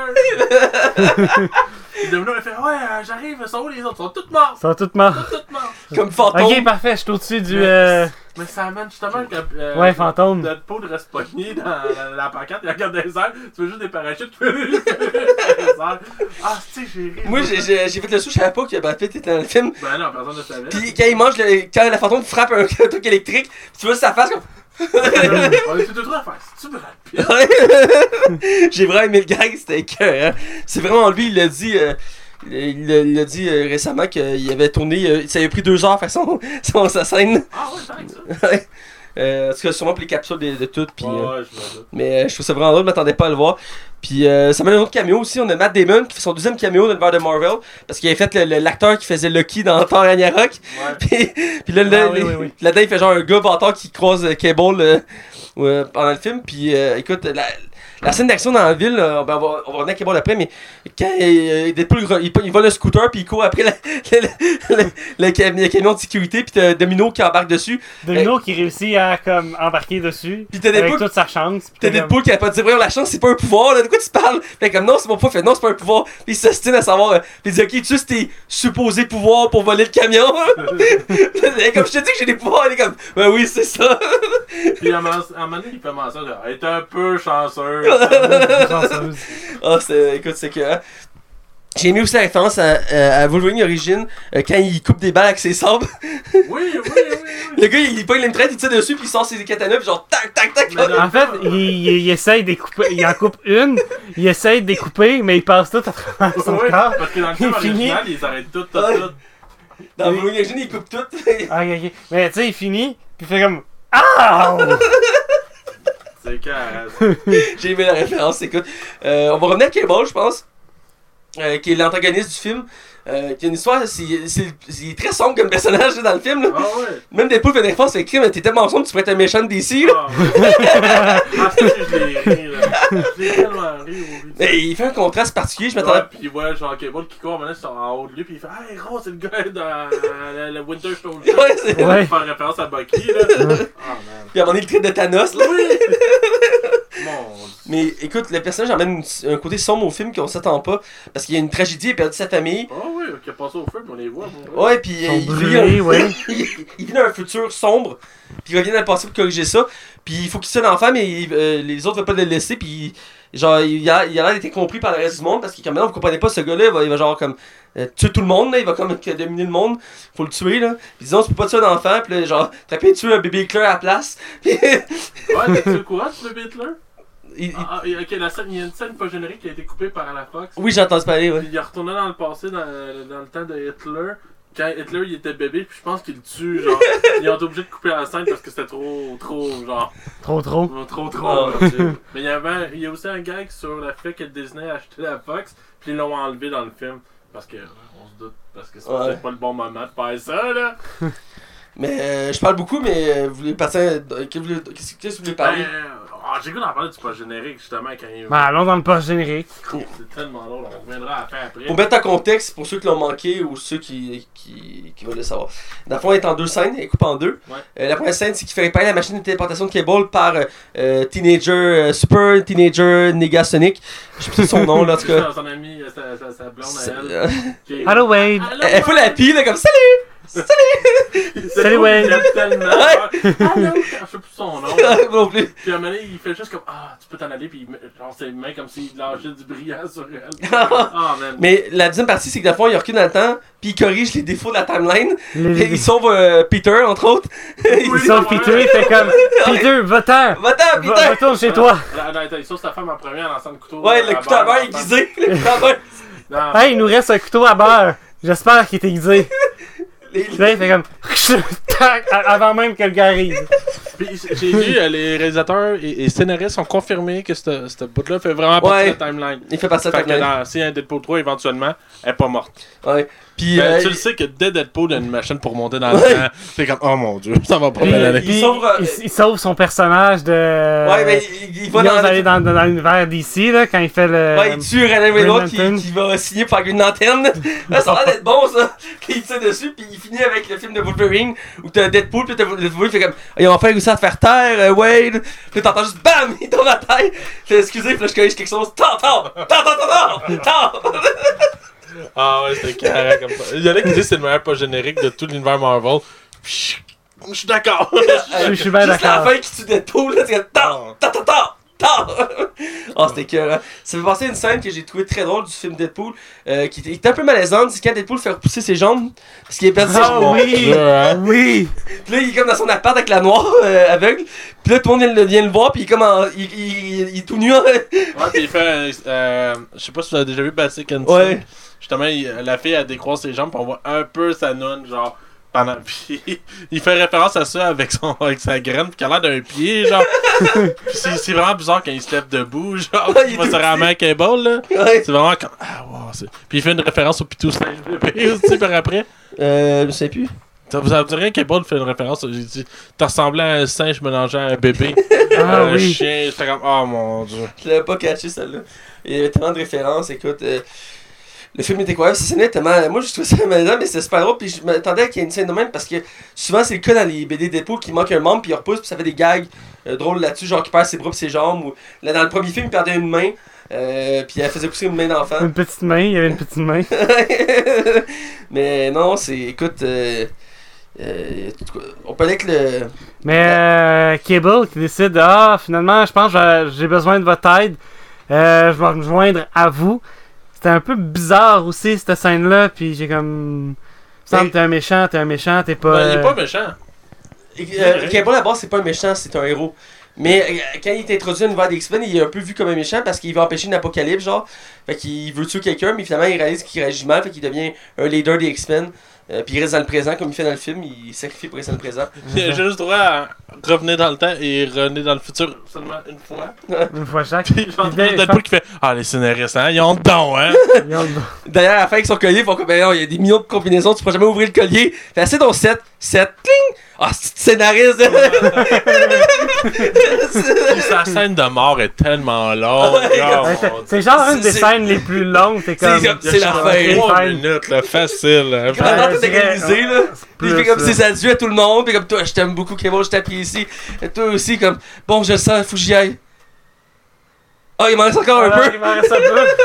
Peter! Pis Domino, il fait, ouais, euh, j'arrive, sauve les autres, ils sont tous morts! Ils sont tous morts. Ils sont tous morts! Comme fantôme. Ok, parfait, je suis au-dessus du. Euh... Mais ça amène justement que. Euh, Ouais, fantôme. Deadpool reste pogné dans la, la pancarte, il regarde des airs, tu veux juste des parachutes, tu fais des airs. Ah, tu sais, j'ai ri. Moi, j'ai j'ai- j'ai fait le saut, je savais pas que Brad Pitt était dans le film. Ben non, personne ne savait. Puis quand il mange, le, quand la fantôme frappe un, un truc électrique, tu vois sa face comme. On était tous trois à faire, c'est-tu Brad Pitt? J'ai vraiment aimé le gag, c'était écœurant. C'est vraiment lui, il l'a dit. euh, il l'a il l'a dit euh, récemment qu'il avait tourné. euh, ça lui a pris deux heures à faire son, son, sa scène. Ah ouais, c'est vrai que ça. Ouais. Euh, en tout cas, sûrement pour les capsules de, de tout. Puis, Ouais, euh, ouais, je me doute. mais euh, je trouve ça vraiment drôle, je m'attendais pas à le voir. Puis euh, ça mène un autre cameo aussi. On a Matt Damon qui fait son deuxième cameo dans l'univers de Marvel. Parce qu'il avait fait le- le- l'acteur qui faisait Loki dans Thor Ragnarok. Ouais. Puis, puis là, Ah, là, oui, les- oui, oui. là-dedans, il fait genre un gars bâtard qui croise euh, Cable euh, euh, pendant le film. Puis euh, écoute, la, la scène d'action dans la ville, euh, ben, on, va, on va revenir à Cable après, mais quand euh, Deadpool il, il, il vole un scooter, puis il court après la- le, le, le- le cam- le camion de sécurité, puis t'as Domino qui embarque dessus. Domino qui réussit à comme embarquer dessus. Puis t'as Avec Deadpool, toute sa chance. pis t'as t'es comme- Deadpool qui a pas dit, voyons, la chance, c'est pas un pouvoir, là, de quoi tu parles? Fait comme, non, c'est mon pouvoir, fait, non, c'est pas un pouvoir. Puis il s'ostine à savoir, euh, puis il dit, ok, tu sais, c'était supposé pouvoir pour voler le camion. Et comme je te dis que j'ai des pouvoirs, il est comme, ben oui, c'est ça. Puis à un moment à un moment donné, il fait mention de. Elle est un peu chanceuse. chanceuse. Ah, c'est, écoute, c'est que. hein. J'ai mis aussi la référence à, à, à Wolverine Origin euh, quand il coupe des balles avec ses sabres. Oui, oui, oui, oui. Le gars, il, il pogne une traite, il tire dessus, puis il sort ses katanas, puis genre tac, tac, tac. Mais non. En fait, il, il, il essaye de découper, il en coupe une, il essaye de découper, mais il passe tout à travers son Oui, corps. parce que dans le film Il finit. original, ils arrêtent tout, tout, Ouais. tout. Dans Wolverine Origin, il coupe tout. Ah, ok, ok. Mais tu sais, il finit, puis il fait comme. Ah! C'est carré. J'ai aimé la référence, écoute. Euh, on va revenir à Cable, je pense. euh, qui est l'antagoniste du film. Euh, qui a une histoire, c'est, c'est, c'est très sombre comme personnage là, dans le film. Là. Ah ouais. Même Deadpool fait des références, c'est écrit, mais t'es tellement sombre, tu pourrais être un méchant de D C. Là. Ah, ouais. Ah, ça, je l'ai ri, là. Je l'ai tellement ri, oui. Mais il fait un contraste particulier, je m'attendais. Ouais, pis il voit genre Cable qui court, maintenant, c'est en haut de lui, pis il fait Hey, gros, c'est le gars dans le, le Winter Soldier. Ouais, c'est Ouais. Il fait référence à Bucky, là. Ah, man. Puis à un moment donné, le trait de Thanos, là. Oui! Mon Dieu. Mais écoute, le personnage emmène une- un côté sombre au film qu'on s'attend pas. Parce qu'il y a une tragédie, il a perdu sa famille. Ah oui, qui a passé au feu, pis on les voit. Bon. Ouais, puis Ils euh, sont il, vit brûlés, un- ouais. il, il vit dans un futur sombre. Puis il revient dans le passé pour corriger ça. Puis il faut qu'il soit l'enfant, mais il- euh, les autres veulent pas le laisser. Puis genre, il a il a l'air d'être compris par le reste du monde. Parce que comme maintenant, vous comprenez pas ce gars-là, il va, il va genre comme euh, tuer tout le monde. Là, il va comme dominer le monde. Faut le tuer, là. Puis disons, tu peux pas tuer un enfant. Puis là, genre, t'as pu tuer un bébé éclair à la place. Puis Ouais, t'es-tu au courant, tu le Hitler? il- il- Ah, ah, ok, la scène, il y a une scène pas générique qui a été coupée par la Fox. Oui, j'ai entendu parler, ouais. Il est retourné dans le passé, dans, dans le temps de Hitler. Quand Hitler il était bébé, puis je pense qu'il le tue, genre. Ils ont été obligés de couper la scène parce que c'était trop, trop, genre. Trop, trop. Trop, trop. Oh, là. Mais il y avait, il y a aussi un gag sur le fait que Disney a acheté la Fox, puis ils l'ont enlevé dans le film. Parce que, on se doute, parce que c'est Ouais. peut-être pas le bon moment de faire ça, là. Mais euh, je parle beaucoup, mais euh, vous voulez partir. euh, Qu'est-ce que vous voulez- qu'est-ce que vous voulez parler? Ben, ah, j'ai goût d'en parler du pas générique, justement, quand il Ben, allons dans le post générique. C'est tellement drôle, on reviendra à la fin après. Pour mettre en contexte, pour ceux qui l'ont manqué ou ceux qui, qui, qui veulent le savoir. Dans le fond, elle est en deux scènes, elle est coupée en deux. Ouais. Euh, la première scène, c'est qu'il fait réparer la machine de téléportation de Cable par euh, euh, Teenager, euh, Super Teenager Negasonic. Je sais plus son nom, là, en tout C'est cas. son ami, sa, sa, sa blonde C'est- à elle. euh, qui est- Hello, Wade. Allô, Elle fait la pile, là, comme salut! C'est Salut, drôle, Wade. il l'aime tellement. Ouais. Allô, je sais plus son nom. Moi non plus. Puis à un moment donné, il fait juste comme Ah, tu peux t'en aller, puis il met- genre ses mains comme s'il lâchait du brillant sur elle. Ah, man. Mais la deuxième partie, c'est que dans le fond, il recule dans le temps, puis il corrige les défauts de la timeline. Les- Et il sauve euh, Peter, entre autres. Il Oui, sauve ouais. Peter, il fait comme Peter, va-t'en! Va-t'en, Va- Peter! Retourne chez toi! Attends, attends, il sauve sa femme en premier en lançant le couteau. Ouais, à le couteau à beurre beurre, aiguisé. Le couteau à beurre. Non. Hey, il nous reste un couteau à beurre! J'espère qu'il est aiguisé. Les- Puis là, il fait comme tac, avant même que le gars arrive. Puis j'ai lu, euh, les réalisateurs et, et scénaristes ont confirmé que ce ce bout-là fait vraiment partie Ouais. de la timeline. Il fait partie de Fait la que timeline. dans, si un Deadpool trois, éventuellement, elle est pas morte. Ouais. Puis, Ben, euh, tu le sais que dès Deadpool, il y a une machine pour monter dans le Ouais. temps. C'est comme, oh mon dieu, ça va pas Puis, bien aller. puis, Il sauve, euh, il, il sauve son personnage de. Ouais, mais il, il il va va dans, aller dans, dans, dans l'univers d'ici, là, quand il fait le. Ouais, il tue René Green Reynolds qui, Lantern. qui va signer pour Green Lantern. Là, ça a l'air d'être bon, ça. Il tire dessus, puis il finit avec le film de Wolverine où t'as Deadpool, puis t'as Wolverine fait comme ils ont enfin réussi à te faire taire, euh, Wade. Puis t'entends juste BAM, il tombe à terre. Puis excusez, puis là je corrige quelque chose. Tant, tant, tant, tant, tant, tant, tant. Ah ouais, c'était carré comme ça. Il y en a qui disent que c'est le meilleur pas générique de tout l'univers Marvel. Puis Je je suis d'accord. Je suis bien Juste la d'accord. fin qui tue Deadpool, là, c'est comme tant, tant, tant, tant. Tant! Oh, c'était cœur, Ça fait penser à une scène que j'ai trouvé très drôle du film Deadpool, euh, qui était, était un peu malaisante, c'est quand Deadpool fait repousser ses jambes, parce qu'il est perdu ses Ah jambes. oui! hein? Oui! Puis là, il est comme dans son appart avec la noire euh, aveugle. Puis là, tout le monde vient, le- vient le voir, puis il est comme en, il, il, il est tout nu. Hein. Ouais, pis il fait. Euh, je sais pas si vous avez déjà vu Basic Instinct. Ouais. Justement, il- la fille, elle décroise ses jambes, pis on voit un peu sa noune, genre. Pendant... Puis il fait référence à ça avec, son, avec sa graine, pis qu'il a l'air d'un pied, genre. Pis c'est, c'est vraiment bizarre quand il se lève debout, genre. Ouais, il Il est va tout se ramener avec un bol, là. Ouais. C'est vraiment comme. Ah, wow. C'est... Puis il fait une référence au pitou singe bébé aussi par après. Euh, je sais plus. Ça vous dirait qu'un bol fait une référence. J'ai dit, t'as ressemblé à un singe mélangeant à un bébé. Ah un oui! chien. J'étais comme, oh mon dieu. Je l'avais pas caché, celle-là. Il y avait tellement de références, écoute. Euh, le film était incroyable. C'est tellement. Moi, je trouvais ça malaisant, mais c'était super drôle. Puis je m'attendais à qu'il y ait une scène de même parce que souvent, c'est le cas dans les B D Deadpool qui manque un membre, puis il repousse, puis ça fait des gags euh, drôles là-dessus, genre qu'il perd ses bras, puis ses jambes. Ou... Là, dans le premier film, il perdait une main, euh, puis elle faisait pousser une main d'enfant. Une petite main, il y avait une petite main. Mais non, c'est. Écoute. Euh, euh, on peut aller avec le. Mais euh, Cable qui décide, ah, finalement, je pense que j'ai besoin de votre aide. Euh, je vais me joindre à vous. C'était un peu bizarre aussi, cette scène-là. Puis j'ai comme. Il me semble que t'es un méchant, t'es un méchant, t'es pas. Ben, il est euh, pas méchant. Euh, Cable, à la base, c'est pas un méchant, c'est un héros. Mais euh, quand il est introduit à l'univers des X-Men, il est un peu vu comme un méchant parce qu'il veut empêcher une apocalypse, genre. Fait qu'il veut tuer quelqu'un, mais finalement il réalise qu'il réagit mal, fait qu'il devient un leader des X-Men. Euh, puis il reste dans le présent comme il fait dans le film, il sacrifie pour rester dans le présent. Il a juste droit à revenir dans le temps et revenir dans le futur seulement une fois. Une fois chaque. Puis je pense que Deadpool qui fait Ah, les scénaristes, hein, ils ont le don, hein. Ils ont- D'ailleurs, à la fin, avec son collier, ils font comme, ben non, il y a des millions de combinaisons, tu pourras jamais ouvrir le collier. Fait assez donc sept, sept, cling! Ah, c'est scénariste! Puis sa scène de mort est tellement longue. Ouais, Oh, Ouais, c'est- mon C'est genre une des C'est- scènes les plus longues. C'est comme. C'est comme- Dieu. c'est la fin. Il y a Fin. trois minutes, là, facile. Là. Quand on est en train je dirais, d'organiser, là. Puis il fait plus, comme là. ses adieux à tout le monde, puis comme toi, je t'aime beaucoup, Kevin, je t'apprécie. Et toi aussi, comme, bon, je le sens, faut que j'y aille. Ah, il m'en reste encore un Ah, peu. il m'en reste un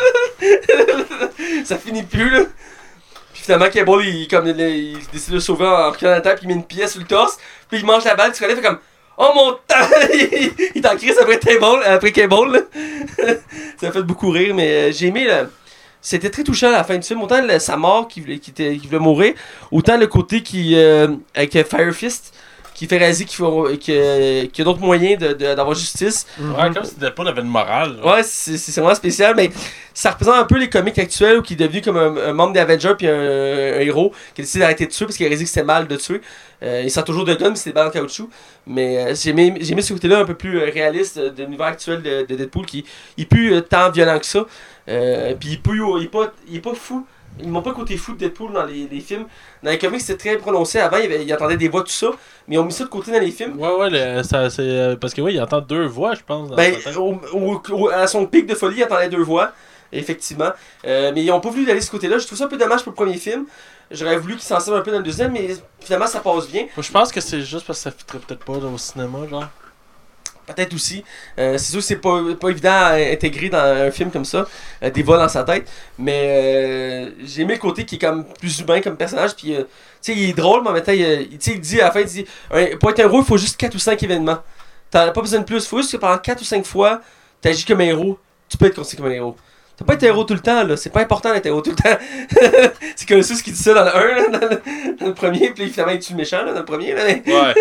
peu. Ça finit plus, là. Puis finalement, Cable, il, comme, il, il décide de le sauver en reculant la table, puis il met une pièce sur le torse, puis il mange la balle, tu connais, fait comme, oh mon temps! il il t'en crise après Cable, après Cable, là. Ça m'a fait beaucoup rire, mais euh, j'ai aimé, là. C'était très touchant à la fin du film, autant le- sa mort qui voulait, qui, était, qui voulait mourir, autant le côté qui, euh, avec euh, Fire Fist, qui fait réaliser qu'il faut, que- qu'il y a d'autres moyens de, de- d'avoir justice. Ouais, comme si Deadpool avait une morale. là. Ouais, c'est, c'est vraiment spécial, mais ça représente un peu les comics actuels où il est devenu comme un, un membre des Avengers puis un, un héros qui a décidé d'arrêter de tuer parce qu'il a réalisé que c'était mal de tuer. Euh, il sort toujours de gun, mais c'est des balles en caoutchouc. Mais euh, j'ai, aimé, j'ai aimé ce côté-là un peu plus euh, réaliste euh, de l'univers actuel de, de Deadpool qui est plus euh, tant violent que ça. Euh, puis il, peut, il, est pas, il est pas fou. Ils m'ont pas le côté fou de Deadpool dans les, les films. Dans les comics, c'était très prononcé. Avant, il, y avait, il entendait des voix, tout ça. Mais ils ont mis ça de côté dans les films. Ouais, ouais, le- ça, c'est, euh, parce que oui, il entend deux voix, je pense. Dans Ben, sa tête. au, au- au- à son pic de folie, il entendait deux voix, effectivement. Euh, mais ils ont pas voulu aller de ce côté-là. Je trouve ça un peu dommage pour le premier film. J'aurais voulu qu'ils s'en servent un peu dans le deuxième, mais finalement, ça passe bien. Moi, je pense que c'est juste parce que ça fitterait peut-être pas au cinéma, genre. Peut-être aussi. Euh, c'est sûr que c'est pas, pas évident à intégrer dans un film comme ça, euh, des voix dans sa tête. Mais euh, j'ai aimé le côté qui est comme plus humain comme personnage. Puis, euh, tu sais, il est drôle, mais en même temps, il, il, tu sais, il dit à la fin, il dit un- pour être un héros, il faut juste quatre ou cinq événements. T'en as pas besoin de plus. Il faut juste que pendant quatre ou cinq fois, t'agis comme un héros. Tu peux être considéré comme un héros. T'as pas été héros tout le temps, là. C'est pas important d'être héros tout le temps. C'est Colossus qui dit ça dans le un, là, dans, le, dans le premier. Puis finalement, il tue le méchant, là, dans le premier. Là. Ouais.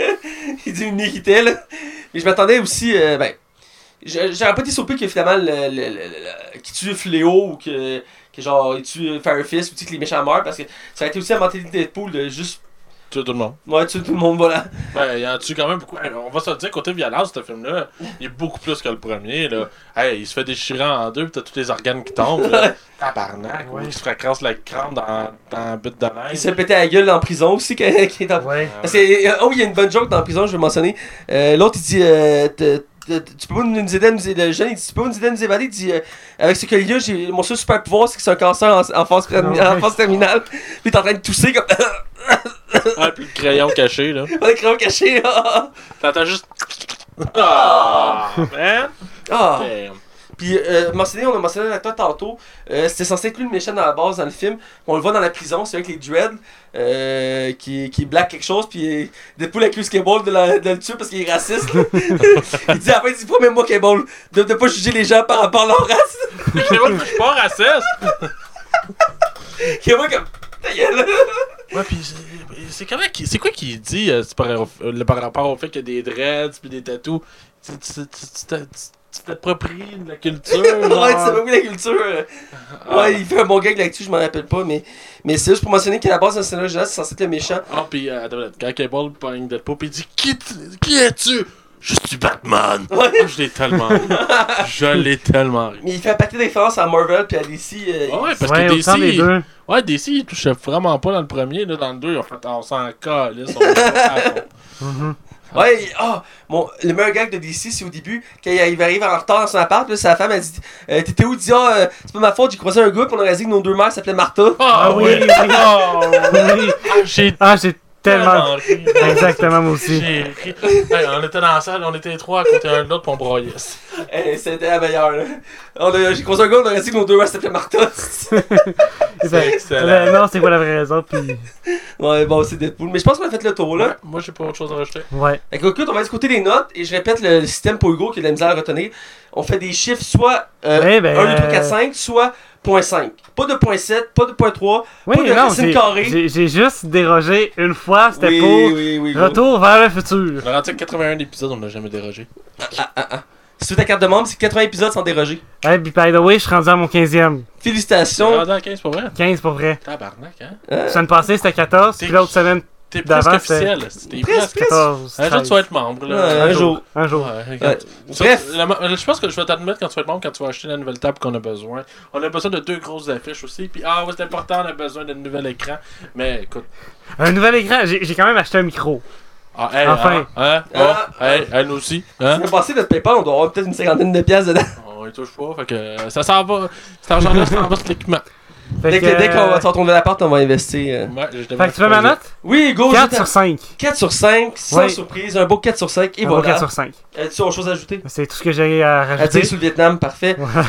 Il dit une était là. Mais je m'attendais aussi, euh, ben, j'a- j'aurais pas été surpris que finalement, le, le, le, le- qu'il tue Fléau ou que, que genre, il tue Fire Fist ou tu sais, que les méchants meurent parce que ça aurait été aussi la mentalité de Deadpool de juste, Tu tout le monde. ouais, tuer tout le monde, voilà. Ouais, il y en a-tu quand même beaucoup. Hey, on va se le dire, côté violence, ce film-là, il est beaucoup plus que le premier, là. Hey, il se fait déchirer en deux, pis t'as tous les organes qui tombent, là. Tabarnak, ouais. Il se fracasse la crâne dans, dans le but de Il neige. se fait péter la gueule en prison aussi quand, quand il est en Ouais. Parce que, euh, oh, il y a une bonne joke dans la prison, je vais mentionner. Euh, L'autre, il dit euh, te- te- Tu peux pas nous aider à nous aider. Le jeune, il dit Tu peux pas nous aider à nous évader. Il dit euh, Avec ce collier-là, j'ai mon seul super pouvoir, c'est que c'est un cancer en, en, phase, Non, en ouais. phase terminale. Puis il est en train de tousser comme. Ouais, puis le crayon caché, là. On est crayon caché. Ah T'entends juste. Ah, man. ah. Damn. Puis, euh, mentionné, on a mentionné l'acteur tantôt. Euh, C'était censé être lui le méchant dans la base dans le film. On le voit dans la prison, c'est avec les dreads. Euh, qui, qui est black quelque chose. Puis, euh, Deadpool accuse Cable de, la, de le tuer parce qu'il est raciste. là. Il dit à la fin, il dit promets-moi, Cable, de ne pas juger les gens par rapport à leur race. Je sais pas, je suis pas raciste. Cable, comme. Ta gueule. Ouais, pis c'est- c'est comment qu'il- c'est quoi qu'il dit euh, c'est par, euh, par rapport au fait qu'il y a des dreads pis des tatous? Tu tu- tu- tu t'as- tu- tu t'appropries de la culture? genre? Ouais, tu sais pas oui la culture. euh. Ah. Ouais, il fait un bon gag là-dessus, je m'en rappelle pas. Mais, mais c'est juste pour mentionner qu'à la base, dans le scénario original, c'est censé être le méchant. Ah, pis euh, attends, quand Cable pogne Deadpool pis il dit Qui, t- qui es-tu? Je suis Batman! Ouais. Ah, je l'ai tellement ri. Je l'ai tellement ri. Mais il fait un paquet de références à Marvel puis à D C. euh, Ah ouais, parce Ouais, que autant des D C. deux. Ouais, D C, il touchait vraiment pas dans le premier, là, dans le deux, ils ont fait on s'en calisse, on va pas faire Mhm. Ouais, il- ah, bon, le meilleur gag de D C, c'est au début, quand il arrive, arrive en retard dans son appart, là, sa femme, elle dit euh, T'étais où? Il dit Ah, euh, c'est pas ma faute, j'ai croisé un gars, puis on a réalisé que nos deux mères s'appelaient Martha. Ah, Ah oui, oui! oui. Oh, Oui. ah, j'ai Ah, j'ai tellement. ri. Exactement, moi aussi. J'ai ri. Hey, on était dans la salle, on était les trois à côté un de l'autre, pis on broyait. Eh, c'était la meilleure, là. On a- J'ai croisé un gars, on a réalisé que nos deux mères s'appelaient Martha. Ben, excellent. ben, non, c'est quoi la vraie raison? Puis, Ouais, bon, c'est Deadpool. Mais je pense qu'on a fait le tour, là. Ouais, moi, j'ai pas autre chose à rajouter. ouais. Fait que, écoute, on va du côté des notes, et je répète le, le système pour Hugo qui a de la misère à retenir. On fait des chiffres soit euh, Ouais, ben, un, deux, trois, euh, quatre, cinq, soit point cinq. Pas de point sept, pas de point trois, Oui, pas de non, racine j'ai- carrée. j'ai j'ai juste dérogé une fois, c'était Oui, pour oui, oui, Retour vers le futur. On a rendu à quatre-vingt-un épisodes, on n'a jamais dérogé. Si tu veux ta carte de membre, c'est quatre-vingts épisodes sans déroger. Hey, puis by the way, je suis rendu à mon quinzième. On Félicitations. est rendu à quinze pour vrai? quinze pour vrai. Tabarnak, hein? Euh, La semaine passée, c'était quatorze, T'es- puis l'autre semaine, T'es D'avant, presque officiel. T'es Presque. presque. quatorze. Un jour, tu treize. vas être membre. Là. Ouais, un jour. Un jour. Ouais, regarde. Ouais. Ça, Bref. la- la- je pense que je vais t'admettre quand tu vas être membre, quand tu vas acheter la nouvelle table qu'on a besoin. On a besoin de deux grosses affiches aussi. Puis, ah, ouais, c'est important, on a besoin d'un nouvel écran. Mais écoute. Un nouvel écran, j'ai j'ai quand même acheté un micro. Ah, hey, Enfin. Hein, hein, Ah. oh, hey, elle aussi. Hein? L'année passée, notre PayPal, on doit avoir peut-être une cinquantaine de pièces dedans. On y touche pas. Fait que euh, ça s'en va. Cet argent-là, ça s'en va sur l'équipement. Fait Dès que, que- dès qu'on euh, va sortir de l'appart, on va investir. euh. Ouais, je Fait que tu veux ma note? Oui, go, quatre je sur cinq. quatre sur cinq, sans Oui. surprise, un beau quatre sur cinq, et Un beau voilà. quatre sur cinq. As-tu autre chose à ajouter? C'est tout ce que j'ai à À dire rajouter. sur le Vietnam, parfait. Ouais.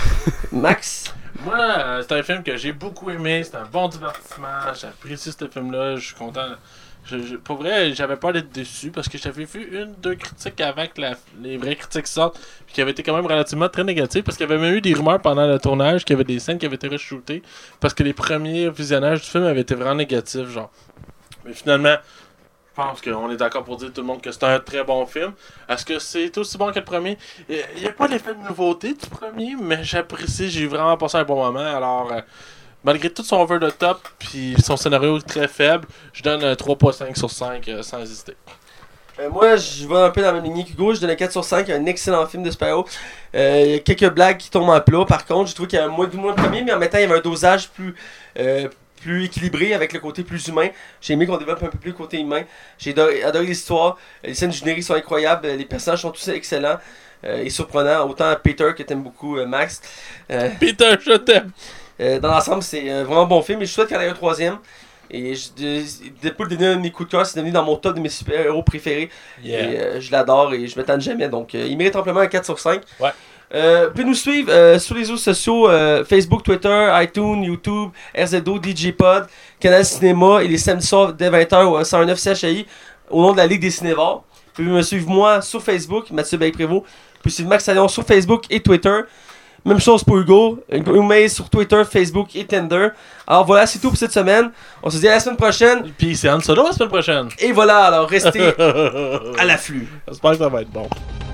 Max? Moi, euh, c'est un film que j'ai beaucoup aimé. C'est un bon divertissement. J'apprécie ce film-là. Je suis content. Je, je- pour vrai, j'avais peur d'être déçu parce que j'avais vu une, deux critiques avant que la- les vraies critiques sortent. Puis qui avaient été quand même relativement très négatives. Parce qu'il y avait même eu des rumeurs pendant le tournage qu'il y avait des scènes qui avaient été reshootées. Parce que les premiers visionnages du film avaient été vraiment négatifs. Genre. Mais finalement, je pense qu'on est d'accord pour dire tout le monde que c'est un très bon film. Est-ce que c'est aussi bon que le premier? Il n'y a pas l'effet de nouveauté du premier, mais j'apprécie, j'ai vraiment passé un bon moment. Alors, euh, malgré tout son over the top puis son scénario très faible, je donne un trois virgule cinq sur cinq euh, sans hésiter. Euh, moi, je vais un peu dans la même lignée qu'Hugo. Je donne un quatre sur cinq, un excellent film de super-héros. Euh, Il y a quelques blagues qui tombent en plat. Par contre, je trouve qu'il y a un moins, moins de premier, mais en même temps, il y avait un dosage plus, euh, plus équilibré avec le côté plus humain. J'ai aimé qu'on développe un peu plus le côté humain. J'ai adoré, adoré l'histoire. Les scènes du générique sont incroyables. Les personnages sont tous excellents euh, et surprenants. Autant Peter que t'aimes beaucoup, euh, Max. Euh, Peter, je t'aime! Euh, dans l'ensemble, c'est un vraiment bon film et je souhaite qu'il y en ait un troisième. Et je, de, depuis le début de mes coups de cœur, c'est devenu dans mon top de mes super-héros préférés. Yeah. Et euh, je l'adore et je m'étonne jamais. Donc, euh, il mérite amplement un quatre sur cinq. Ouais. Euh, vous pouvez nous suivre euh, sur les réseaux sociaux euh, Facebook, Twitter, iTunes, YouTube, R Z O, D J Pod, Canal Cinéma et les samedis soirs dès vingt heures au cent neuf C H I au nom de la Ligue des Cinévores. Vous pouvez me suivre moi sur Facebook, Mathieu Baye-Prévost. Vous pouvez suivre Max Salion sur Facebook et Twitter. Même chose pour Hugo, Hugo sur Twitter, Facebook et Tinder. Alors voilà, c'est tout pour cette semaine. On se dit à la semaine prochaine. Puis c'est Han Solo la semaine prochaine. Et voilà, alors restez à l'afflût. J'espère que ça va être bon.